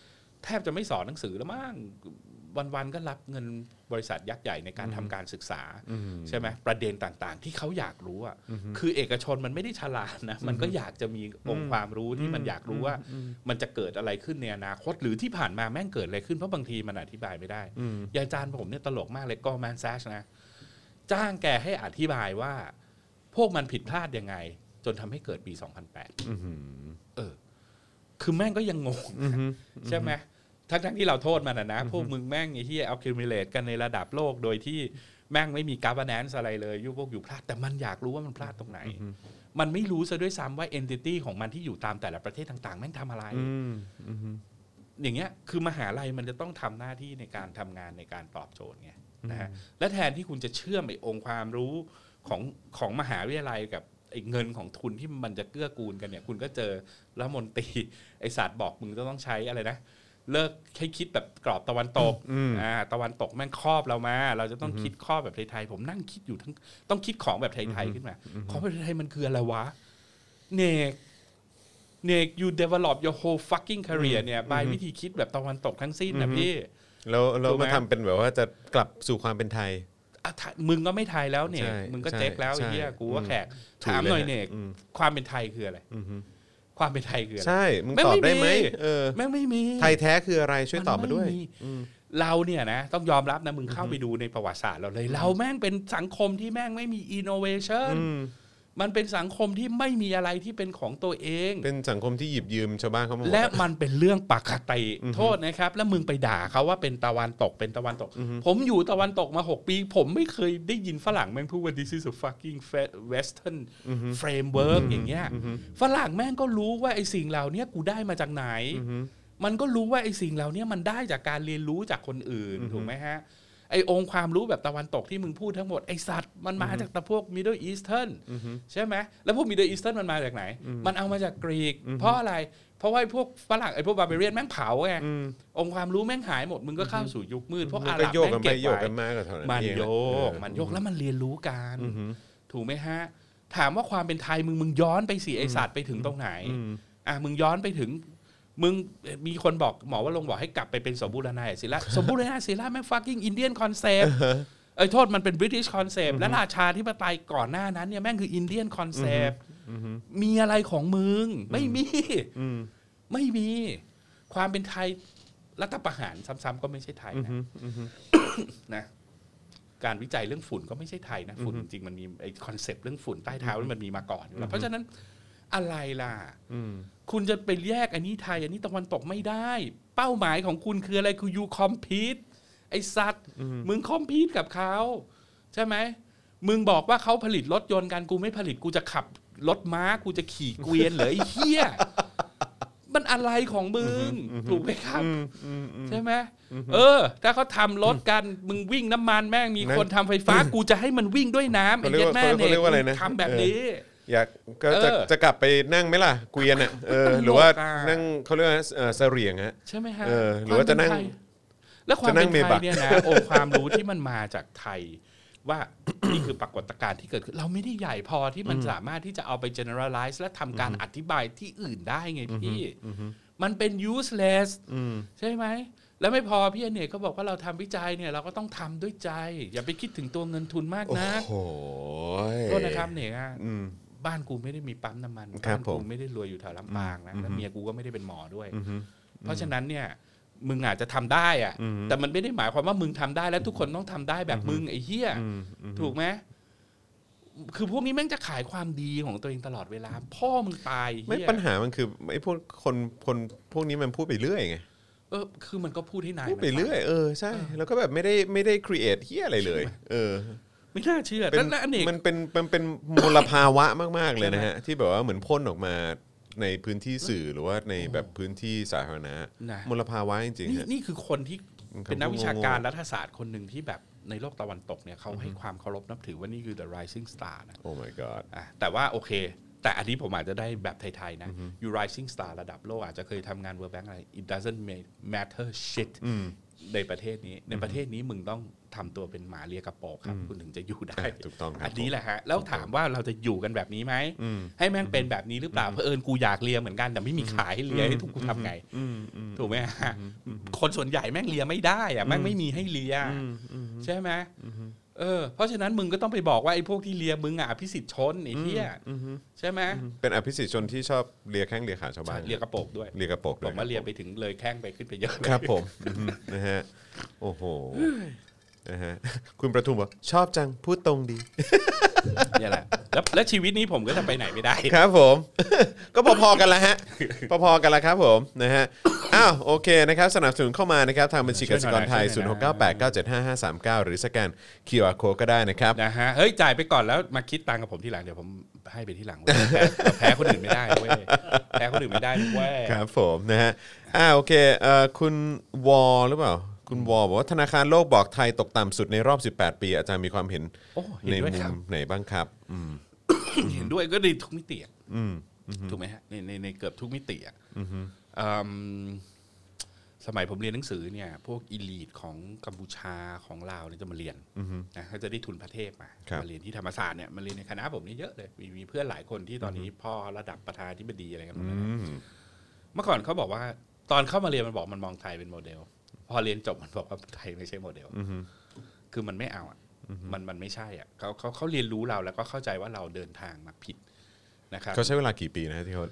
แทบจะไม่สอนหนังสือแล้วมั้งวันๆก็รับเงินบริษัทยักษ์ใหญ่ในการทำการศึกษาใช่ไหมประเด็นต่างๆที่เขาอยากรู้อ่ะคือเอกชนมันไม่ได้ฉลาดนะมันก็อยากจะมีองค์ความรู้ที่มันอยากรู้ว่ามันจะเกิดอะไรขึ้นในอนาคตหรือที่ผ่านมาแม่งเกิดอะไรขึ้นเพราะบางทีมันอธิบายไม่ได้อาจารย์ผมเนี่ยตลกมากเลยGoldman Sachsนะจ้างแกให้อธิบายว่าพวกมันผิดพลาดยังไงจนทำให้เกิดปี2008คือแม่งก็ยังงงใช่ไหมทั้งที่เราโทษมันนะพวกมึงแม่งไอ้ที่ accumulate กันในระดับโลกโดยที่แม่งไม่มี governance อะไรเลยอยู่พลาดแต่มันอยากรู้ว่ามันพลาดตรงไหนมันไม่รู้ซะด้วยซ้ำว่า entity ของมันที่อยู่ตามแต่ละประเทศต่างๆแม่งทำอะไรอย่างเงี้ยคือมหาลัยมันจะต้องทำหน้าที่ในการทำงานในการตอบโจทย์ไงนะฮะและแทนที่คุณจะเชื่อมไอ้องค์ความรู้ของมหาวิทยาลัยกับไอ้เงินของทุนที่มันจะเกื้อกูลกันเนี่ยคุณก็เจอรัฐมนตรีไอ้ศาสตร์บอกมึงต้องใช้อะไรนะเลิกให้คิดแบบกรอบตะวันตกตะวันตกแม่งครอบเรามาเราจะต้องคิดครอบแบบไทยๆผมนั่งคิดอยู่ทั้งต้องคิดของแบบไทยๆขึ้นมาของแบบไทยมันคืออะไรวะเนก you develop your whole fucking career เนี่ยby วิธีคิดแบบตะวันตกทั้งสิ้นนะพี่แล้วมาทำเป็นแบบว่าจะกลับสู่ความเป็นไทยมึงก็ไม่ไทยแล้วเนี่ยมึงก็เจ๊กแล้วไอ้เหี้ยกูว่าแขกถามหน่อยเนกความเป็นไทยคืออะไรความเป็นไทยคืออะไรใช่มึงตอบได้ไหมแม่งไม่มีไทยแท้คืออะไรช่วยตอบมาด้วยเราเนี่ยนะต้องยอมรับนะมึงเข้าไปดูในประวัติศาสตร์เราเลยเราแม่งเป็นสังคมที่แม่งไม่มี innovation มันเป็นสังคมที่ไม่มีอะไรที่เป็นของตัวเองเป็นสังคมที่หยิบยืมชาวบ้านเขาหมดและมันเป็นเรื่องปกติโทษนะครับแล้วมึงไปด่าเขาว่าเป็นตะวันตกผมอยู่ตะวันตกมา6ปีผมไม่เคยได้ยินฝรั่งแม่งพูดว่า this is a fucking western framework อย่างเงี้ยฝรั่งแม่งก็รู้ว่าไอ้สิ่งเหล่านี้กูได้มาจากไหนมันก็รู้ว่าไอ้สิ่งเหล่านี้มันได้จากการเรียนรู้จากคนอื่นถูกไหมฮะไอ้องค์ความรู้แบบตะวันตกที่มึงพูดทั้งหมดไอ้สัตว์มันมาจากพวก Middle Eastern ใช่ไหมแล้วพวก Middle Eastern มันมาจากไหนมันเอามาจากกรีกเพราะอะไรเพราะว่าพวกฝรั่งไอ้พวกบาร์เบเรียนแม่งเผาไงองค์ความรู้แม่งหายหมดมึงก็เข้าสู่ยุคมืดพวกอาหรับแม่งเก็บไว้มันโยกแล้วมันเรียนรู้กันถูกไหมฮะถามว่าความเป็นไทยมึงย้อนไปสิไอ้สัตว์ไปถึงตรงไหนมึงย้อนไปถึงมึงมีคนบอกหมอว่าลงบอกให้กลับไปเป็นสมบูรณาญาสิทธิ์สมบูรณาญาสิทธิ์แม่ง fucking Indian concept โทษมันเป็น British concept และราชาธิปไตยก่อนหน้านั้นเนี่ยแม่งคือ Indian concept มีอะไรของมึงไม่มีความเป็นไทยรัฐประหารซ้ำๆก็ไม่ใช่ไทยนะการวิจัยเรื่องฝุ่นก็ไม่ใช่ไทยนะฝุ่นจริงๆมันมีไอ้คอนเซปต์เรื่องฝุ่นใต้เท้ามันมีมาก่อนเพราะฉะนั้นอะไรล่ะคุณจะไปแยกอันนี้ไทยอันนี้ตะวันตกไม่ได้เป้าหมายของคุณคืออะไรคือ you compete ไอ้สัตว์มึง compete กับเขาใช่ไหมมึงบอกว่าเขาผลิตรถยนต์กันกูไม่ผลิตกูจะขับรถม้ากูจะขี่เกวียนเหรอไอ้เหี้ยมันอะไรของมึงถูกไหมครับใช่ไหมถ้าเขาทำรถกันมึงวิ่งน้ำมันแม่งมีคนทำไฟฟ้ากูจะให้มันวิ่งด้วยน้ำไอ้เหี้ยแม่เนี่ยทำแบบนี้อยากก็จะกลับไปนั่งไหมล่ะเกวียนอ่ะหรือว่านั่งเขาเรียกว่าเสรี่ยงฮะใช่ไหมฮะหรือว่าจะนั่งแล้วความเป็นไทยเนี่ยนะองค์ความรู้ที่มันมาจากไทยว่า นี่คือปรากฏการณ์ที่เกิดขึ้นเราไม่ได้ใหญ่พอที่มันสามารถที่จะเอาไป generalize และทำการอธิบายที่อื่นได้ไงพี่มันเป็น useless ใช่ไหมแล้วไม่พอพี่อเนกก็บอกว่าเราทำวิจัยเนี่ยเราก็ต้องทำด้วยใจอย่าไปคิดถึงตัวเงินทุนมากนะโอ้โทษนะครับเนี่ยบ้านกูไม่ได้มีปั๊มน้ำมันบ้านกูไม่ได้รวยอยู่แถวลำปางนะแล้วเมียกูก็ไม่ได้เป็นหมอด้วยเพราะฉะนั้นเนี่ยมึงอาจจะทำได้อะแต่มันไม่ได้หมายความว่ามึงทำได้แล้วทุกคนต้องทำได้แบบมึงไอ้เหี้ยถูกไหมคือพวกนี้แม่งจะขายความดีของตัวเองตลอดเวลาพ่อมึงตายไม่ปัญหามันคือไอ้พวกคนพวกนี้มันพูดไปเรื่อยไงคือมันก็พูดให้นายพูดไปเรื่อยใช่แล้วก็แบบไม่ได้ครีเอทเหี้ยอะไรเลยไม่น่าเชื่อแล้วอันนี้มันเป็นมลภาวะมากๆเลยนะฮะที่แบบว่าเหมือนพ่นออกมาในพื้นที่สื่อหรือว่าในแบบพื้นที่สาธารณะมลภาวะจริงๆนี่คือคนที่เป็นนักวิชาการรัฐศาสตร์คนหนึ่งที่แบบในโลกตะวันตกเนี่ยเขาให้ความเคารพนับถือว่านี่คือ the rising star นะ Oh my god แต่ว่าโอเคแต่อันนี้ผมอาจจะได้แบบไทยๆนะ you rising star ระดับโลกอาจจะเคยทำงาน World Bank อะไร it doesn't matter shit ในประเทศนี้มึงต้องทำตัวเป็นหมาเลียกระโปรงครับคุณถึงจะอยู่ได้ถูกต้องครับอันนี้แหละฮะแล้วถามว่าเราจะอยู่กันแบบนี้ไหมให้แม่งเป็นแบบนี้หรือเปล่าเผอิญกูอยากเลียเหมือนกันแต่ไม่มีขายให้เลียให้ทุกกูทำไงถูกไหมฮะคนส่วนใหญ่แม่งเลียไม่ได้อะแม่งไม่มีให้เลียใช่ไหมเพราะฉะนั้นมึงก็ต้องไปบอกว่าไอ้พวกที่เลียมึงอ่ะอภิสิทธิ์ชนไอ้เหี้ยใช่ไหมเป็นอภิสิทธิ์ชนที่ชอบเลียแข้งเลียขาชาวบ้านเลียกระโปรงด้วยเลียกระโปรงผมว่าเลียไปถึงเลยแข้งไปขึ้นไปเยอะครับผมนะฮะโอ้โหนะฮะคุณประทุมบอกชอบจังพูดตรงดีนี่แหละแล้วชีวิตนี้ผมก็จะไปไหนไม่ได้ครับผมก็พอๆกันแล้วฮะพอๆกันแล้วครับผมนะฮะอ้าวโอเคนะครับสนับสนุนเข้ามานะครับทางบัญชีกสิกรไทย0698975539หรือสแกน QR Code ก็ได้นะครับนะฮะเฮ้ยจ่ายไปก่อนแล้วมาคิดตังค์กับผมทีหลังเดี๋ยวผมให้ไปทีหลังแพ้คนอื่นไม่ได้เว้ยแพ้คนอื่นไม่ได้เว้ยครับผมนะฮะโอเคคุณวอหรือเปล่าคุณวอบอกว่าธนาคารโลกบอกไทยตกต่ำสุดในรอบ18ปีอาจารย์มีความเห็นในมุมไหนบ้างครับเห็นด้วยก็ในทุกมิติถูกไหมฮะในเกือบทุกมิติสมัยผมเรียนหนังสือเนี่ยพวกอีลีทของกัมพูชาของลาวเนี่ยจะมาเรียนนะเขาจะได้ทุนพระเทพมาเรียนที่ธรรมศาสตร์เนี่ยมาเรียนในคณะผมนี่เยอะเลยมีเพื่อนหลายคนที่ตอนนี้พ่อระดับประธานาธิบดีอะไรกันหมดเลยเมื่อก่อนเขาบอกว่าตอนเข้ามาเรียนมันบอกมันมองไทยเป็นโมเดลพอเรียนจบมันบอกว่าไทยไม่ใช่โมเดลคือมันไม่เอามันไม่ใช่อ่ะเขาเรียนรู้เราแล้วก็เข้าใจว่าเราเดินทางมาผิดนะครับเขาใช้เวลากี่ปีนะที่เขา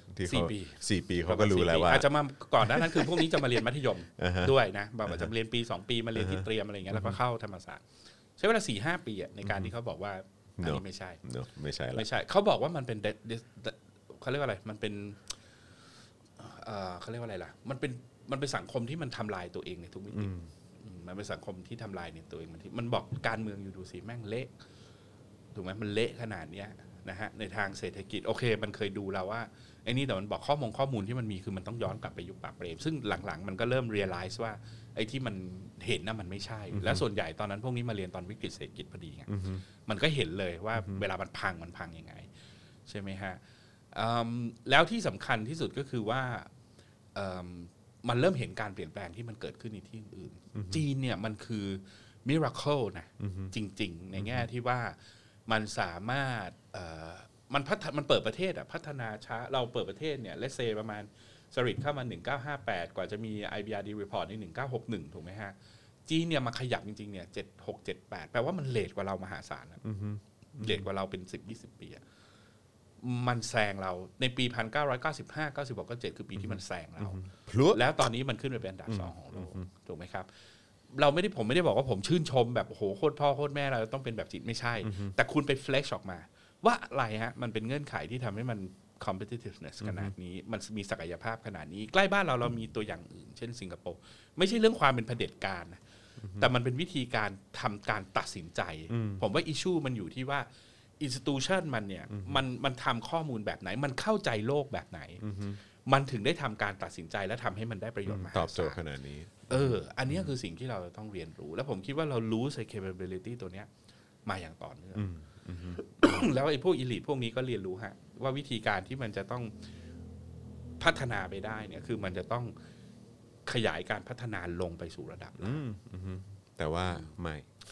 4 ปีเขาก็รู้แล้วว่าอาจจะมาก่อนหน้านั้นคือพวกนี้จะมาเรียนมัธยมด้วยนะบางคนจะเรียนปี2ปีมาเรียนที่เตรียมอะไรอย่างเงี้ยแล้วก็เข้าธรรมศาสตร์ใช้เวลา 4-5 ปีในการที่เขาบอกว่าอันนี้ไม่ใช่ไม่ใช่เขาบอกว่ามันเป็นเขาเรียกว่าอะไรมันเป็นเขาเรียกว่าอะไรล่ะมันเป็นสังคมที่มันทำลายตัวเองในทุกมิติมันเป็นสังคมที่ทำลายในตัวเองมันบอกการเมืองอยู่ดูสิแม่งเละถูกไหมมันเละขนาดนี้นะฮะในทางเศรษฐกิจโอเคมันเคยดูแล้วว่าไอ้นี่แต่มันบอกข้อมูลที่มันมีคือมันต้องย้อนกลับไปยุคปราบเปรมซึ่งหลังๆมันก็เริ่ม realize ว่าไอ้ที่มันเห็นน่ะมันไม่ใช่และส่วนใหญ่ตอนนั้นพวกนี้มาเรียนตอนวิกฤตเศรษฐกิจพอดีไงมันก็เห็นเลยว่าเวลามันพังยังไงใช่ไหมฮะแล้วที่สำคัญที่สุดก็คือว่ามันเริ่มเห็นการเปลี่ยนแปลงที่มันเกิดขึ้นในที่อื่นจีนเนี่ยมันคือมิราเคิลนะจริงๆในแง่ที่ว่ามันสามารถมันเปิดประเทศพัฒนาช้าเราเปิดประเทศเนี่ยเลสเซประมาณสริตเข้ามา1958กว่าจะมี IBRD report ใน1961ถูกไหมฮะจีนเนี่ยมาขยับจริงๆเนี่ย76 78แปลว่ามันเลทกว่าเรามหาศาลนะเลทกว่าเราเป็น 10-20 ปีมันแซงเราในปี1995 96 97คือปีที่มันแซงเราแล้วตอนนี้มันขึ้นไปเป็นอันดับ2ของโลกถูกไหมครับผมไม่ได้บอกว่าผมชื่นชมแบบโหโคตรพ่อโคตรแม่เราต้องเป็นแบบจีนไม่ใช่แต่คุณไป flex ออกมาว่าอะไรฮะมันเป็นเงื่อนไขที่ทำให้มัน competitiveness ขนาดนี้มันมีศักยภาพขนาดนี้ใกล้บ้านเรามีตัวอย่างอื่นเช่นสิงคโปร์ไม่ใช่เรื่องความเป็นเผด็จการนะแต่มันเป็นวิธีการทำการตัดสินใจผมว่า issue มันอยู่ที่ว่าinstitution มันเนี่ยมันทำข้อมูลแบบไหนมันเข้าใจโลกแบบไหนมันถึงได้ทำการตัดสินใจและทำให้มันได้ประโยชน์มากตอบโจทย์ขนาดนี้อันนี้คือสิ่งที่เราต้องเรียนรู้แล้วผมคิดว่าเรารู้ capability ตัวเนี้ยมาอย่างต่อเนื่องแล้วไอ้พวก elite พวกนี้ก็เรียนรู้ฮะว่าวิธีการที่มันจะต้องพัฒนาไปได้เนี่ยคือมันจะต้องขยายการพัฒนาลงไปสู่ระดับแต่ว่าไม่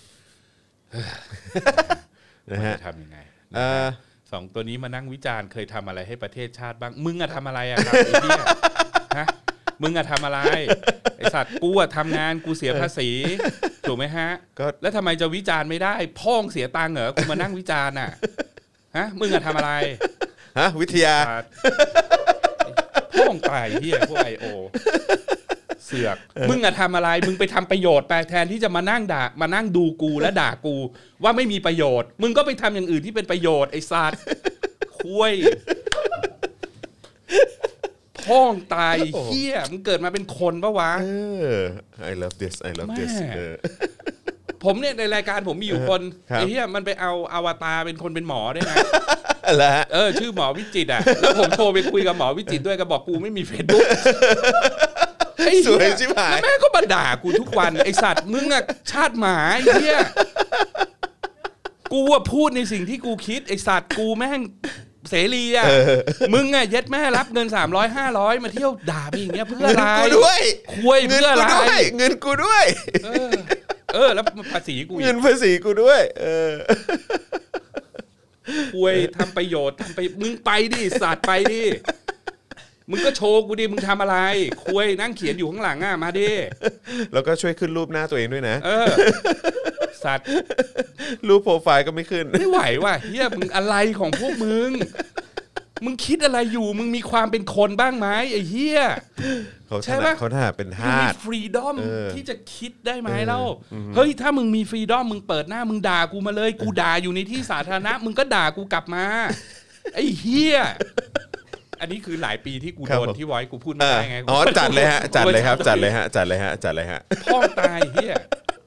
นะฮะทำยังไงสองตัวนี้มานั่งวิจารณ์เคยทำอะไรให้ประเทศชาติบ้างมึงอะทำอะไรอะครับไอ้เหี้ยฮะมึงอะทำอะไรไอ้สัตว์กูอะทำงานกูเสียภาษีถูกไหมฮะแล้วทำไมจะวิจารณ์ไม่ได้พ่องเสียตังค์เหรอกูมานั่งวิจารณ์อะฮะมึงอะทำอะไรฮะวิทยาพ่องตายเหี้ยพวก IOเสือกมึงอะทำอะไรมึงไปทำประโยชน์ไปแทนที่จะมานั่งด่ามานั่งดูกูและด่ากูว่าไม่มีประโยชน์มึงก็ไปทำอย่างอื่นที่เป็นประโยชน์ไอ้สัตว์คุยพ่องตายเหี้ยมึงเกิดมาเป็นคนปะวะ I love this ผมเนี่ยในรายการผมมีอยู่คนไอ้เหี้ยมันไปเอาอวตารเป็นคนเป็นหมอด้วยนะชื่อหมอวิจิตรอ่ะแล้วผมโทรไปคุยกับหมอวิจิตรด้วยก็บอกกูไม่มี Facebook สวยชิบหายแม่ก็มาด่ากูทุกวันไอสัตว์มึงอะชาติหมาไอ้เหี้ยกูอะพูดในสิ่งที่กูคิดไอสัตว์กูแม่งเสรีอ่ะมึงอ่ะเย็ดแม่รับเงิน300 500มาเที่ยวด่าไปอย่างเงี้ยเพื่ออะไรกูด้วยคุยเพื่ออะไรเงินกูด้วยแล้วภาษีกูเงินภาษีกูด้วยคุยทำประโยชน์ทำไปมึงไปดิสัตว์ไปดิมึงก็โชว์กูดิมึงทำอะไรคุยนั่งเขียนอยู่ข้างหลังอ่ะมาดิแล้วก็ช่วยขึ้นรูปหน้าตัวเองด้วยนะสัตว์รูปโปรไฟล์ก็ไม่ขึ้นไม่ไหวว่ะเฮียมึงอะไรของพวกมึงคิดอะไรอยู่มึงมีความเป็นคนบ้างไหมไอ้เฮียใช่ปะเขาถนัดเป็นทาสฟรีดอมที่จะคิดได้ไหมเล่าเฮ้ยถ้ามึงมีฟรีดอมมึงเปิดหน้ามึงด่ากูมาเลยกูด่าอยู่ในที่สาธารณะมึงก็ด่ากูกลับมาไอ้เฮียอันนี้คือหลายปีที่กูโดนที่ไว้กูพูดไม่ได้ไงอ๋อจัดเลยฮะจัดเลยครับจัดเลยฮะพ่อตายเฮีย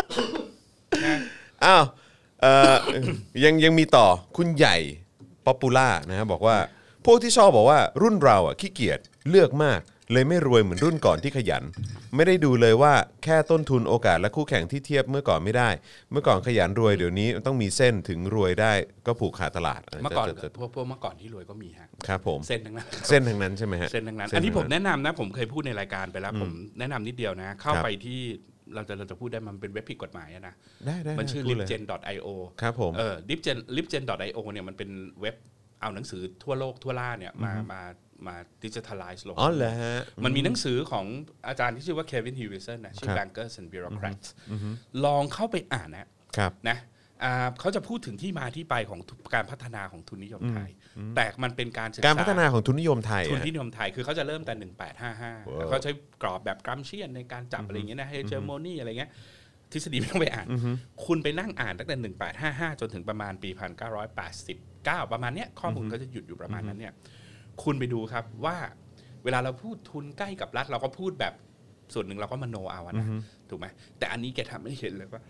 อ้าวยังมีต่อคุณใหญ่ป๊อปปูล่านะฮะบอกว่าพวกที่ชอบบอกว่ารุ่นเราขี้เกียจเลือกมากเลยไม่รวยเหมือนรุ่นก่อนที่ขยันไม่ได้ดูเลยว่าแค่ต้นทุนโอกาสและคู่แข่งที่เทียบเมื่อก่อนไม่ได้เมื่อก่อนขยันรวยเดี๋ยวนี้ต้องมีเส้นถึงรวยได้ก็ผูกขาดตลาดเมื่อก่อนพวกเมื่อก่อนที่รวยก็มีฮะครับผมเส้นทั้งนั้นใช่ไหมฮะเส้นทั้งนั้นอันนี้ผมแนะนำนะผมเคยพูดในรายการไปแล้วผมแนะนำนิดเดียวนะเข้าไปที่เราจะพูดได้มันเป็นเว็บผิดกฎหมายนะมันชื่อ lipgen.io ครับผม lipgen.io เนี่ยมันเป็นเว็บเอาหนังสือทั่วโลกทั่วล่าเนี่ยมาดิจิทัลไลซ์ลงอ๋อเหรอฮะมันมีหนังสือของอาจารย์ที่ชื่อว่าเควินฮิววิลสันนะชื่อ Bankers and Bureaucrats ลองเข้าไปอ่านนะเขาจะพูดถึงที่มาที่ไปของการพัฒนาของทุนนิยมไทยแต่มันเป็นการพัฒนาของทุนนิยมไทยทุนนิยมไทยคือเขาจะเริ่มแต่1855แล้วเขาใช้กรอบแบบกรัมเชียนในการจับอะไรอย่างเงี้ยนะเฮเจอร์โมนีอะไรเงี้ยทฤษฎีไม่ต้องไปอ่านคุณไปนั่งอ่านตั้งแต่1855จนถึงประมาณปี1989ประมาณเนี้ยข้อมูลก็จะหยุดอยู่ประมาณนั้นเนี่ยคุณไปดูครับว่าเวลาเราพูดทุนใกล้กับรัฐเราก็พูดแบบส่วนหนึ่งเราก็มโนเอานะถูกไหมแต่อันนี้แกทำให้เห็นเลยว่า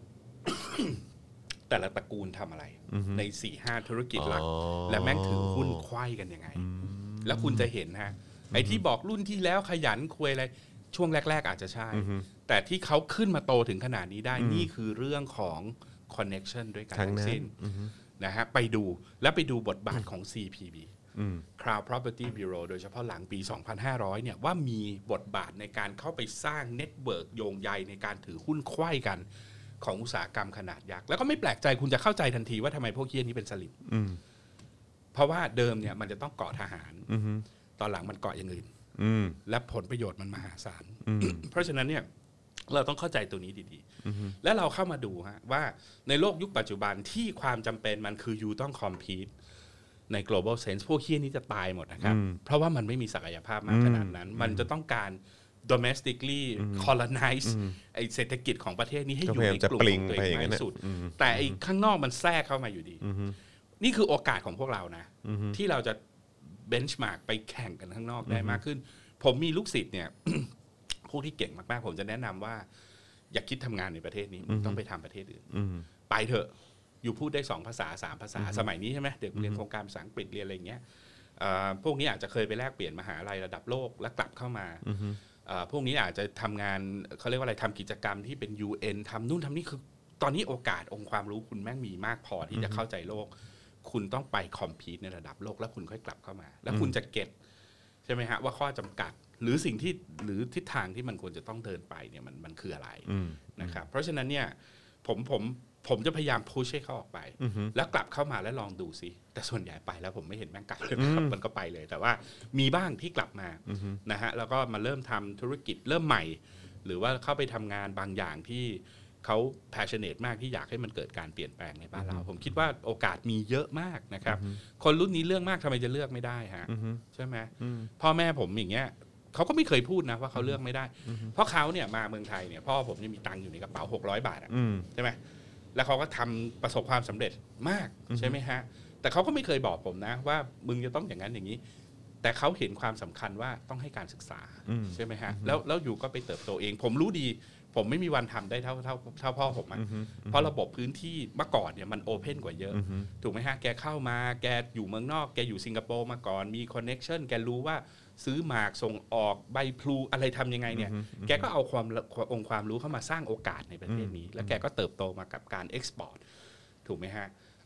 แต่ละตระกูลทำอะไรใน 4-5 ธุรกิจหลักและแม่งถือหุ้นไขว้กันยังไงแล้วคุณจะเห็นฮะไอ้ที่บอกรุ่นที่แล้วขยันคุยอะไรช่วงแรกๆอาจจะใช่แต่ที่เขาขึ้นมาโตถึงขนาดนี้ได้นี่คือเรื่องของ connection ด้วยกันทั้งสิ้นนะฮะไปดูบทบาทของ CPB Crown Property Bureau โดยเฉพาะหลังปี 2500 เนี่ยว่ามีบทบาทในการเข้าไปสร้างเน็ตเวิร์กโยงใยในการถือหุ้นไขว้กันของอุตสาหกรรมขนาดยักษ์แล้วก็ไม่แปลกใจคุณจะเข้าใจทันทีว่าทำไมพวกเหี้ยนี้เป็นสลิมเพราะว่าเดิมเนี่ยมันจะต้องเกาะทหารตอนหลังมันเกาะอย่างอื่นและผลประโยชน์มันมหาศาลเพราะฉะนั้นเนี่ยเราต้องเข้าใจตัวนี้ดีๆและเราเข้ามาดูฮะว่าในโลกยุคปัจจุบันที่ความจำเป็นมันคืออยู่ต้องคอมพีตใน global sense พวกเหี้ยนี้จะตายหมดนะครับเพราะว่ามันไม่มีศักยภาพมากขนาดนั้นมันจะต้องการdomestically colonize ไอเศรษฐกิจของประเทศนี้ให้อยู่ในกลุ่มของตัวเองมากที่สุดแต่ไอข้างนอกมันแทรกเข้ามาอยู่ดีนี่คือโอกาสของพวกเรานะที่เราจะ benchmark ไปแข่งกันข้างนอกได้มากขึ้นผมมีลูกศิษย์เนี่ย พวกที่เก่งมากๆผมจะแนะนำว่าอย่าคิดทำงานในประเทศนี้ต้องไปทำประเทศอื่นไปเถอะอยู่พูดได้2 ภาษา 3 ภาษาสมัยนี้ใช่ไหมเด็กเรียนโครงการภาษาอังกฤษเรียนอะไรอย่างเงี้ยพวกนี้อาจจะเคยไปแลกเปลี่ยนมหาลัยระดับโลกแล้วกลับเข้ามาพวกนี้อาจจะทำงานเขาเรียกว่าอะไรทำกิจกรรมที่เป็น UN ทำนู่นทำนี่คือตอนนี้โอกาสองค์ความรู้คุณแม่งมีมากพอที่จะเข้าใจโลกคุณต้องไปคอมพีตในระดับโลกแล้วคุณค่อยกลับเข้ามาแล้วคุณจะเก็ตใช่ไหมฮะว่าข้อจำกัดหรือสิ่งที่หรือทิศทางที่มันควรจะต้องเดินไปเนี่ยมันคืออะไรนะครับเพราะฉะนั้นเนี่ยผมจะพยายามพุชให้เขาออกไปแล้วกลับเข้ามาแล้วลองดูสิแต่ส่วนใหญ่ไปแล้วผมไม่เห็นแม่งกลับเลยครับมันก็ไปเลยแต่ว่ามีบ้างที่กลับมานะฮะแล้วก็มาเริ่มทำธุรกิจเริ่มใหม่หรือว่าเข้าไปทำงานบางอย่างที่เขา passionate มากที่อยากให้มันเกิดการเปลี่ยนแปลงในบ้านเราผมคิดว่าโอกาสมีเยอะมากนะครับคนรุ่นนี้เรื่องมากทำไมจะเลือกไม่ได้ฮะใช่ไหมพ่อแม่ผมอย่างเงี้ยเขาก็ไม่เคยพูดนะว่าเขาเลือกไม่ได้เพราะเขาเนี่ยมาเมืองไทยเนี่ยพ่อผมจะมีตังค์อยู่ในกระเป๋า600 บาทใช่ไหมแล้วเขาก็ทำประสบความสำเร็จมากใช่ไหมฮะแต่เขาก็ไม่เคยบอกผมนะว่ามึงจะต้องอย่างนั้นอย่างนี้แต่เขาเห็นความสำคัญว่าต้องให้การศึกษาใช่ไหมฮะแล้วอยู่ก็ไปเติบโตเองผมรู้ดีผมไม่มีวันทำได้เท่าพ่อผมอ่ะเพราะระบบพื้นที่เมื่อก่อนเนี่ยมันโอเพนกว่าเยอะถูกไหมฮะแกเข้ามาแกอยู่เมืองนอกแกอยู่สิงคโปร์มาก่อนมีคอนเน็กชันแกรู้ว่าซื้อหมากส่งออกใบพลูอะไรทำยังไงเนี่ยแกก็เอาองค์ความรู้เข้ามาสร้างโอกาสในประเทศนี้แล้วแกก็เติบโตมากับการเอ็กซ์พอร์ตถูกไหมฮะ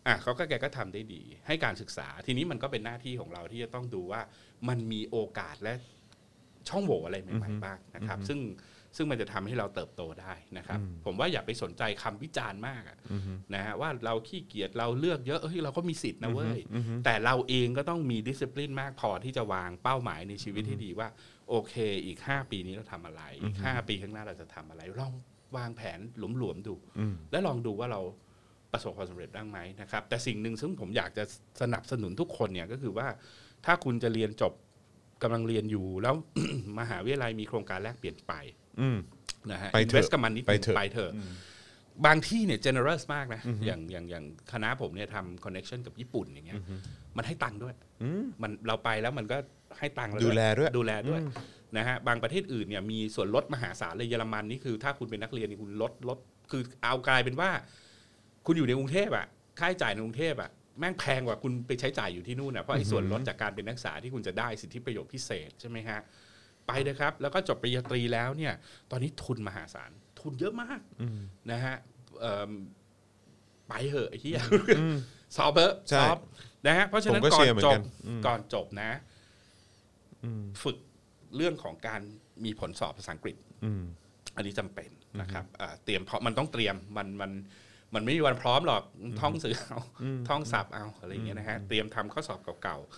แกก็ทำได้ดีให้การศึกษาทีนี้มันก็เป็นหน้าที่ของเราที่จะต้องดูว่ามันมีโอกาสและช่องโหว่อะไรใหม่ๆบ้างนะครับซึ่งมันจะทำให้เราเติบโตได้นะครับผมว่าอย่าไปสนใจคำวิจารณ์มากนะฮะว่าเราขี้เกียจเราเลือกเยอะเราก็มีสิทธิ์นะเว้ยแต่เราเองก็ต้องมีดิสซิปลินมากพอที่จะวางเป้าหมายในชีวิตที่ดีว่าโอเคอีก5ปีนี้เราทำอะไรอีก5ปีข้างหน้าเราจะทำอะไรลองวางแผนหลวมๆดูและลองดูว่าเราประสบความสำเร็จบ้างไหมนะครับแต่สิ่งหนึ่งซึ่งผมอยากจะสนับสนุนทุกคนเนี่ยก็คือว่าถ้าคุณจะเรียนจบกำลังเรียนอยู่แล้ว มหาวิทยาลัยมีโครงการแลกเปลี่ยนไปนะฮะ invest กับมันนิดนึงไปเถอะบางที่เนี่ย generous มากนะอย่างคณะผมเนี่ยทำ connection กับญี่ปุ่นอย่างเงี้ยมันให้ตังค์ด้วยมันเราไปแล้วมันก็ให้ตังค์ดูแลด้วยนะฮะบางประเทศอื่นเนี่ยมีส่วนลดมหาศาลเลยเยอรมันนี่คือถ้าคุณเป็นนักเรียนคุณลดคือเอากลายเป็นว่าคุณอยู่ในกรุงเทพอ่ะค่าใช้จ่ายในกรุงเทพอ่ะแม่งแพงกว่าคุณไปใช้จ่ายอยู่ที่นู่นนะเพราะไอ้ส่วนลดจากการเป็นนักศึกษาที่คุณจะได้สิทธิประโยชน์พิเศษใช่ไหมฮะไปนะครับแล้วก็จบปริญญาตรีแล้วเนี่ยตอนนี้ทุนมหาศาลทุนเยอะมากนะฮะไปเหอะไอ้ที่สอบนะฮะเพราะฉะนั้นก่อนจบนะฝึกเรื่องของการมีผลสอบภาษาอังกฤษอันนี้จำเป็นนะครับเตรียมเพราะมันต้องเตรียมมันไม่มีวันพร้อมหรอกท่องสื่อเอาท่องศัพท์เอาอะไรอย่างเงี้ยนะฮะเตรียมทำข้อสอบเก่า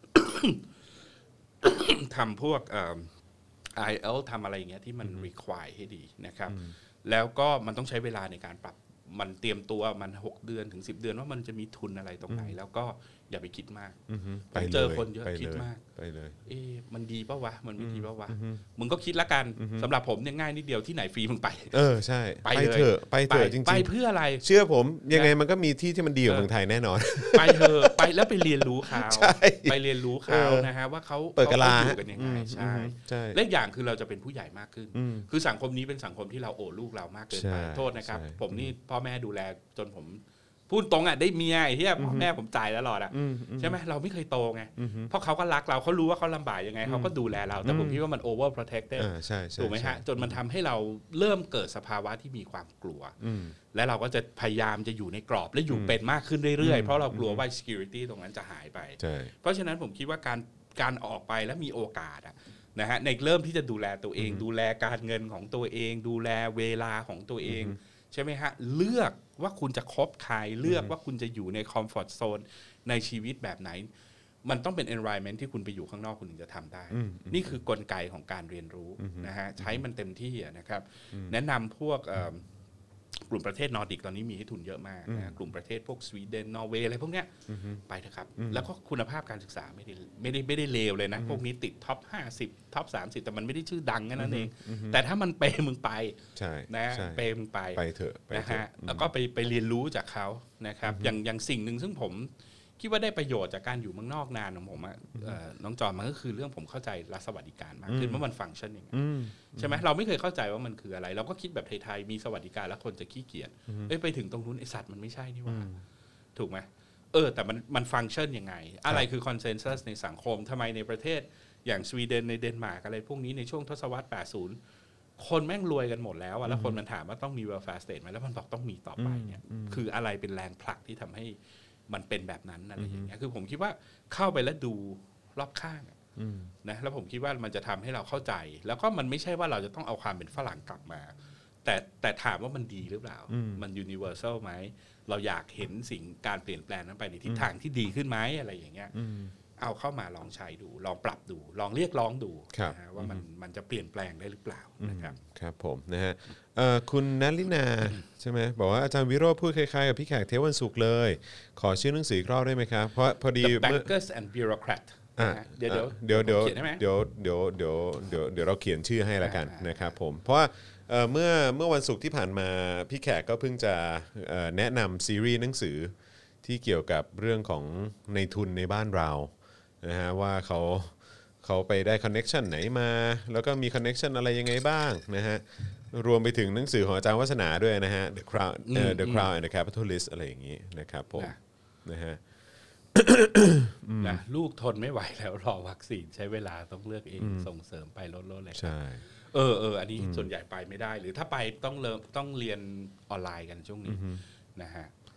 ๆ ทำพวกIELTS ทำอะไรอย่างเงี้ยที่มัน require ให้ดีนะครับแล้วก็มันต้องใช้เวลาในการปรับมันเตรียมตัวมัน6เดือนถึง10เดือนว่ามันจะมีทุนอะไรตรงไหนแล้วก็อย่าไปคิดมากผมเจอคนเยอะคิดมากไปเลยมันดีป่ะวะมันไม่ดีป่ะวะมึงก็คิดละกันสำหรับผมเนี่ยง่ายนิดเดียวที่ไหนฟรีมึงไปใช่ไปเถอะจริงๆไปเพื่ออะไรเชื่อผมยังไงมันก็มีที่มันดีกว่าเมืองไทยแน่นอนไปเถอะไปแล้วไปเรียนรู้เขาไปเรียนรู้เขานะฮะว่าเขาอยู่กันยังไงใช่และอย่างคือเราจะเป็นผู้ใหญ่มากขึ้นคือสังคมนี้เป็นสังคมที่เราโอ้ลูกเรามากเกินไปโทษนะครับผมนี่พ่อแม่ดูแลจนผมพูดตรงอ่ะได้เมียไอ้เหี้ยพ่อแม่ผมจ่ายตลอดอ่ะใช่ไหมเราไม่เคยโตไงเพราะเขาก็รักเราเขารู้ว่าเขาลำบากยังไงเขาก็ดูแลเราแต่ผมคิดว่ามัน over protected ถูกไหมฮะจนมันทำให้เราเริ่มเกิดสภาวะที่มีความกลัวและเราก็จะพยายามจะอยู่ในกรอบและอยู่เป็นมากขึ้นเรื่อยๆเพราะเรากลัวว่า security ตรงนั้นจะหายไปเพราะฉะนั้นผมคิดว่าการออกไปแล้วมีโอกาสนะฮะในเริ่มที่จะดูแลตัวเองดูแลการเงินของตัวเองดูแลเวลาของตัวเองใช่ไหมฮะเลือกว่าคุณจะคบใครเลือกว่าคุณจะอยู่ในคอมฟอร์ทโซนในชีวิตแบบไหนมันต้องเป็น environment ที่คุณไปอยู่ข้างนอกคุณถึงจะทำได้นี่คือกลไกของการเรียนรู้นะฮะใช้มันเต็มที่นะครับแนะนำพวกกลุ่มประเทศนอร์ดิกตอนนี้มีให้ทุนเยอะมากนะกลุ่มประเทศพวกสวีเดนนอร์เวย์อะไรพวกเนี้ยไปเถอะครับแล้วก็คุณภาพการศึกษาไม่ได้เลวเลยนะพวกนี้ติดท็อป50ท็อป30แต่มันไม่ได้ชื่อดังแค่นั้นเองแต่ถ้ามันเปย์มึงไปนะเปย์มึงไปเถอะนะฮะแล้วก็ไปเรียนรู้จากเขานะครับอย่างสิ่งหนึ่งซึ่งผมคิดว่าได้ประโยชน์จากการอยู่เมืองนอกนานของผมน้องจอมมันก็คือเรื่องผมเข้าใจรัฐสวัสดิการมากขึ้นว่ามันฟังก์ชันยังไงใช่ไหมเราไม่เคยเข้าใจว่ามันคืออะไรเราก็คิดแบบไทยๆมีสวัสดิการแล้วคนจะขี้เกียจไปถึงตรงนู้นไอสัตว์มันไม่ใช่นี่ว่าถูกไหมแต่มันฟังก์ชันยังไงอะไรคือคอนเซนแซสในสังคมทำไมในประเทศอย่างสวีเดนในเดนมาร์กอะไรพวกนี้ในช่วงทศวรรษ80คนแม่งรวยกันหมดแล้วแล้วคนมันถามว่าต้องมี welfare state ไหมแล้วมันบอกต้องมีต่อไปเนี่ยคืออะไรเป็นแรงผลักที่ทำให้มันเป็นแบบนั้นอะไรอย่างเงี้ยคือผมคิดว่าเข้าไปแล้วดูรอบข้างนะแล้วผมคิดว่ามันจะทำให้เราเข้าใจแล้วก็มันไม่ใช่ว่าเราจะต้องเอาความเป็นฝรั่งกลับมาแต่ถามว่ามันดีหรือเปล่ามัน universal ไหมเราอยากเห็นสิ่งการเปลี่ยนแปลงนั้นไปในทิศทางที่ดีขึ้นไหมอะไรอย่างเงี้ยเอาเข้ามาลองใช้ดูลองปรับดูลองเรียกร้องดูนะว่ามันจะเปลี่ยนแปลงได้หรือเปล่านะครับครับผมนะฮะคุณณลินาใช่ไหมบอกว่าอาจารย์วิโรจน์พูดคล้ายๆกับพี่แขกเทปวันศุกร์เลยขอชื่อหนังสืออีกรอบได้ไหมครับเพราะพอดี The Bankers and Bureaucrat เดี๋ยวเราเขียนชื่อให้ละกันนะครับผมเพราะว่าเมื่อวันศุกร์ที่ผ่านมาพี่แขกก็เพิ่งจะแนะนำซีรีส์หนังสือที่เกี่ยวกับเรื่องของในทุนในบ้านเรานะฮะว่าเขาไปได้คอนเน็กชันไหนมาแล้วก็มีคอนเน็กชันอะไรยังไงบ้างนะฮะรวมไปถึงหนังสือของอาจารย์วัฒนาด้วยนะฮะ The Crown and the Capitalist อะไรอย่างนี้นะครับผมนะฮะนะลูกทนไม่ไหวแล้วรอวัคซีนใช้เวลาต้องเลือกเองส่งเสริมไปลดเลยใช่อันนี้ส่วนใหญ่ไปไม่ได้หรือถ้าไปต้องเรียนออนไลน์กันช่วงนี้นะฮะ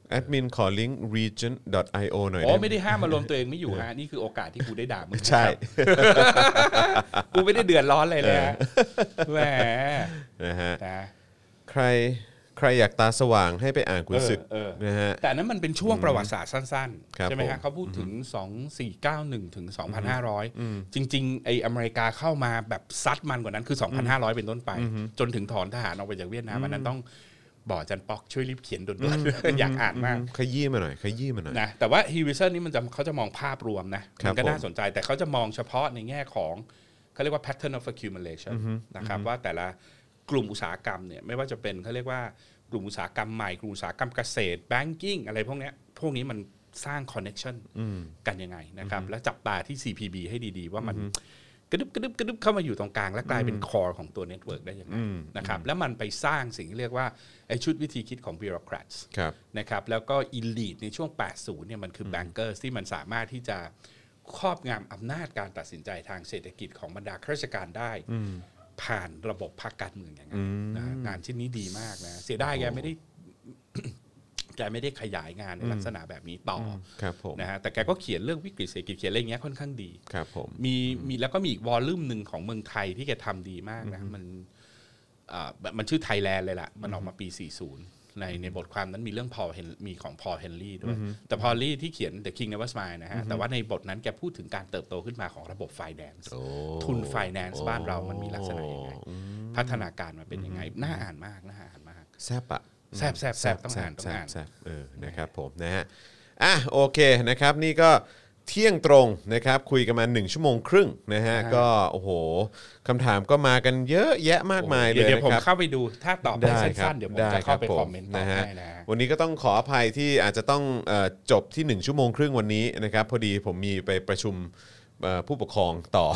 แอดมินขอลิงก์ region.io หน่อยอ๋อไม่ได้ห้ามมารวมตัวเองไม่อยู่ฮะนี่คือโอกาสที่กูได้ด่ามึงใช่กูไม่ได้เดือดร้อนเลยแหมนะฮะใครอยากตาสว่างให้ไปอ่านขุนศึกนะฮะแต่นั้นมันเป็นช่วงประวัติศาสตร์สั้นๆใช่ไหมฮะเขาพูดถึง2491ถึง2500จริงๆไออเมริกาเข้ามาแบบซัดมันกว่านั้นคือ2500เป็นต้นไปจนถึงถอนทหารออกไปจากเวียดนามมันนั้นต้องบอกจันป๊อกช่วยรีบเขียนด่วนๆอยากอ่านมากขยี้มาหน่อยนะแต่ว่าฮิวิสันนี่เขาจะมองภาพรวมนะมันก็น่าสนใจแต่เขาจะมองเฉพาะในแง่ของเขาเรียกว่า pattern of accumulation นะครับว่าแต่ละกลุ่มอุตสาหกรรมเนี่ยไม่ว่าจะเป็นเขาเรียกว่ากลุ่มอุตสาหกรรมใหม่กลุ่มอุตสาหกรรมเกษตร banking อะไรพวกนี้มันสร้าง connection กันยังไงนะครับแล้วจับตาที่ CPB ให้ดีๆว่ามันกระดึบเข้ามาอยู่ตรงกลางและกลายเป็น core ของตัว network ได้ยังไงนะครับแล้วมันไปสร้างสิ่งที่เรียกว่าไอ้ชุดวิธีคิดของ bureaucrats นะครับแล้วก็ elite ในช่วง 80 เนี่ยมันคือ bankers ที่มันสามารถที่จะครอบงำอำนาจการตัดสินใจทางเศรษฐกิจของบรรดาข้าราชการได้ผ่านระบบพรรคการเมืองอย่างนั้นงานชิ้นนี้ดีมากนะเสียดายแกไม่ได้ขยายงานในลักษณะแบบนี้ต่อนะฮะแต่แกก็เขียนเรื่องวิกฤตเศรษฐกิจเขียนอะไรเงี้ยค่อนข้างดีมีแล้วก็มีอีกวอลลุ่มหนึ่งของเมืองไทยที่แกทำดีมากนะมันชื่อไทยแลนด์เลยล่ะมันออกมาปี 40ในบทความนั้นมีเรื่องมีของพอลเฮนรี่ด้วยแต่พอลลี่ที่เขียน The King Never Smile นะฮะแต่ว่าในบทนั้นแกพูดถึงการเติบโตขึ้นมาของระบบ finance ทุน finance บ้านเรามันมีลักษณะยังไงพัฒนาการมันเป็นยังไงน่าอ่านมากแซ่บอะแซบต้องอ่านนะครับผมนะฮะโอเคนะครับนี่ก็เที่ยงตรงนะครับคุยกันมา1ชั่วโมงครึ่งนะฮะก็โอ้โหคำถามก็มากันเยอะแยะมากมายเลยเดี๋ยวผมเข้าไปดูถ้าตอบได้สั้นๆเดี๋ยวผมจะเข้าไปคอมเมนต์ต่อให้นะวันนี้ก็ต้องขออภัยที่อาจจะต้องจบที่1ชั่วโมงครึ่งวันนี้นะครับพอดีผมมีไปประชุมผู้ปกครองต่อ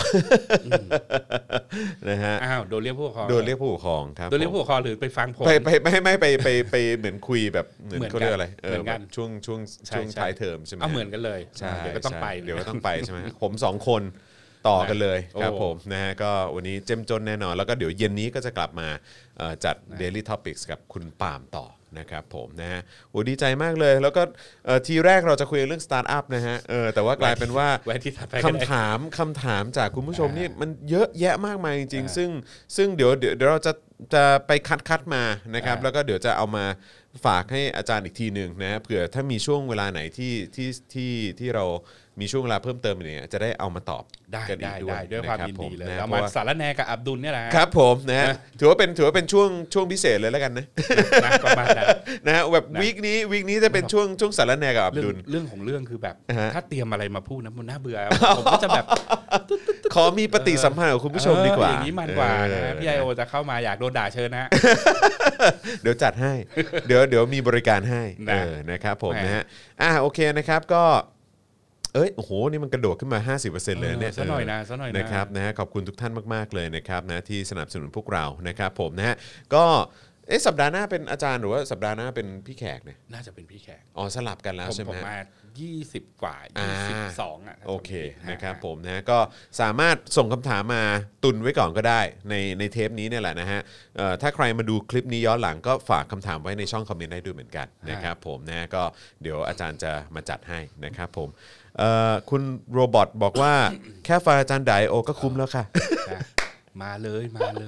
นะฮะโดนเรียกผู้ปกครองครับโดนเรียกผู้ปกครองหรือไปฟังผมไม่ไปเหมือนคุยแบบเหมือนเขาเรียกอะไรช่วงท้ายเทอมใช่ไหมเหมือนกันเลยเดี๋ยวก็ต้องไปใช่ไหมผม2คนต่อกันเลยครับผมนะฮะก็วันนี้เจ้มจนแน่นอนแล้วก็เดี๋ยวเย็นนี้ก็จะกลับมาจัด Daily Topics กับคุณปาล์มต่อนะครับผมนะฮะโอ้ดีใจมากเลยแล้วก็ทีแรกเราจะคุยเรื่องสตาร์ทอัพนะฮะแต่ว่ากลายเป็นว่าคำถามจากคุณผู้ชมนี่มันเยอะแยะมากมายจริงๆซึ่งเดี๋ยวเราจะไปคัดมานะครับแล้วก็เดี๋ยวจะเอามาฝากให้อาจารย์อีกทีนึงนะเผื่อถ้ามีช่วงเวลาไหนที่เรามีช่วงเวลาเพิ่มเติมอย่างเงี้ยจะได้เอามาตอบกันอีกด้วยความยินดีเลยเรามาสารแนกับอับดุลเนี่ยแหละครับผมนะฮะถือว่าเป็นช่วงพิเศษเลยแล้วกันนะประมาณนั้นนะฮะแบบวีคนี้จะเป็นช่วงสารแนกับอับดุลเรื่องของเรื่องคือแบบถ้าเตรียมอะไรมาพูดนะมันน่าเบื่อผมก็จะแบบขอมีปฏิสัมพันธ์กับคุณผู้ชมดีกว่าอย่างนี้มันกว่านะพี่ไอโอจะเข้ามาอยากโดนด่าเชิญนะเดี๋ยวจัดให้เดี๋ยวมีบริการให้นะครับผมนะฮะโอเคนะครับก็โอ้โหนี่มันกระโดดขึ้นมา 50% เลยเนี่ยซะหน่อยนะครับนะฮะขอบคุณทุกท่านมากๆเลยนะครับนะที่สนับสนุนพวกเรานะครับผมนะฮะก็สัปดาห์หน้าเป็นอาจารย์หรือว่าสัปดาห์หน้าเป็นพี่แขกเนี่ยน่าจะเป็นพี่แขกสลับกันแล้วใช่ไหมผมมา20กว่า22 โอเคนะครับผมนะก็สามารถส่งคำถามมาตุนไว้ก่อนก็ได้ในเทปนี้เนี่ยแหละนะฮะถ้าใครมาดูคลิปนี้ย้อนหลังก็ฝากคำถามไว้ในช่องคอมเมนต์ได้ด้วยเหมือนกันนะครับผมนะก็เดี๋ยวอาจารย์จะมาจัดให้นะครับผมคุณโรบอทบอกว่าแค่ฟังอาจารย์ไดโอก็คุ้มแล้วค่ะมาเลย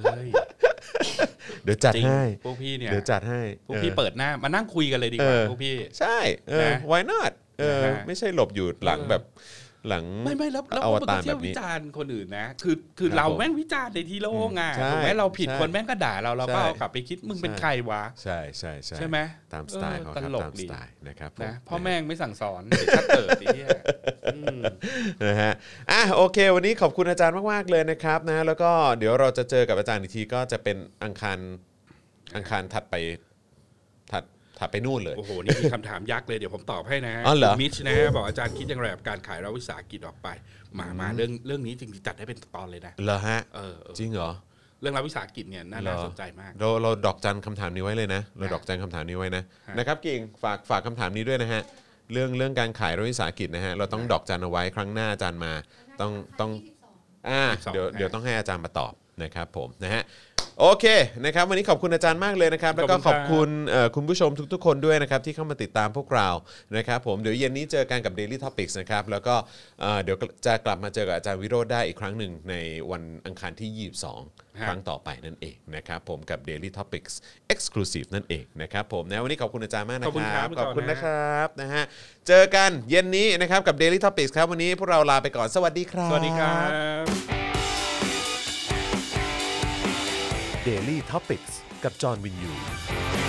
เดี๋ยวจัดให้พวกพี่เนี่ยเดี๋ยวจัดให้พวกพี่เปิดหน้ามานั่งคุยกันเลยดีกว่าพวกพี่ใช่ why not ไม่ใช่หลบอยู่หลังแบบหลังไม่แล้วอวตารแบบนี้วิจารณ์คนอื่นนะคือเราแม่งวิจารณ์ในที่โล่งถูกไหมเราผิดคนแม่งก็ด่าเราก็เอากลับไปคิดมึงเป็นใครวะใช่ใช่ไหมตามสไตล์เขาครับตามสไตล์นะครับนะพ่อแม่งไม่สั่งสอนถ้าเกิดที่นี่นะฮะโอเควันนี้ขอบคุณอาจารย์มากๆเลยนะครับนะแล้วก็เดี๋ยวเราจะเจอกับอาจารย์อีกทีก็จะเป็นอังคารถัดไปนู่นเลยโอ้โหนี่มีคำถามยักษ์เลยเดี๋ยวผมตอบให้นะมิชนะบอกอาจารย์คิดอย่างไรกับการขายรัฐวิสาหกิจออกไปมาเรื่องนี้จริงๆจัดให้เป็นตอนเลยนะเหรอฮะจริงเหรอเรื่องรัฐวิสาหกิจเนี่ยน่าสนใจมากเราดอกจันคำถามนี้ไว้เลยนะเราดอกจันคำถามนี้ไว้นะครับกิ่งฝากคำถามนี้ด้วยนะฮะเรื่องการขายรัฐวิสาหกิจนะฮะเราต้องดอกจันเอาไว้ครั้งหน้าอาจารย์มาต้องเดี๋ยวต้องให้อาจารย์มาตอบนะครับผมนะฮะโอเคนะครับวันนี้ขอบคุณอาจารย์มากเลยนะครับแล้วก็ขอบคุณคุณผู้ชมทุกๆคนด้วยนะครับที่เข้ามาติดตามพวกเรานะครับผมเดี๋ยวเย็นนี้เจอกันกับ Daily Topics นะครับแล้วก็เดี๋ยวจะกลับมาเจอกับอาจารย์วิโรจน์ได้อีกครั้งหนึ่งในวันอังคารที่22ครั้งต่อไปนั่นเองนะครับผมกับ Daily Topics Exclusive นั่นเองนะครับผมนะวันนี้ขอบคุณอาจารย์มากนะครับขอบคุณนะครับนะฮะเจอกันเย็นนี้นะครับกับ Daily Topics ครับวันนี้พวกเราลาไปก่อนสวัสดีครับสวัสดีครับ Daily Topics กับจอห์นวินยู